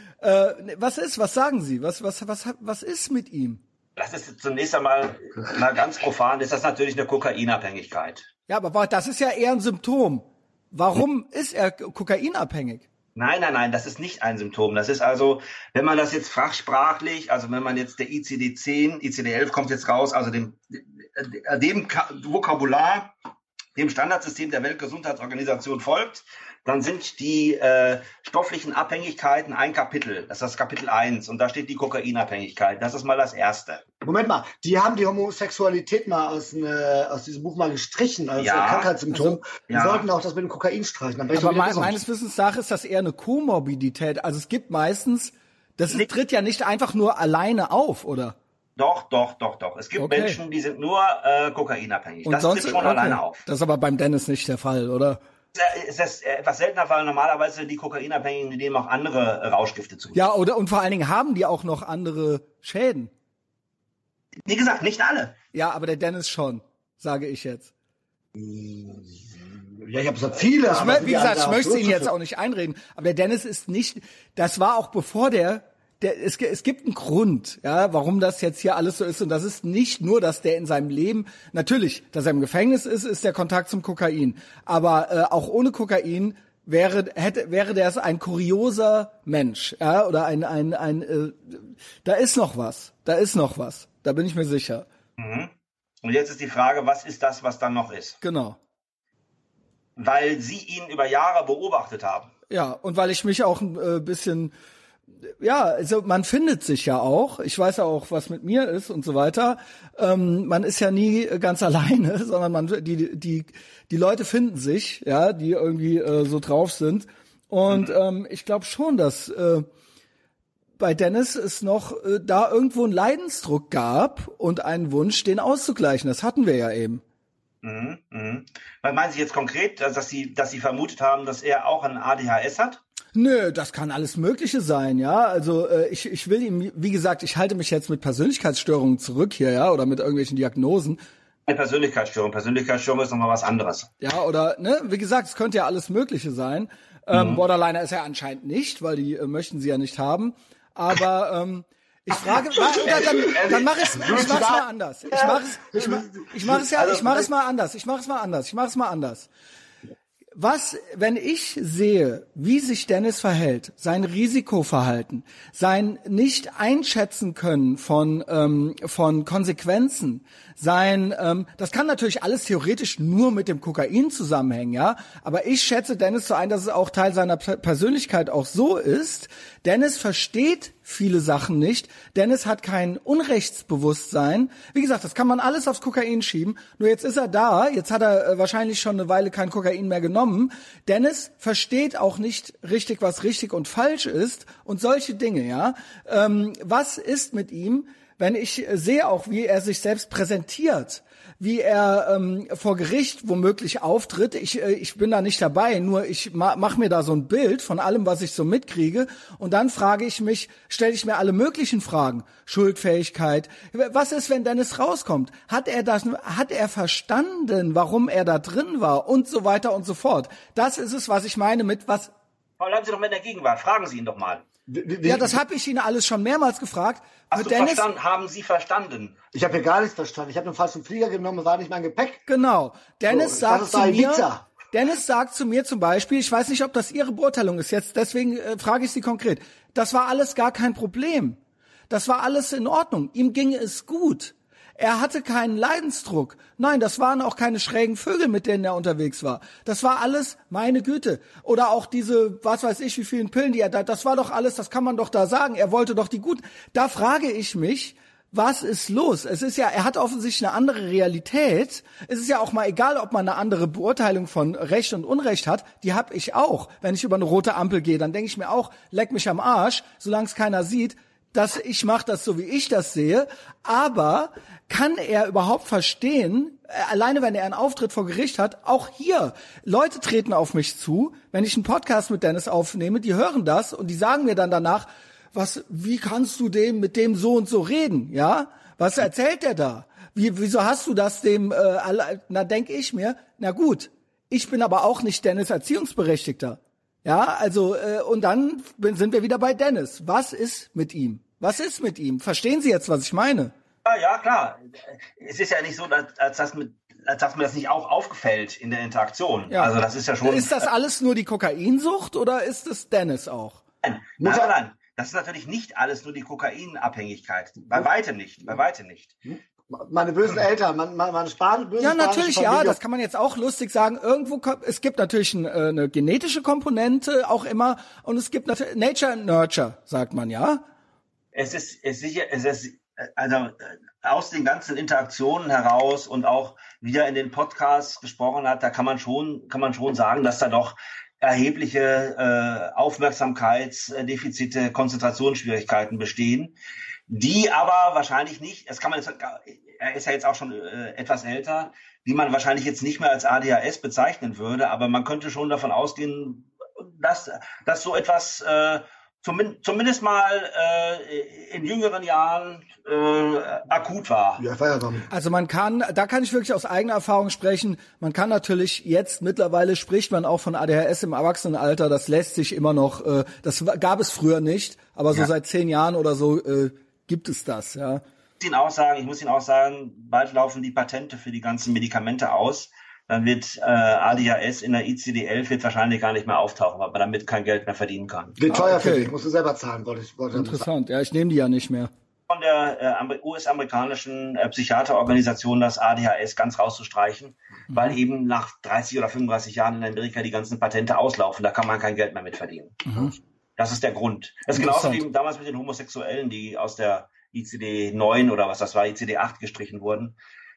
was sagen Sie? Was ist mit ihm? Das ist zunächst einmal ganz profan, ist das natürlich eine Kokainabhängigkeit. Ja, aber das ist ja eher ein Symptom. Warum ist er kokainabhängig? Nein, das ist nicht ein Symptom. Das ist also, wenn man das jetzt fachsprachlich, also wenn man jetzt der ICD-10, ICD-11 kommt jetzt raus, also dem Vokabular, dem Standardsystem der Weltgesundheitsorganisation folgt, dann sind die stofflichen Abhängigkeiten ein Kapitel. Das ist das Kapitel 1 und da steht die Kokainabhängigkeit. Das ist mal das Erste. Moment mal, die haben die Homosexualität mal aus diesem Buch mal gestrichen als Krankheitssymptom. Die sollten auch das mit dem Kokain streichen. Aber meines Wissens nach ist das eher eine Komorbidität. Also es gibt meistens, tritt ja nicht einfach nur alleine auf, oder? Doch. Es gibt Menschen, die sind nur kokainabhängig. Und das tritt schon alleine auf. Das ist aber beim Dennis nicht der Fall, oder? Es ist etwas seltener, weil normalerweise die Kokainabhängigen, die nehmen auch andere Rauschgifte zu. Ja, und vor allen Dingen haben die auch noch andere Schäden. Wie gesagt, nicht alle. Ja, aber der Dennis schon, sage ich jetzt. Ja, ich habe gesagt, viele. Wie gesagt, ich möchte ihn jetzt auch nicht einreden. Aber der Dennis ist nicht, das war auch bevor es gibt einen Grund, ja, warum das jetzt hier alles so ist. Und das ist nicht nur, dass der in seinem Leben, natürlich, dass er im Gefängnis ist der Kontakt zum Kokain. Aber auch ohne Kokain wäre der ein kurioser Mensch, ja, oder da ist noch was. Da bin ich mir sicher. Mhm. Und jetzt ist die Frage, was ist das, was dann noch ist? Genau. Weil Sie ihn über Jahre beobachtet haben. Ja, und weil ich mich auch ein bisschen, ja, also man findet sich ja auch. Ich weiß ja auch, was mit mir ist und so weiter. Man ist ja nie ganz alleine, sondern die Leute finden sich, ja, die irgendwie so drauf sind. Und ich glaube schon, dass bei Dennis es noch da irgendwo einen Leidensdruck gab und einen Wunsch, den auszugleichen. Das hatten wir ja eben. Was meinen Sie jetzt konkret, dass Sie vermutet haben, dass er auch ein ADHS hat? Nö, das kann alles Mögliche sein, ja. Also ich will ihm, wie gesagt, ich halte mich jetzt mit Persönlichkeitsstörungen zurück hier, ja, oder mit irgendwelchen Diagnosen. Eine Persönlichkeitsstörung ist nochmal was anderes. Ja, oder, ne, wie gesagt, es könnte ja alles Mögliche sein. Borderliner ist er anscheinend nicht, weil die möchten sie ja nicht haben. Aber ich frage, dann mach ich's mal anders. Ich mach es mal anders. Was, wenn ich sehe, wie sich Dennis verhält, sein Risikoverhalten, sein nicht einschätzen können von Konsequenzen, das kann natürlich alles theoretisch nur mit dem Kokain zusammenhängen, ja. Aber ich schätze Dennis so ein, dass es auch Teil seiner Persönlichkeit auch so ist. Dennis versteht viele Sachen nicht. Dennis hat kein Unrechtsbewusstsein. Wie gesagt, das kann man alles aufs Kokain schieben. Nur jetzt ist er da. Jetzt hat er wahrscheinlich schon eine Weile kein Kokain mehr genommen. Dennis versteht auch nicht richtig, was richtig und falsch ist und solche Dinge, ja. Was ist mit ihm, wenn ich sehe auch, wie er sich selbst präsentiert, wie er vor Gericht womöglich auftritt. Ich bin da nicht dabei, nur ich mache mir da so ein Bild von allem, was ich so mitkriege. Und dann stelle ich mir alle möglichen Fragen. Schuldfähigkeit. Was ist, wenn Dennis rauskommt? Hat er verstanden, warum er da drin war? Und so weiter und so fort. Das ist es, was ich meine mit was... Bleiben Sie doch mal in der Gegenwart. Fragen Sie ihn doch mal. Ja, das habe ich ihn alles schon mehrmals gefragt. Haben Sie verstanden? Ich habe hier gar nichts verstanden. Ich habe den falschen Flieger genommen, war nicht mein Gepäck. Genau. Dennis sagt zu mir zum Beispiel, ich weiß nicht, ob das Ihre Beurteilung ist jetzt, deswegen frage ich Sie konkret. Das war alles gar kein Problem. Das war alles in Ordnung. Ihm ging es gut. Er hatte keinen Leidensdruck. Nein, das waren auch keine schrägen Vögel, mit denen er unterwegs war. Das war alles, meine Güte. Oder auch diese, was weiß ich, wie vielen Pillen, die er da, das war doch alles, das kann man doch da sagen. Er wollte doch die guten. Da frage ich mich, was ist los? Es ist ja, er hat offensichtlich eine andere Realität. Es ist ja auch mal egal, ob man eine andere Beurteilung von Recht und Unrecht hat. Die habe ich auch. Wenn ich über eine rote Ampel gehe, dann denke ich mir auch, leck mich am Arsch, solange es keiner sieht, dass ich mache das so, wie ich das sehe. Aber kann er überhaupt verstehen, alleine wenn er einen Auftritt vor Gericht hat, auch hier, Leute treten auf mich zu, wenn ich einen Podcast mit Dennis aufnehme, die hören das und die sagen mir dann danach, wie kannst du mit dem so und so reden, ja? Was erzählt der da? Wieso hast du das dem, na denke ich mir, na gut, ich bin aber auch nicht Dennis Erziehungsberechtigter. Ja, also, und dann sind wir wieder bei Dennis. Was ist mit ihm? Was ist mit ihm? Verstehen Sie jetzt, was ich meine? Ja, klar. Es ist ja nicht so, als dass mir das nicht auch aufgefällt in der Interaktion. Ja. Also das ist ja schon... Ist das alles nur die Kokainsucht oder ist es Dennis auch? Nein. Das ist natürlich nicht alles nur die Kokainabhängigkeit. Bei weitem nicht. Meine bösen Eltern, meine bösen ja, natürlich, ja, das kann man jetzt auch lustig sagen. Es gibt natürlich eine genetische Komponente auch immer und es gibt natürlich Nature and Nurture, sagt man, ja. Es ist also aus den ganzen Interaktionen heraus und auch wie er in den Podcasts gesprochen hat, da kann man schon sagen, dass da doch erhebliche Aufmerksamkeitsdefizite, Konzentrationsschwierigkeiten bestehen, die aber wahrscheinlich nicht, er ist ja jetzt auch schon etwas älter, die man wahrscheinlich jetzt nicht mehr als ADHS bezeichnen würde, aber man könnte schon davon ausgehen, dass so etwas zumindest mal in jüngeren Jahren akut war. Ja, Feierabend. Also da kann ich wirklich aus eigener Erfahrung sprechen, man kann natürlich mittlerweile spricht man auch von ADHS im Erwachsenenalter, das lässt sich immer noch, das gab es früher nicht, aber so seit 10 Jahren oder so gibt es das, ja. Ich muss Ihnen auch sagen, bald laufen die Patente für die ganzen Medikamente aus. Dann wird ADHS in der ICD-11 wird wahrscheinlich gar nicht mehr auftauchen, weil man damit kein Geld mehr verdienen kann. Wird teuer für dich, musst du selber zahlen, wollte Interessant, ja, ich nehme die ja nicht mehr. Von der US-amerikanischen Psychiaterorganisation das ADHS ganz rauszustreichen, weil eben nach 30 oder 35 Jahren in Amerika die ganzen Patente auslaufen, da kann man kein Geld mehr mit verdienen. Mhm. Das ist der Grund. Das ist genauso wie damals mit den Homosexuellen, die aus der ICD-9 oder was das war, ICD-8 gestrichen wurden.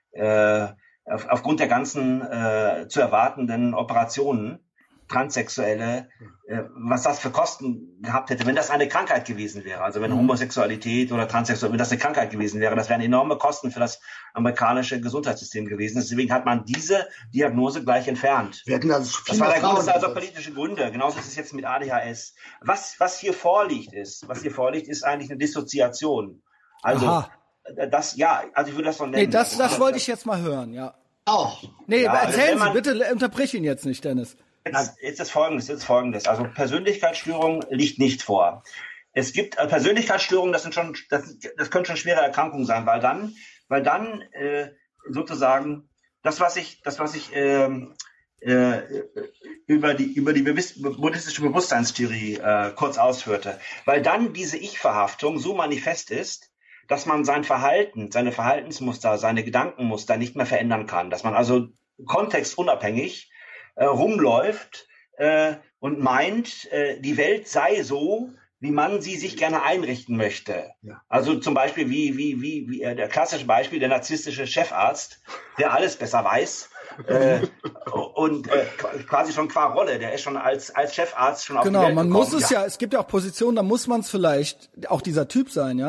Aufgrund der ganzen zu erwartenden Operationen, Transsexuelle, was das für Kosten gehabt hätte, wenn das eine Krankheit gewesen wäre. Also wenn Homosexualität oder Transsexualität, wenn das eine Krankheit gewesen wäre, das wären enorme Kosten für das amerikanische Gesundheitssystem gewesen. Deswegen hat man diese Diagnose gleich entfernt. Das war der Grund, also politische Gründe. Genauso ist es jetzt mit ADHS. Was hier vorliegt, ist eigentlich eine Dissoziation. Also Aha. Also ich würde das so nennen. Nee, das wollte ich jetzt mal hören, ja. Auch. Nee, erzählen Sie, bitte unterbrich ihn jetzt nicht, Dennis. Jetzt ist Folgendes. Also Persönlichkeitsstörung liegt nicht vor. Es gibt Persönlichkeitsstörungen, das können schon schwere Erkrankungen sein, weil dann sozusagen das, was ich über die buddhistische Bewusstseinstheorie kurz ausführte, weil dann diese Ich-Verhaftung so manifest ist, dass man sein Verhalten, seine Verhaltensmuster, seine Gedankenmuster nicht mehr verändern kann. Dass man also kontextunabhängig rumläuft und meint, die Welt sei so, wie man sie sich gerne einrichten möchte. Ja. Also zum Beispiel wie der klassische Beispiel, der narzisstische Chefarzt, der alles besser weiß und quasi schon qua Rolle, der ist schon als Chefarzt schon auf die Welt gekommen. Man muss es es gibt ja auch Positionen, da muss man es vielleicht auch dieser Typ sein, ja.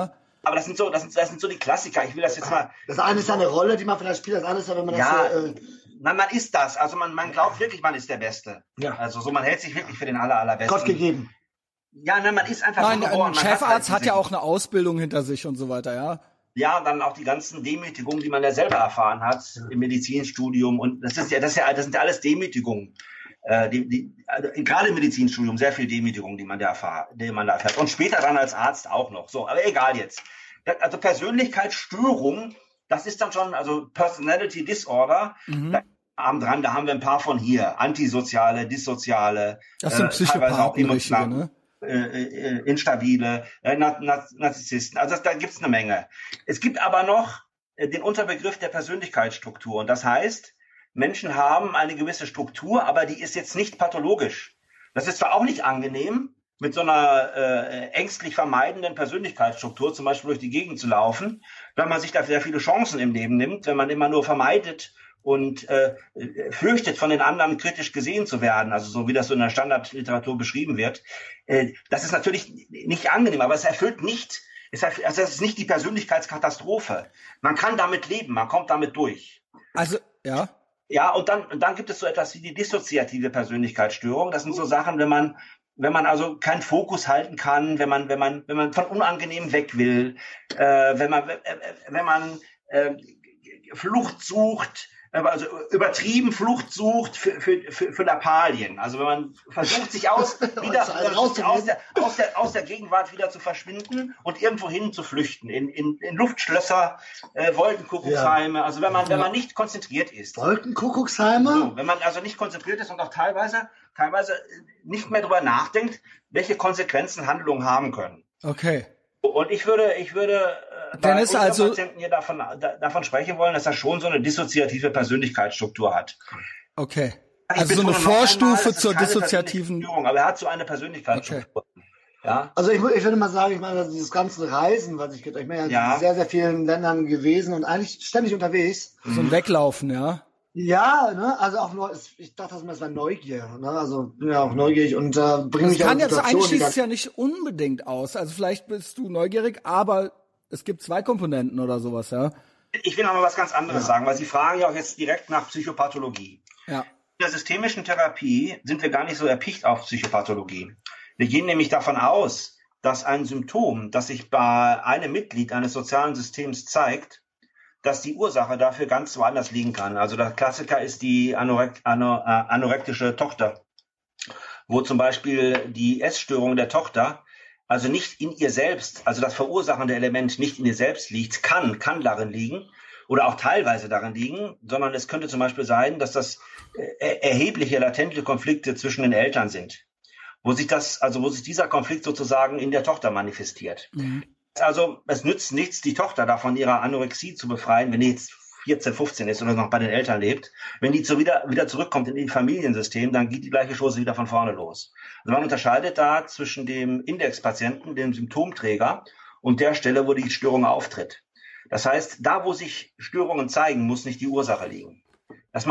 Aber das sind so die Klassiker. Ich will das jetzt mal. Das eine ist ja eine Rolle, die man vielleicht spielt, das andere ist ja, wenn man Nein, man ist das. Also man glaubt wirklich, man ist der Beste. Ja. Also so, man hält sich wirklich für den allerbesten. Gott gegeben. Ja, nein, man ist einfach so geboren. Ein Chefarzt hat ja auch eine Ausbildung hinter sich und so weiter, ja. Ja, und dann auch die ganzen Demütigungen, die man ja selber erfahren hat im Medizinstudium. Und das sind ja alles Demütigungen. Also gerade im Medizinstudium sehr viel Demütigung, die man da erfährt. Und später dann als Arzt auch noch. So, aber egal jetzt. Also Persönlichkeitsstörung, das ist dann schon, also Personality Disorder. Da haben wir ein paar von hier. Antisoziale, Dissoziale. Das sind Psychopathen, richtige, ne? Instabile, Narzissten. Also da gibt's eine Menge. Es gibt aber noch den Unterbegriff der Persönlichkeitsstruktur. Und das heißt, Menschen haben eine gewisse Struktur, aber die ist jetzt nicht pathologisch. Das ist zwar auch nicht angenehm, mit so einer ängstlich vermeidenden Persönlichkeitsstruktur zum Beispiel durch die Gegend zu laufen, weil man sich da sehr viele Chancen im Leben nimmt, wenn man immer nur vermeidet und fürchtet, von den anderen kritisch gesehen zu werden, also so wie das so in der Standardliteratur beschrieben wird. Das ist natürlich nicht angenehm, aber es erfüllt nicht, also das ist nicht die Persönlichkeitskatastrophe. Man kann damit leben, man kommt damit durch. Also, ja. Ja, und dann gibt es so etwas wie die dissoziative Persönlichkeitsstörung. Das sind so Sachen, wenn man also keinen Fokus halten kann, wenn man von Unangenehm weg will, wenn man Flucht sucht, also übertrieben Flucht sucht für Lappalien. Also wenn man versucht, sich aus der Gegenwart wieder zu verschwinden und irgendwo hin zu flüchten, in Luftschlösser, Wolkenkuckucksheime. Also wenn man nicht konzentriert ist. Wolkenkuckucksheime? So, wenn man also nicht konzentriert ist und auch teilweise nicht mehr drüber nachdenkt, welche Konsequenzen Handlungen haben können. Okay. Und ich würde Dennis, also Patienten hier davon sprechen wollen, dass er schon so eine dissoziative Persönlichkeitsstruktur hat. Okay. Also so eine Vorstufe zur dissoziativen Störung, aber er hat so eine Persönlichkeitsstruktur. Okay. Ja. Also ich würde mal sagen, ich meine, dieses ganze Reisen, was ich bin ja in sehr, sehr vielen Ländern gewesen und eigentlich ständig unterwegs. So ein Weglaufen, ja. Ja, ne, also auch nur, ich dachte, das war Neugier, ne, also bin ja auch neugierig und bringe mich auch in Situationen. Eigentlich schließt es ja nicht unbedingt aus, also vielleicht bist du neugierig, aber es gibt 2 Komponenten oder sowas, ja. Ich will noch mal was ganz anderes sagen, weil Sie fragen ja auch jetzt direkt nach Psychopathologie. Ja. In der systemischen Therapie sind wir gar nicht so erpicht auf Psychopathologie. Wir gehen nämlich davon aus, dass ein Symptom, das sich bei einem Mitglied eines sozialen Systems zeigt, dass die Ursache dafür ganz woanders liegen kann. Also der Klassiker ist die anorektische Tochter, wo zum Beispiel die Essstörung der Tochter also nicht in ihr selbst, also das verursachende Element nicht in ihr selbst liegt, kann darin liegen oder auch teilweise darin liegen, sondern es könnte zum Beispiel sein, dass das erhebliche latente Konflikte zwischen den Eltern sind, wo sich dieser Konflikt sozusagen in der Tochter manifestiert. Mhm. Also es nützt nichts, die Tochter davon ihrer Anorexie zu befreien, wenn die jetzt 14, 15 ist oder noch bei den Eltern lebt. Wenn die wieder zurückkommt in die Familiensystem, dann geht die gleiche Chose wieder von vorne los. Also man unterscheidet da zwischen dem Indexpatienten, dem Symptomträger und der Stelle, wo die Störung auftritt. Das heißt, da, wo sich Störungen zeigen, muss nicht die Ursache liegen. Das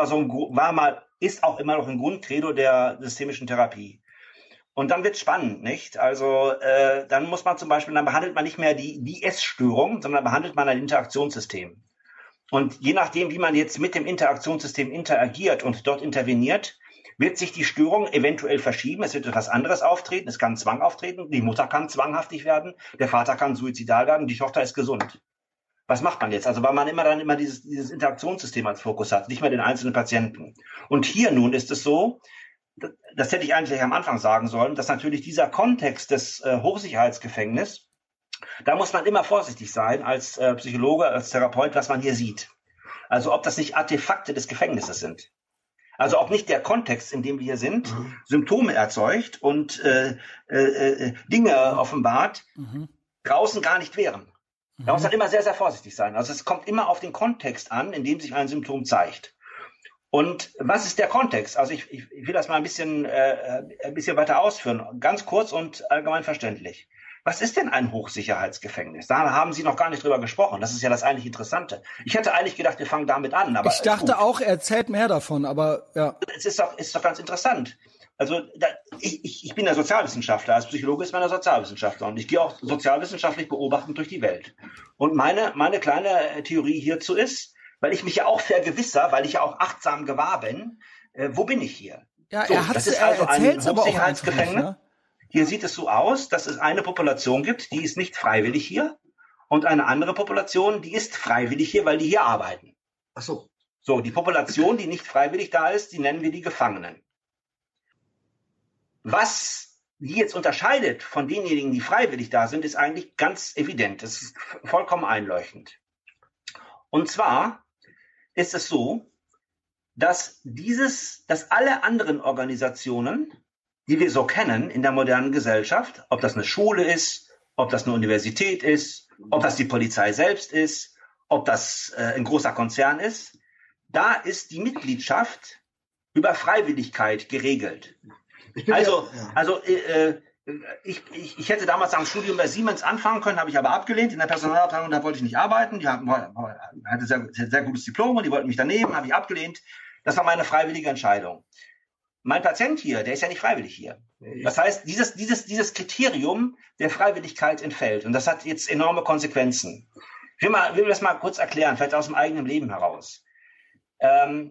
ist auch immer noch ein Grundcredo der systemischen Therapie. Und dann wird's spannend, nicht? Also dann behandelt man nicht mehr die Essstörung, sondern behandelt man ein Interaktionssystem. Und je nachdem, wie man jetzt mit dem Interaktionssystem interagiert und dort interveniert, wird sich die Störung eventuell verschieben. Es wird etwas anderes auftreten. Es kann Zwang auftreten. Die Mutter kann zwanghaftig werden. Der Vater kann suizidal werden. Die Tochter ist gesund. Was macht man jetzt? Also weil man immer dieses Interaktionssystem als Fokus hat, nicht mehr den einzelnen Patienten. Und hier nun ist es so, das hätte ich eigentlich am Anfang sagen sollen, dass natürlich dieser Kontext des Hochsicherheitsgefängnisses, da muss man immer vorsichtig sein als Psychologe, als Therapeut, was man hier sieht. Also ob das nicht Artefakte des Gefängnisses sind. Also ob nicht der Kontext, in dem wir hier sind, Symptome erzeugt und Dinge offenbart, draußen gar nicht wären. Da muss man immer sehr, sehr vorsichtig sein. Also es kommt immer auf den Kontext an, in dem sich ein Symptom zeigt. Und was ist der Kontext? Also ich will das mal ein bisschen weiter ausführen, ganz kurz und allgemein verständlich. Was ist denn ein Hochsicherheitsgefängnis? Da haben Sie noch gar nicht drüber gesprochen. Das ist ja das eigentlich Interessante. Ich hätte eigentlich gedacht, wir fangen damit an. Aber ich dachte auch, er erzählt mehr davon, aber ja. Es ist doch ganz interessant. ich bin ja Sozialwissenschaftler, als Psychologe ist man ein Sozialwissenschaftler und ich gehe auch sozialwissenschaftlich beobachtend durch die Welt. Und meine kleine Theorie hierzu ist, weil ich mich ja auch vergewisser, weil ich ja auch achtsam gewahr bin, wo bin ich hier? Ja, so, das ist also ein Hochsicherheitsgefängnis. Ne? Hier sieht es so aus, dass es eine Population gibt, die ist nicht freiwillig hier und eine andere Population, die ist freiwillig hier, weil die hier arbeiten. Ach so. So, die Population, die nicht freiwillig da ist, die nennen wir die Gefangenen. Was die jetzt unterscheidet von denjenigen, die freiwillig da sind, ist eigentlich ganz evident. Das ist vollkommen einleuchtend. Und zwar ist es so, dass alle anderen Organisationen, die wir so kennen in der modernen Gesellschaft, ob das eine Schule ist, ob das eine Universität ist, ob das die Polizei selbst ist, ob das ein großer Konzern ist, da ist die Mitgliedschaft über Freiwilligkeit geregelt. Ich hätte damals am Studium bei Siemens anfangen können, habe ich aber abgelehnt. In der Personalabteilung, da wollte ich nicht arbeiten. Die hatte sehr gutes Diplom und die wollten mich daneben, habe ich abgelehnt. Das war meine freiwillige Entscheidung. Mein Patient hier, der ist ja nicht freiwillig hier. Das heißt, dieses Kriterium der Freiwilligkeit entfällt. Und das hat jetzt enorme Konsequenzen. Ich will das mal kurz erklären, vielleicht aus dem eigenen Leben heraus. Wenn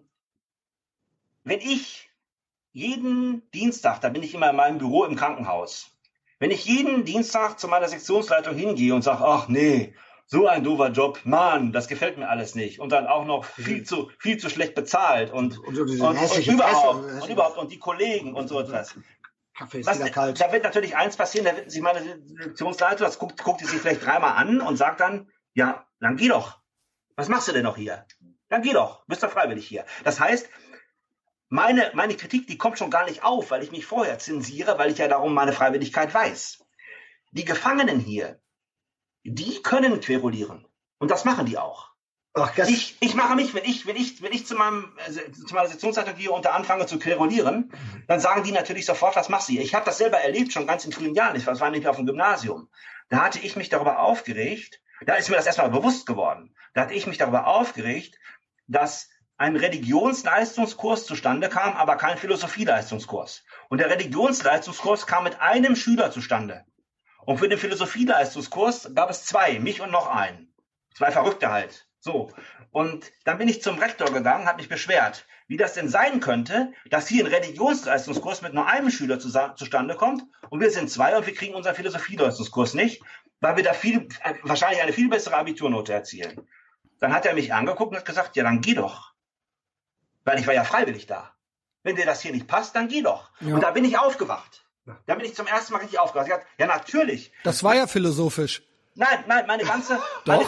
ich jeden Dienstag, da bin ich immer in meinem Büro im Krankenhaus, wenn ich jeden Dienstag zu meiner Sektionsleitung hingehe und sage, ach nee, so ein doofer Job, Mann, das gefällt mir alles nicht und dann auch noch viel zu schlecht bezahlt und überhaupt und die Kollegen und so etwas. Kaffee ist wieder kalt. Da wird natürlich eins passieren, da wird sich meine Sektionsleitung, das guckt die sich vielleicht dreimal an und sagt dann, ja, dann geh doch. Was machst du denn noch hier? Dann geh doch, bist doch freiwillig hier. Das heißt, meine Kritik, die kommt schon gar nicht auf, weil ich mich vorher zensiere, weil ich ja darum meine Freiwilligkeit weiß. Die Gefangenen hier, die können querulieren. Und das machen die auch. Ich mache mich, wenn ich zu meiner Sektionsleitung gehe und da anfange zu querulieren, dann sagen die natürlich sofort, was machst du hier? Ich habe das selber erlebt, schon ganz in frühen Jahren. Das war nämlich auf dem Gymnasium. Da hatte ich mich darüber aufgeregt, da ist mir das erstmal bewusst geworden. Da hatte ich mich darüber aufgeregt, dass ein Religionsleistungskurs zustande kam, aber kein Philosophieleistungskurs. Und der Religionsleistungskurs kam mit einem Schüler zustande. Und für den Philosophieleistungskurs gab es zwei, mich und noch einen. Zwei Verrückte halt. So. Und dann bin ich zum Rektor gegangen, habe mich beschwert, wie das denn sein könnte, dass hier ein Religionsleistungskurs mit nur einem Schüler zustande kommt und wir sind zwei und wir kriegen unseren Philosophieleistungskurs nicht, weil wir da wahrscheinlich eine viel bessere Abiturnote erzielen. Dann hat er mich angeguckt und hat gesagt, ja, dann geh doch. Weil ich war ja freiwillig da. Wenn dir das hier nicht passt, dann geh doch. Ja. Und da bin ich aufgewacht. Da bin ich zum ersten Mal richtig aufgewacht. Ich dachte, ja, natürlich. Das war ja philosophisch. Nein, meine ganze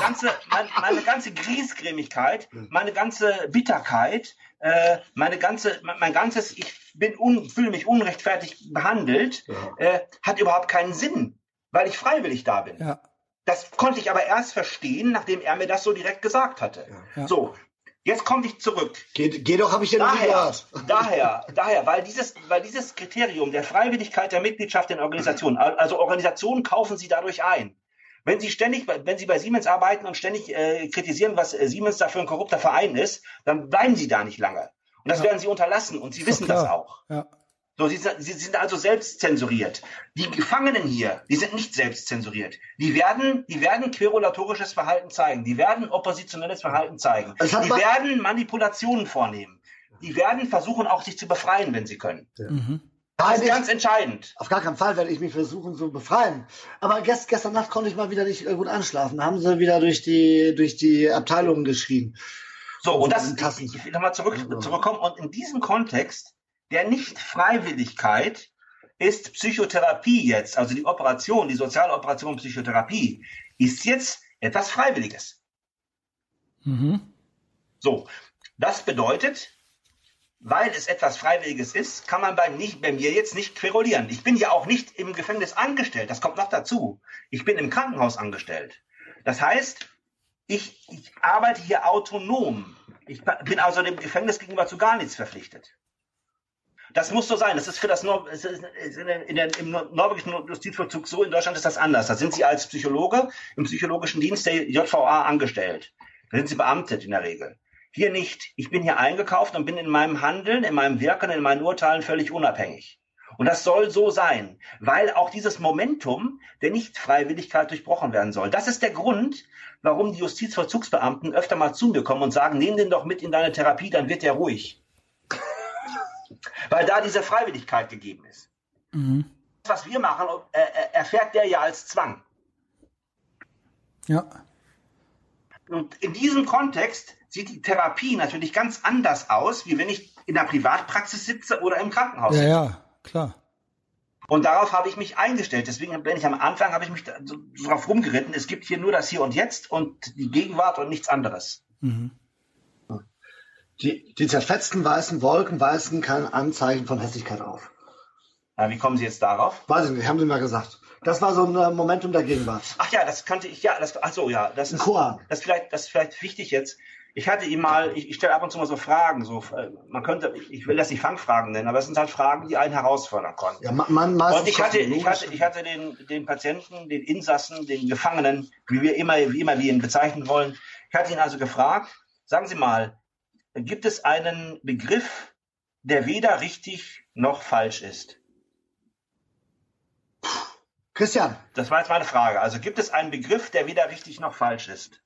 Griesgrämigkeit, meine ganze Bitterkeit, ich fühle mich unrechtfertigt behandelt, hat überhaupt keinen Sinn, weil ich freiwillig da bin. Ja. Das konnte ich aber erst verstehen, nachdem er mir das so direkt gesagt hatte. Ja. So. Jetzt komme ich zurück. Geh doch, habe ich ja nicht gehört. Daher, weil dieses Kriterium der Freiwilligkeit der Mitgliedschaft in Organisationen, also Organisationen kaufen sie dadurch ein. Wenn Sie bei Siemens arbeiten und ständig kritisieren, was Siemens da für ein korrupter Verein ist, dann bleiben Sie da nicht lange. Und das werden Sie unterlassen und Sie wissen das auch. Ja. So, sie sind also selbst zensuriert. Die Gefangenen hier, die sind nicht selbst zensuriert. Die werden querulatorisches Verhalten zeigen. Die werden oppositionelles Verhalten zeigen. Die werden Manipulationen vornehmen. Die werden versuchen, auch sich zu befreien, wenn sie können. Ja. Mhm. Das ist ganz entscheidend. Auf gar keinen Fall werde ich mich versuchen zu befreien. Aber gestern Nacht konnte ich mal wieder nicht gut anschlafen. Da haben sie wieder durch die Abteilungen geschrien. So, und ich will nochmal zurückkommen. Und in diesem Kontext der Nichtfreiwilligkeit ist Psychotherapie jetzt, also die soziale Operation Psychotherapie, ist jetzt etwas Freiwilliges. Mhm. So, das bedeutet, weil es etwas Freiwilliges ist, kann man bei mir jetzt nicht querulieren. Ich bin ja auch nicht im Gefängnis angestellt, das kommt noch dazu. Ich bin im Krankenhaus angestellt. Das heißt, ich arbeite hier autonom. Ich bin also dem Gefängnis gegenüber zu gar nichts verpflichtet. Das muss so sein. Das ist im norwegischen Justizvollzug so, in Deutschland ist das anders. Da sind Sie als Psychologe im psychologischen Dienst der JVA angestellt. Da sind Sie beamtet in der Regel. Hier nicht. Ich bin hier eingekauft und bin in meinem Handeln, in meinem Wirken, in meinen Urteilen völlig unabhängig. Und das soll so sein, weil auch dieses Momentum der Nichtfreiwilligkeit durchbrochen werden soll. Das ist der Grund, warum die Justizvollzugsbeamten öfter mal zu mir kommen und sagen, nimm den doch mit in deine Therapie, dann wird der ruhig. Weil da diese Freiwilligkeit gegeben ist. Mhm. Das, was wir machen, erfährt der ja als Zwang. Ja. Und in diesem Kontext sieht die Therapie natürlich ganz anders aus, wie wenn ich in der Privatpraxis sitze oder im Krankenhaus sitze. Ja, klar. Und darauf habe ich mich eingestellt. Deswegen bin ich am Anfang, habe ich mich darauf rumgeritten. Es gibt hier nur das Hier und Jetzt und die Gegenwart und nichts anderes. Mhm. Die zerfetzten weißen Wolken weisen kein Anzeichen von Hässlichkeit auf. Ja, wie kommen Sie jetzt darauf? Weiß ich nicht, haben Sie mal gesagt. Das war so ein Momentum der Gegenwart. Ach ja, das könnte ich, ja, das ist vielleicht wichtig jetzt. Ich hatte ihm mal, ich stelle ab und zu mal so Fragen, ich will das nicht Fangfragen nennen, aber es sind halt Fragen, die einen herausfordern konnten. Ja, und ich hatte den Patienten, den Insassen, den Gefangenen, wie wir ihn bezeichnen wollen, ich hatte ihn also gefragt, sagen Sie mal, gibt es einen Begriff, der weder richtig noch falsch ist? Christian. Das war jetzt meine Frage. Also gibt es einen Begriff, der weder richtig noch falsch ist?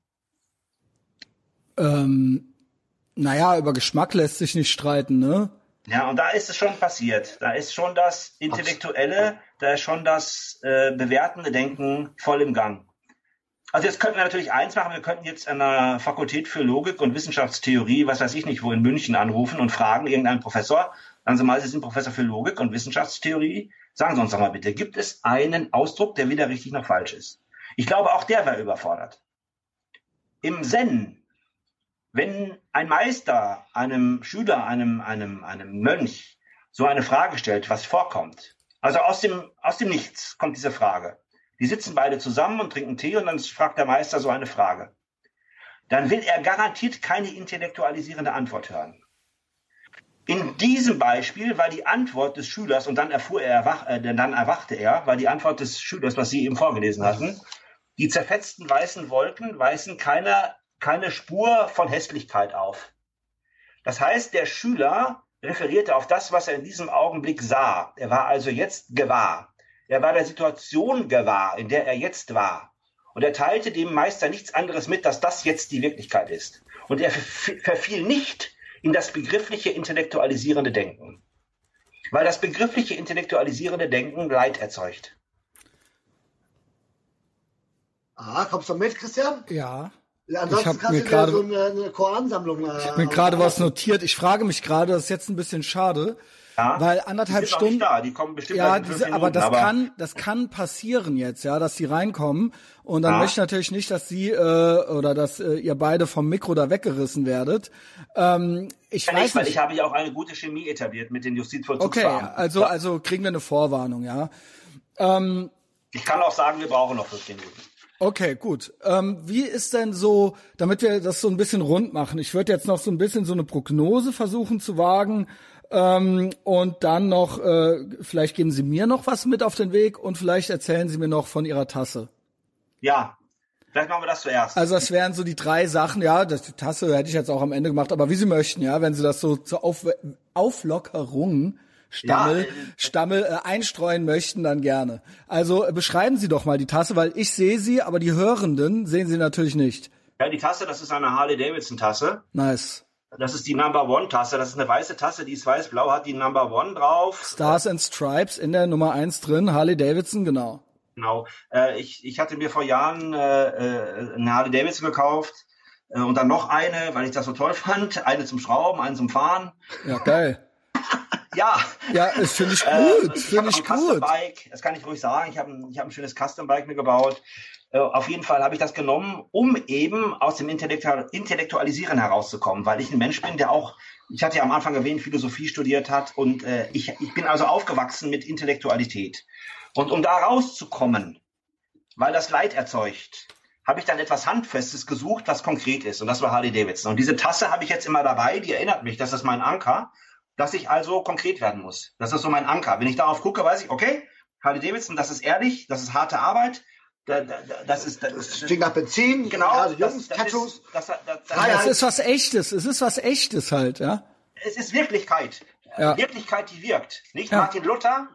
Naja, über Geschmack lässt sich nicht streiten, ne? Ja, und da ist es schon passiert. Da ist schon das Intellektuelle, da ist schon das bewertende Denken voll im Gang. Also jetzt könnten wir natürlich eins machen, wir könnten jetzt an der Fakultät für Logik und Wissenschaftstheorie, was weiß ich nicht, wo in München anrufen und fragen irgendeinen Professor, sagen Sie mal, Sie sind Professor für Logik und Wissenschaftstheorie, sagen Sie uns doch mal bitte, gibt es einen Ausdruck, der weder richtig noch falsch ist? Ich glaube, auch der war überfordert. Im Zen, wenn ein Meister einem Schüler, einem Mönch so eine Frage stellt, was vorkommt, also aus dem Nichts kommt diese Frage. Die sitzen beide zusammen und trinken Tee und dann fragt der Meister so eine Frage. Dann will er garantiert keine intellektualisierende Antwort hören. In diesem Beispiel war die Antwort des Schülers, und dann erwachte er, war die Antwort des Schülers, was Sie eben vorgelesen hatten, die zerfetzten weißen Wolken weisen keine Spur von Hässlichkeit auf. Das heißt, der Schüler referierte auf das, was er in diesem Augenblick sah. Er war also jetzt gewahr. Er war der Situation gewahr, in der er jetzt war. Und er teilte dem Meister nichts anderes mit, dass das jetzt die Wirklichkeit ist. Und er verfiel nicht in das begriffliche intellektualisierende Denken. Weil das begriffliche intellektualisierende Denken Leid erzeugt. Kommst du mit, Christian? Ja. Ansonsten kannst du dir so eine Koransammlung. Ich habe mir gerade was notiert. Ich frage mich gerade, das ist jetzt ein bisschen schade, weil 1,5 Stunden. Noch nicht da. Die kommen bestimmt in 5 Minuten, aber das kann passieren jetzt, ja, dass sie reinkommen. Und dann möchte ich natürlich nicht, dass sie oder dass ihr beide vom Mikro da weggerissen werdet. Ich weiß nicht. Ich habe ja auch eine gute Chemie etabliert mit den Justizvollzugsbeamten. Okay, also kriegen wir eine Vorwarnung, ja. Ich kann auch sagen, wir brauchen noch 5 Minuten. Okay, gut. Wie ist denn so, damit wir das so ein bisschen rund machen, ich würde jetzt noch so ein bisschen so eine Prognose versuchen zu wagen und dann noch, vielleicht geben Sie mir noch was mit auf den Weg und vielleicht erzählen Sie mir noch von Ihrer Tasse. Ja, vielleicht machen wir das zuerst. Also das wären so die 3 Sachen, ja, die Tasse hätte ich jetzt auch am Ende gemacht, aber wie Sie möchten, ja, wenn Sie das so zur Auflockerung Stammel einstreuen möchten, dann gerne. Also beschreiben Sie doch mal die Tasse, weil ich sehe sie, aber die Hörenden sehen sie natürlich nicht. Ja, die Tasse, das ist eine Harley-Davidson-Tasse. Nice. Das ist die Number-One-Tasse. Das ist eine weiße Tasse, die ist weiß-blau, hat die Number-One drauf. Stars and Stripes in der Nummer 1 drin, Harley-Davidson, genau. Genau. Ich hatte mir vor Jahren eine Harley-Davidson gekauft und dann noch eine, weil ich das so toll fand. Eine zum Schrauben, eine zum Fahren. Ja, geil. Ja, das finde ich gut. Finde ich gut. Custom-Bike, das kann ich ruhig sagen. Ich habe ein schönes Custom-Bike mir gebaut. Auf jeden Fall habe ich das genommen, um eben aus dem Intellektualisieren herauszukommen, weil ich ein Mensch bin, der auch, ich hatte ja am Anfang erwähnt, Philosophie studiert hat und ich bin also aufgewachsen mit Intellektualität. Und um da rauszukommen, weil das Leid erzeugt, habe ich dann etwas Handfestes gesucht, was konkret ist. Und das war Harley Davidson. Und diese Tasse habe ich jetzt immer dabei, die erinnert mich, das ist mein Anker, dass ich also konkret werden muss. Das ist so mein Anker. Wenn ich darauf gucke, weiß ich, okay, Harley Davidson, das ist ehrlich, das ist harte Arbeit. Das stinkt nach Benzin, genau. Jungs, Tattoos. Das ist was Echtes. Es ist was Echtes halt, ja. Es ist Wirklichkeit. Ja. Wirklichkeit, die wirkt. Nicht Martin Luther,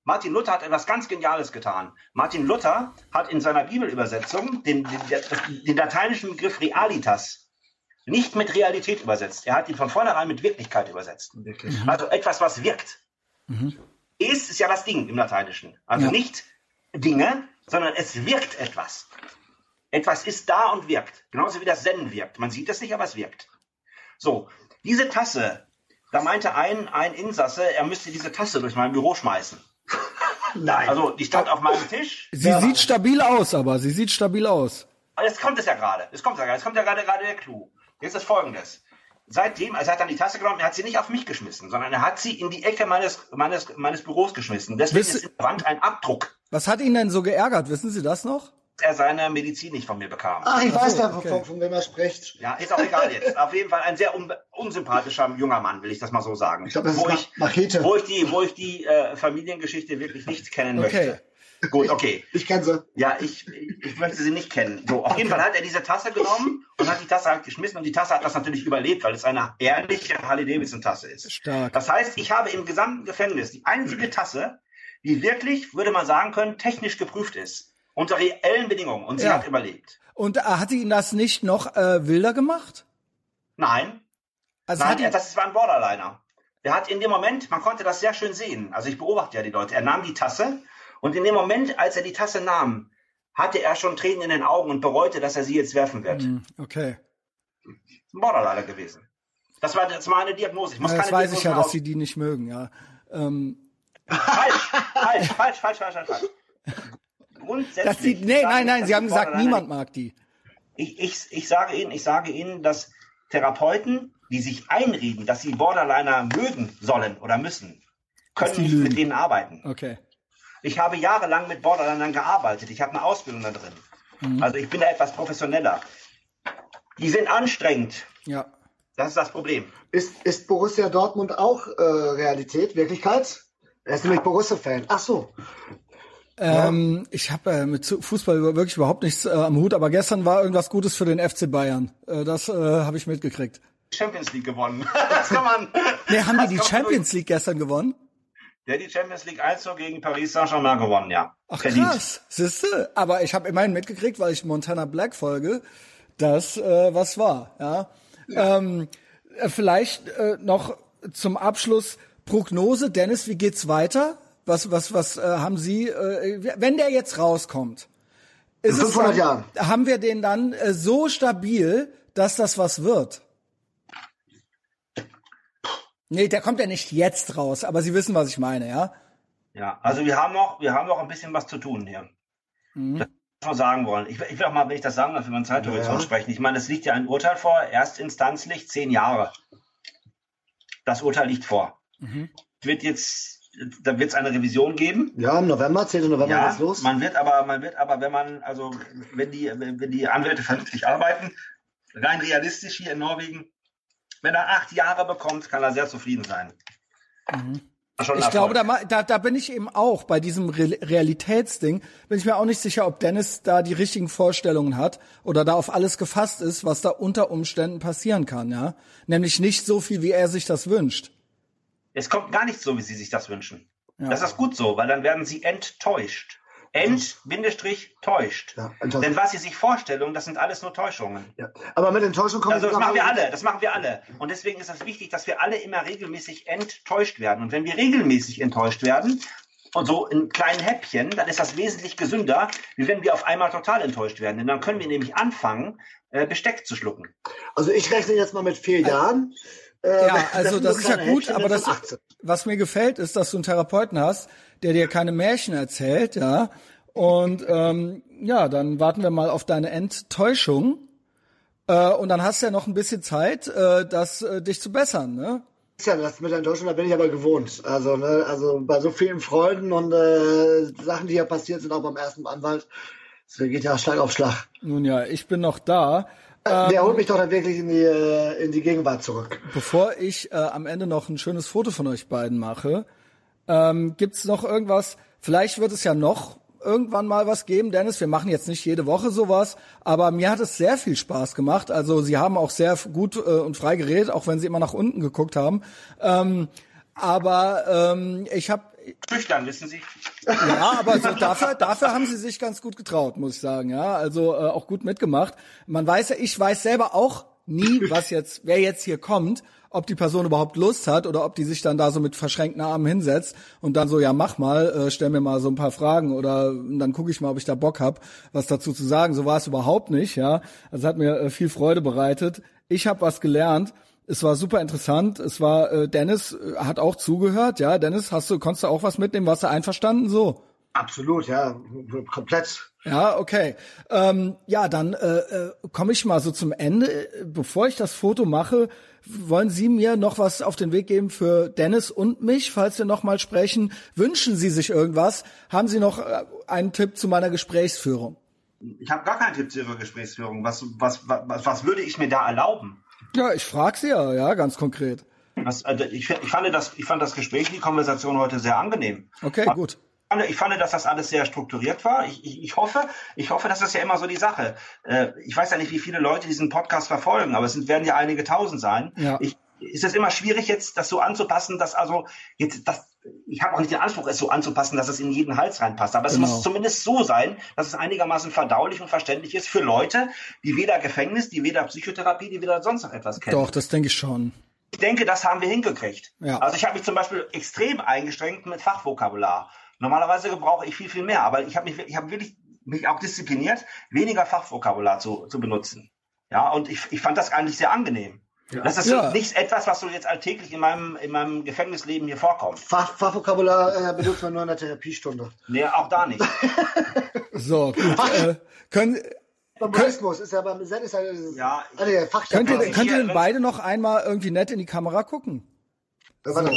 Martin Luther hat etwas ganz Geniales getan. Martin Luther hat in seiner Bibelübersetzung den lateinischen Begriff Realitas nicht mit Realität übersetzt. Er hat ihn von vornherein mit Wirklichkeit übersetzt. Wirklich? Also etwas, was wirkt. Ist ja das Ding im Lateinischen. Also nicht Dinge, sondern es wirkt etwas. Etwas ist da und wirkt. Genauso wie das Zen wirkt. Man sieht es nicht, aber es wirkt. So, diese Tasse, da meinte ein Insasse, er müsste diese Tasse durch mein Büro schmeißen. Nein. Also die stand auf meinem Tisch. Sie sieht stabil aus, aber sie sieht stabil aus. Aber jetzt kommt es ja gerade. Jetzt kommt ja gerade der Clou. Jetzt ist Folgendes. Seitdem, also er hat dann die Tasse genommen, er hat sie nicht auf mich geschmissen, sondern er hat sie in die Ecke meines Büros geschmissen. Deswegen ist in der Wand ein Abdruck. Was hat ihn denn so geärgert? Wissen Sie das noch? Er seine Medizin nicht von mir bekam. Ach, ich weiß da, von wem er spricht. Ja, ist auch egal jetzt. Auf jeden Fall ein sehr unsympathischer junger Mann, will ich das mal so sagen. Ich glaube, das ist Machete. Wo ich die Familiengeschichte wirklich nicht kennen möchte. Gut, okay. Ich kenne sie. Ja, ich möchte sie nicht kennen. So, auf jeden Fall hat er diese Tasse genommen und hat die Tasse halt geschmissen und die Tasse hat das natürlich überlebt, weil es eine ehrliche Harley-Davidson-Tasse ist. Stark. Das heißt, ich habe im gesamten Gefängnis die einzige Tasse, die wirklich, würde man sagen können, technisch geprüft ist. Unter reellen Bedingungen. Und sie hat überlebt. Und hat ihn das nicht noch wilder gemacht? Nein. Also das war ein Borderliner. Der hat in dem Moment, man konnte das sehr schön sehen. Also ich beobachte ja die Leute. Er nahm die Tasse und in dem Moment, als er die Tasse nahm, hatte er schon Tränen in den Augen und bereute, dass er sie jetzt werfen wird. Okay. Ein Borderliner gewesen. Das war eine Diagnose. Ich muss das weiß ich ja, dass Sie die nicht mögen, ja. Falsch. Grundsätzlich. Nein, Sie haben gesagt, niemand mag die. Ich sage Ihnen, dass Therapeuten, die sich einreden, dass sie Borderliner mögen sollen oder müssen, können nicht mit denen arbeiten. Okay. Ich habe jahrelang mit Borderlinern gearbeitet. Ich habe eine Ausbildung da drin. Also ich bin da etwas professioneller. Die sind anstrengend. Ja. Das ist das Problem. Ist Borussia Dortmund auch Realität, Wirklichkeit? Er ist nämlich Borussia-Fan. Ach so. Ich habe mit Fußball wirklich überhaupt nichts am Hut, aber gestern war irgendwas Gutes für den FC Bayern. Das habe ich mitgekriegt. Champions League gewonnen. Das kann man. Nee, haben die Champions League gestern gewonnen? Der hat die Champions League 1 gegen Paris Saint-Germain gewonnen, ja. Ach krass, siehste. Aber ich habe immerhin mitgekriegt, weil ich Montana Black folge, dass was war. Ja. Vielleicht noch zum Abschluss Prognose. Dennis, wie geht's weiter? Was haben Sie, wenn der jetzt rauskommt? In 500 Jahren. Haben wir den dann so stabil, dass das was wird? Nee, der kommt ja nicht jetzt raus, aber Sie wissen, was ich meine, ja? Ja, also wir haben noch ein bisschen was zu tun hier. Das muss man sagen wollen. Ich will auch mal, wenn ich das sagen darf, über einen Zeithorizont sprechen. Ich meine, es liegt ja ein Urteil vor, erstinstanzlich 10 Jahre. Das Urteil liegt vor. Da wird es eine Revision geben. Ja, im November, 10. November geht's los. Man wird aber, wenn die Anwälte vernünftig arbeiten, rein realistisch hier in Norwegen, wenn er 8 Jahre bekommt, kann er sehr zufrieden sein. Ich glaube, da bin ich eben auch bei diesem Realitätsding, bin ich mir auch nicht sicher, ob Dennis da die richtigen Vorstellungen hat oder da auf alles gefasst ist, was da unter Umständen passieren kann, ja. Nämlich nicht so viel, wie er sich das wünscht. Es kommt gar nicht so, wie Sie sich das wünschen. Ja. Das ist gut so, weil dann werden Sie enttäuscht. Täuscht. Ja, denn was Sie sich vorstellen, das sind alles nur Täuschungen. Ja. Aber mit Enttäuschung kommen das machen wir alle. Und deswegen ist es wichtig, dass wir alle immer regelmäßig enttäuscht werden. Und wenn wir regelmäßig enttäuscht werden, und so in kleinen Häppchen, dann ist das wesentlich gesünder, wie wenn wir auf einmal total enttäuscht werden. Denn dann können wir nämlich anfangen, Besteck zu schlucken. Also ich rechne jetzt mal mit 4 Jahren. Also das ist ja gut, aber was mir gefällt, ist, dass du einen Therapeuten hast, der dir keine Märchen erzählt, ja. Und dann warten wir mal auf deine Enttäuschung. Und dann hast du ja noch ein bisschen Zeit, dich zu bessern, ne? Ja, das mit der Enttäuschung, da bin ich aber gewohnt. Also bei so vielen Freunden und Sachen, die ja passiert sind, auch beim ersten Anwalt, das geht ja Schlag auf Schlag. Nun ja, ich bin noch da. Der holt mich doch dann wirklich in die Gegenwart zurück. Bevor ich am Ende noch ein schönes Foto von euch beiden mache, gibt's noch irgendwas? Vielleicht wird es ja noch irgendwann mal was geben, Dennis. Wir machen jetzt nicht jede Woche sowas, aber mir hat es sehr viel Spaß gemacht. Also Sie haben auch sehr gut und frei geredet, auch wenn Sie immer nach unten geguckt haben. Aber ich habe schüchtern, wissen Sie. Ja, aber so dafür haben sie sich ganz gut getraut, muss ich sagen. Ja, also auch gut mitgemacht. Man weiß ja, ich weiß selber auch nie, wer jetzt hier kommt, ob die Person überhaupt Lust hat oder ob die sich dann da so mit verschränkten Armen hinsetzt und dann so, ja, mach mal, stell mir mal so ein paar Fragen oder dann gucke ich mal, ob ich da Bock hab, was dazu zu sagen. So war es überhaupt nicht, ja. Also hat mir viel Freude bereitet. Ich habe was gelernt. Es war super interessant. Es war Dennis hat auch zugehört, ja. Dennis, konntest du auch was mitnehmen? Warst du einverstanden so? Absolut, ja, komplett. Ja, okay. Ja, dann komme ich mal so zum Ende. Bevor ich das Foto mache, wollen Sie mir noch was auf den Weg geben für Dennis und mich, falls wir noch mal sprechen? Wünschen Sie sich irgendwas? Haben Sie noch einen Tipp zu meiner Gesprächsführung? Ich habe gar keinen Tipp zu Ihrer Gesprächsführung. Was würde ich mir da erlauben? Ja, ich frage Sie ja, ganz konkret. Ich fand das Gespräch, die Konversation heute sehr angenehm. Okay, gut. Ich fand, dass das alles sehr strukturiert war. Ich hoffe, das ist ja immer so die Sache. Ich weiß ja nicht, wie viele Leute diesen Podcast verfolgen, aber werden ja einige tausend sein. Ja. Ist es immer schwierig, jetzt das so anzupassen, ich habe auch nicht den Anspruch, es so anzupassen, dass es in jeden Hals reinpasst. Aber es muss zumindest so sein, dass es einigermaßen verdaulich und verständlich ist für Leute, die weder Gefängnis, die weder Psychotherapie, die weder sonst noch etwas kennen. Doch, das denke ich schon. Ich denke, das haben wir hingekriegt. Ja. Also ich habe mich zum Beispiel extrem eingeschränkt mit Fachvokabular. Normalerweise gebrauche ich viel, viel mehr, aber ich habe wirklich mich auch diszipliniert, weniger Fachvokabular zu benutzen. Ja, und ich fand das eigentlich sehr angenehm. Ja. Das ist nicht etwas, was so jetzt alltäglich in meinem Gefängnisleben hier vorkommt. Fachvokabular benutzt man nur in der Therapiestunde. Nee, auch da nicht. So, gut. Buddhismus ist ja beim Zen Könnt ihr denn beide noch einmal irgendwie nett in die Kamera gucken? Warte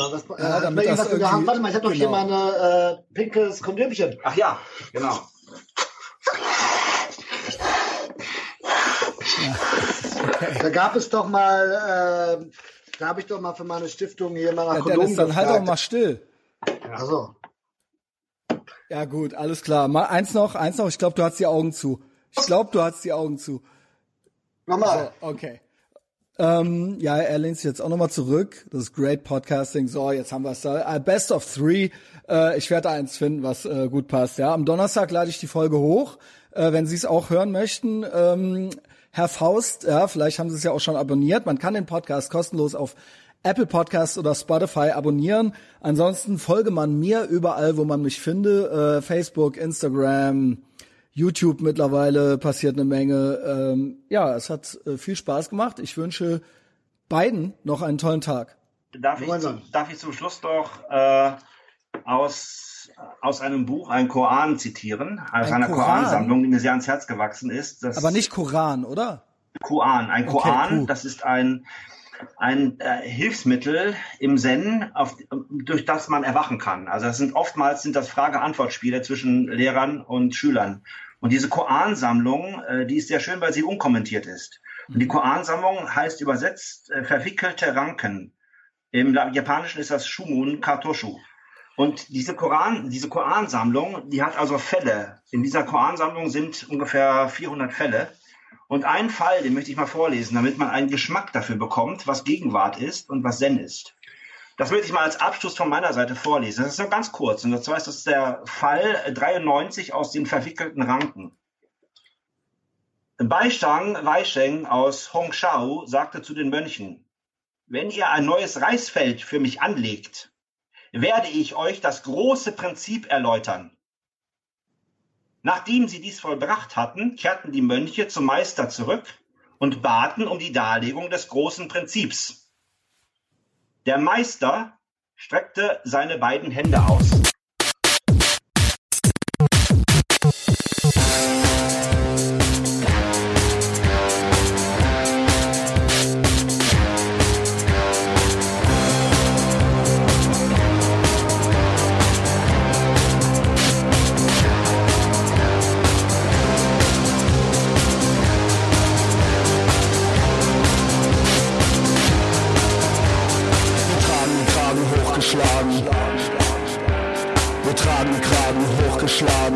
mal, ich habe doch hier mal ein pinkes Kondömchen. Ach ja, genau. Ja, okay. Da gab es doch mal, da habe ich doch mal für meine Stiftung hier mal nach Kondomen gefragt. Dann halt doch mal still. Ja. Also. Ja gut, alles klar. Mal eins noch. Ich glaube, du hast die Augen zu. Nochmal. So, okay. Ja, er lehnt sich jetzt auch nochmal zurück. Das ist great Podcasting. So, jetzt haben wir es da. Best of 3. Ich werde eins finden, was gut passt. Ja, am Donnerstag lade ich die Folge hoch, wenn Sie es auch hören möchten. Herr Faust, ja, vielleicht haben Sie es ja auch schon abonniert. Man kann den Podcast kostenlos auf Apple Podcasts oder Spotify abonnieren. Ansonsten folge man mir überall, wo man mich finde. Facebook, Instagram, YouTube mittlerweile passiert eine Menge. Ja, es hat viel Spaß gemacht. Ich wünsche beiden noch einen tollen Tag. Darf ich zum Schluss doch aus einem Buch einen Koran zitieren, aus einer Koransammlung, die mir sehr ans Herz gewachsen ist. Aber nicht Koran, oder? Koran. Ein Koran, cool. Das ist ein Hilfsmittel im Zen, durch das man erwachen kann. Also oftmals sind das Frage-Antwort-Spiele zwischen Lehrern und Schülern. Und diese Koransammlung, die ist sehr schön, weil sie unkommentiert ist. Und die Koransammlung heißt übersetzt verwickelte Ranken. Im Japanischen ist das Shumun Kartoshu. Und diese Koransammlung, die hat also Fälle. In dieser Koransammlung sind ungefähr 400 Fälle. Und einen Fall, den möchte ich mal vorlesen, damit man einen Geschmack dafür bekommt, was Gegenwart ist und was Zen ist. Das möchte ich mal als Abschluss von meiner Seite vorlesen. Das ist nur ganz kurz. Und zwar ist das der Fall 93 aus den verwickelten Ranken. Baishang Weisheng aus Hongshao sagte zu den Mönchen: Wenn ihr ein neues Reisfeld für mich anlegt, werde ich euch das große Prinzip erläutern. Nachdem sie dies vollbracht hatten, kehrten die Mönche zum Meister zurück und baten um die Darlegung des großen Prinzips. Der Meister streckte seine beiden Hände aus. Wir tragen Kragen hochgeschlagen.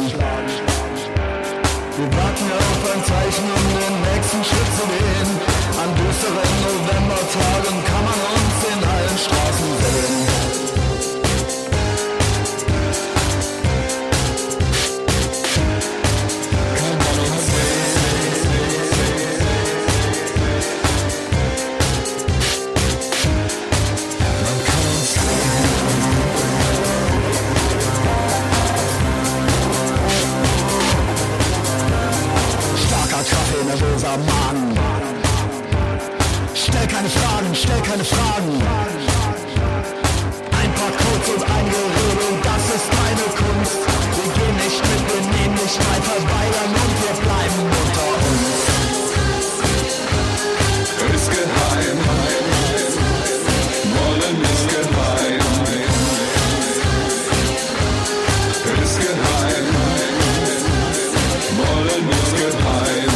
Wir warten auf ein Zeichen, um den nächsten Schritt zu gehen. An düsteren Novembertagen kann man uns in allen Straßen sehen. keine Fragen. Ein paar Codes und einige Regeln, das ist meine Kunst. Wir gehen nicht mit, wir nehmen nicht teil, verweigern und wir bleiben unter uns. Ist geheim, wollen ist geheim. Ist geheim, wollen ist geheim.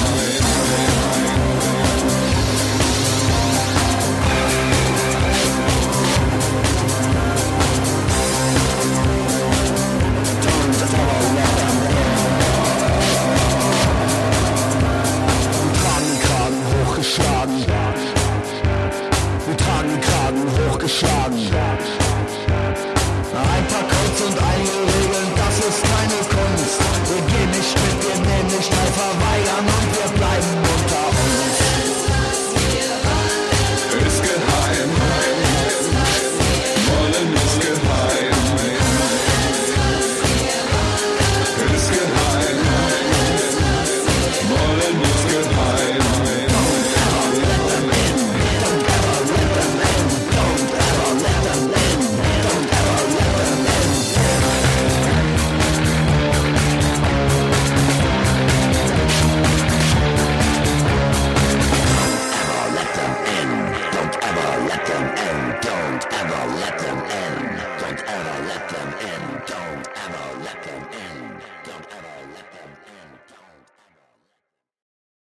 Wir tragen den Kragen hochgeschlagen. Ein paar Codes und einige Regeln, das ist keine Kunst. Wir gehen nicht mit, wir nehmen nicht teil, verweigern und wir bleiben unter uns. Ist geheim, wollen ist geheim. Ist geheim, wollen ist geheim. Don't ever let them in. Don't ever let them in. Don't ever let them in. Don't ever let them in. Don't ever let them in.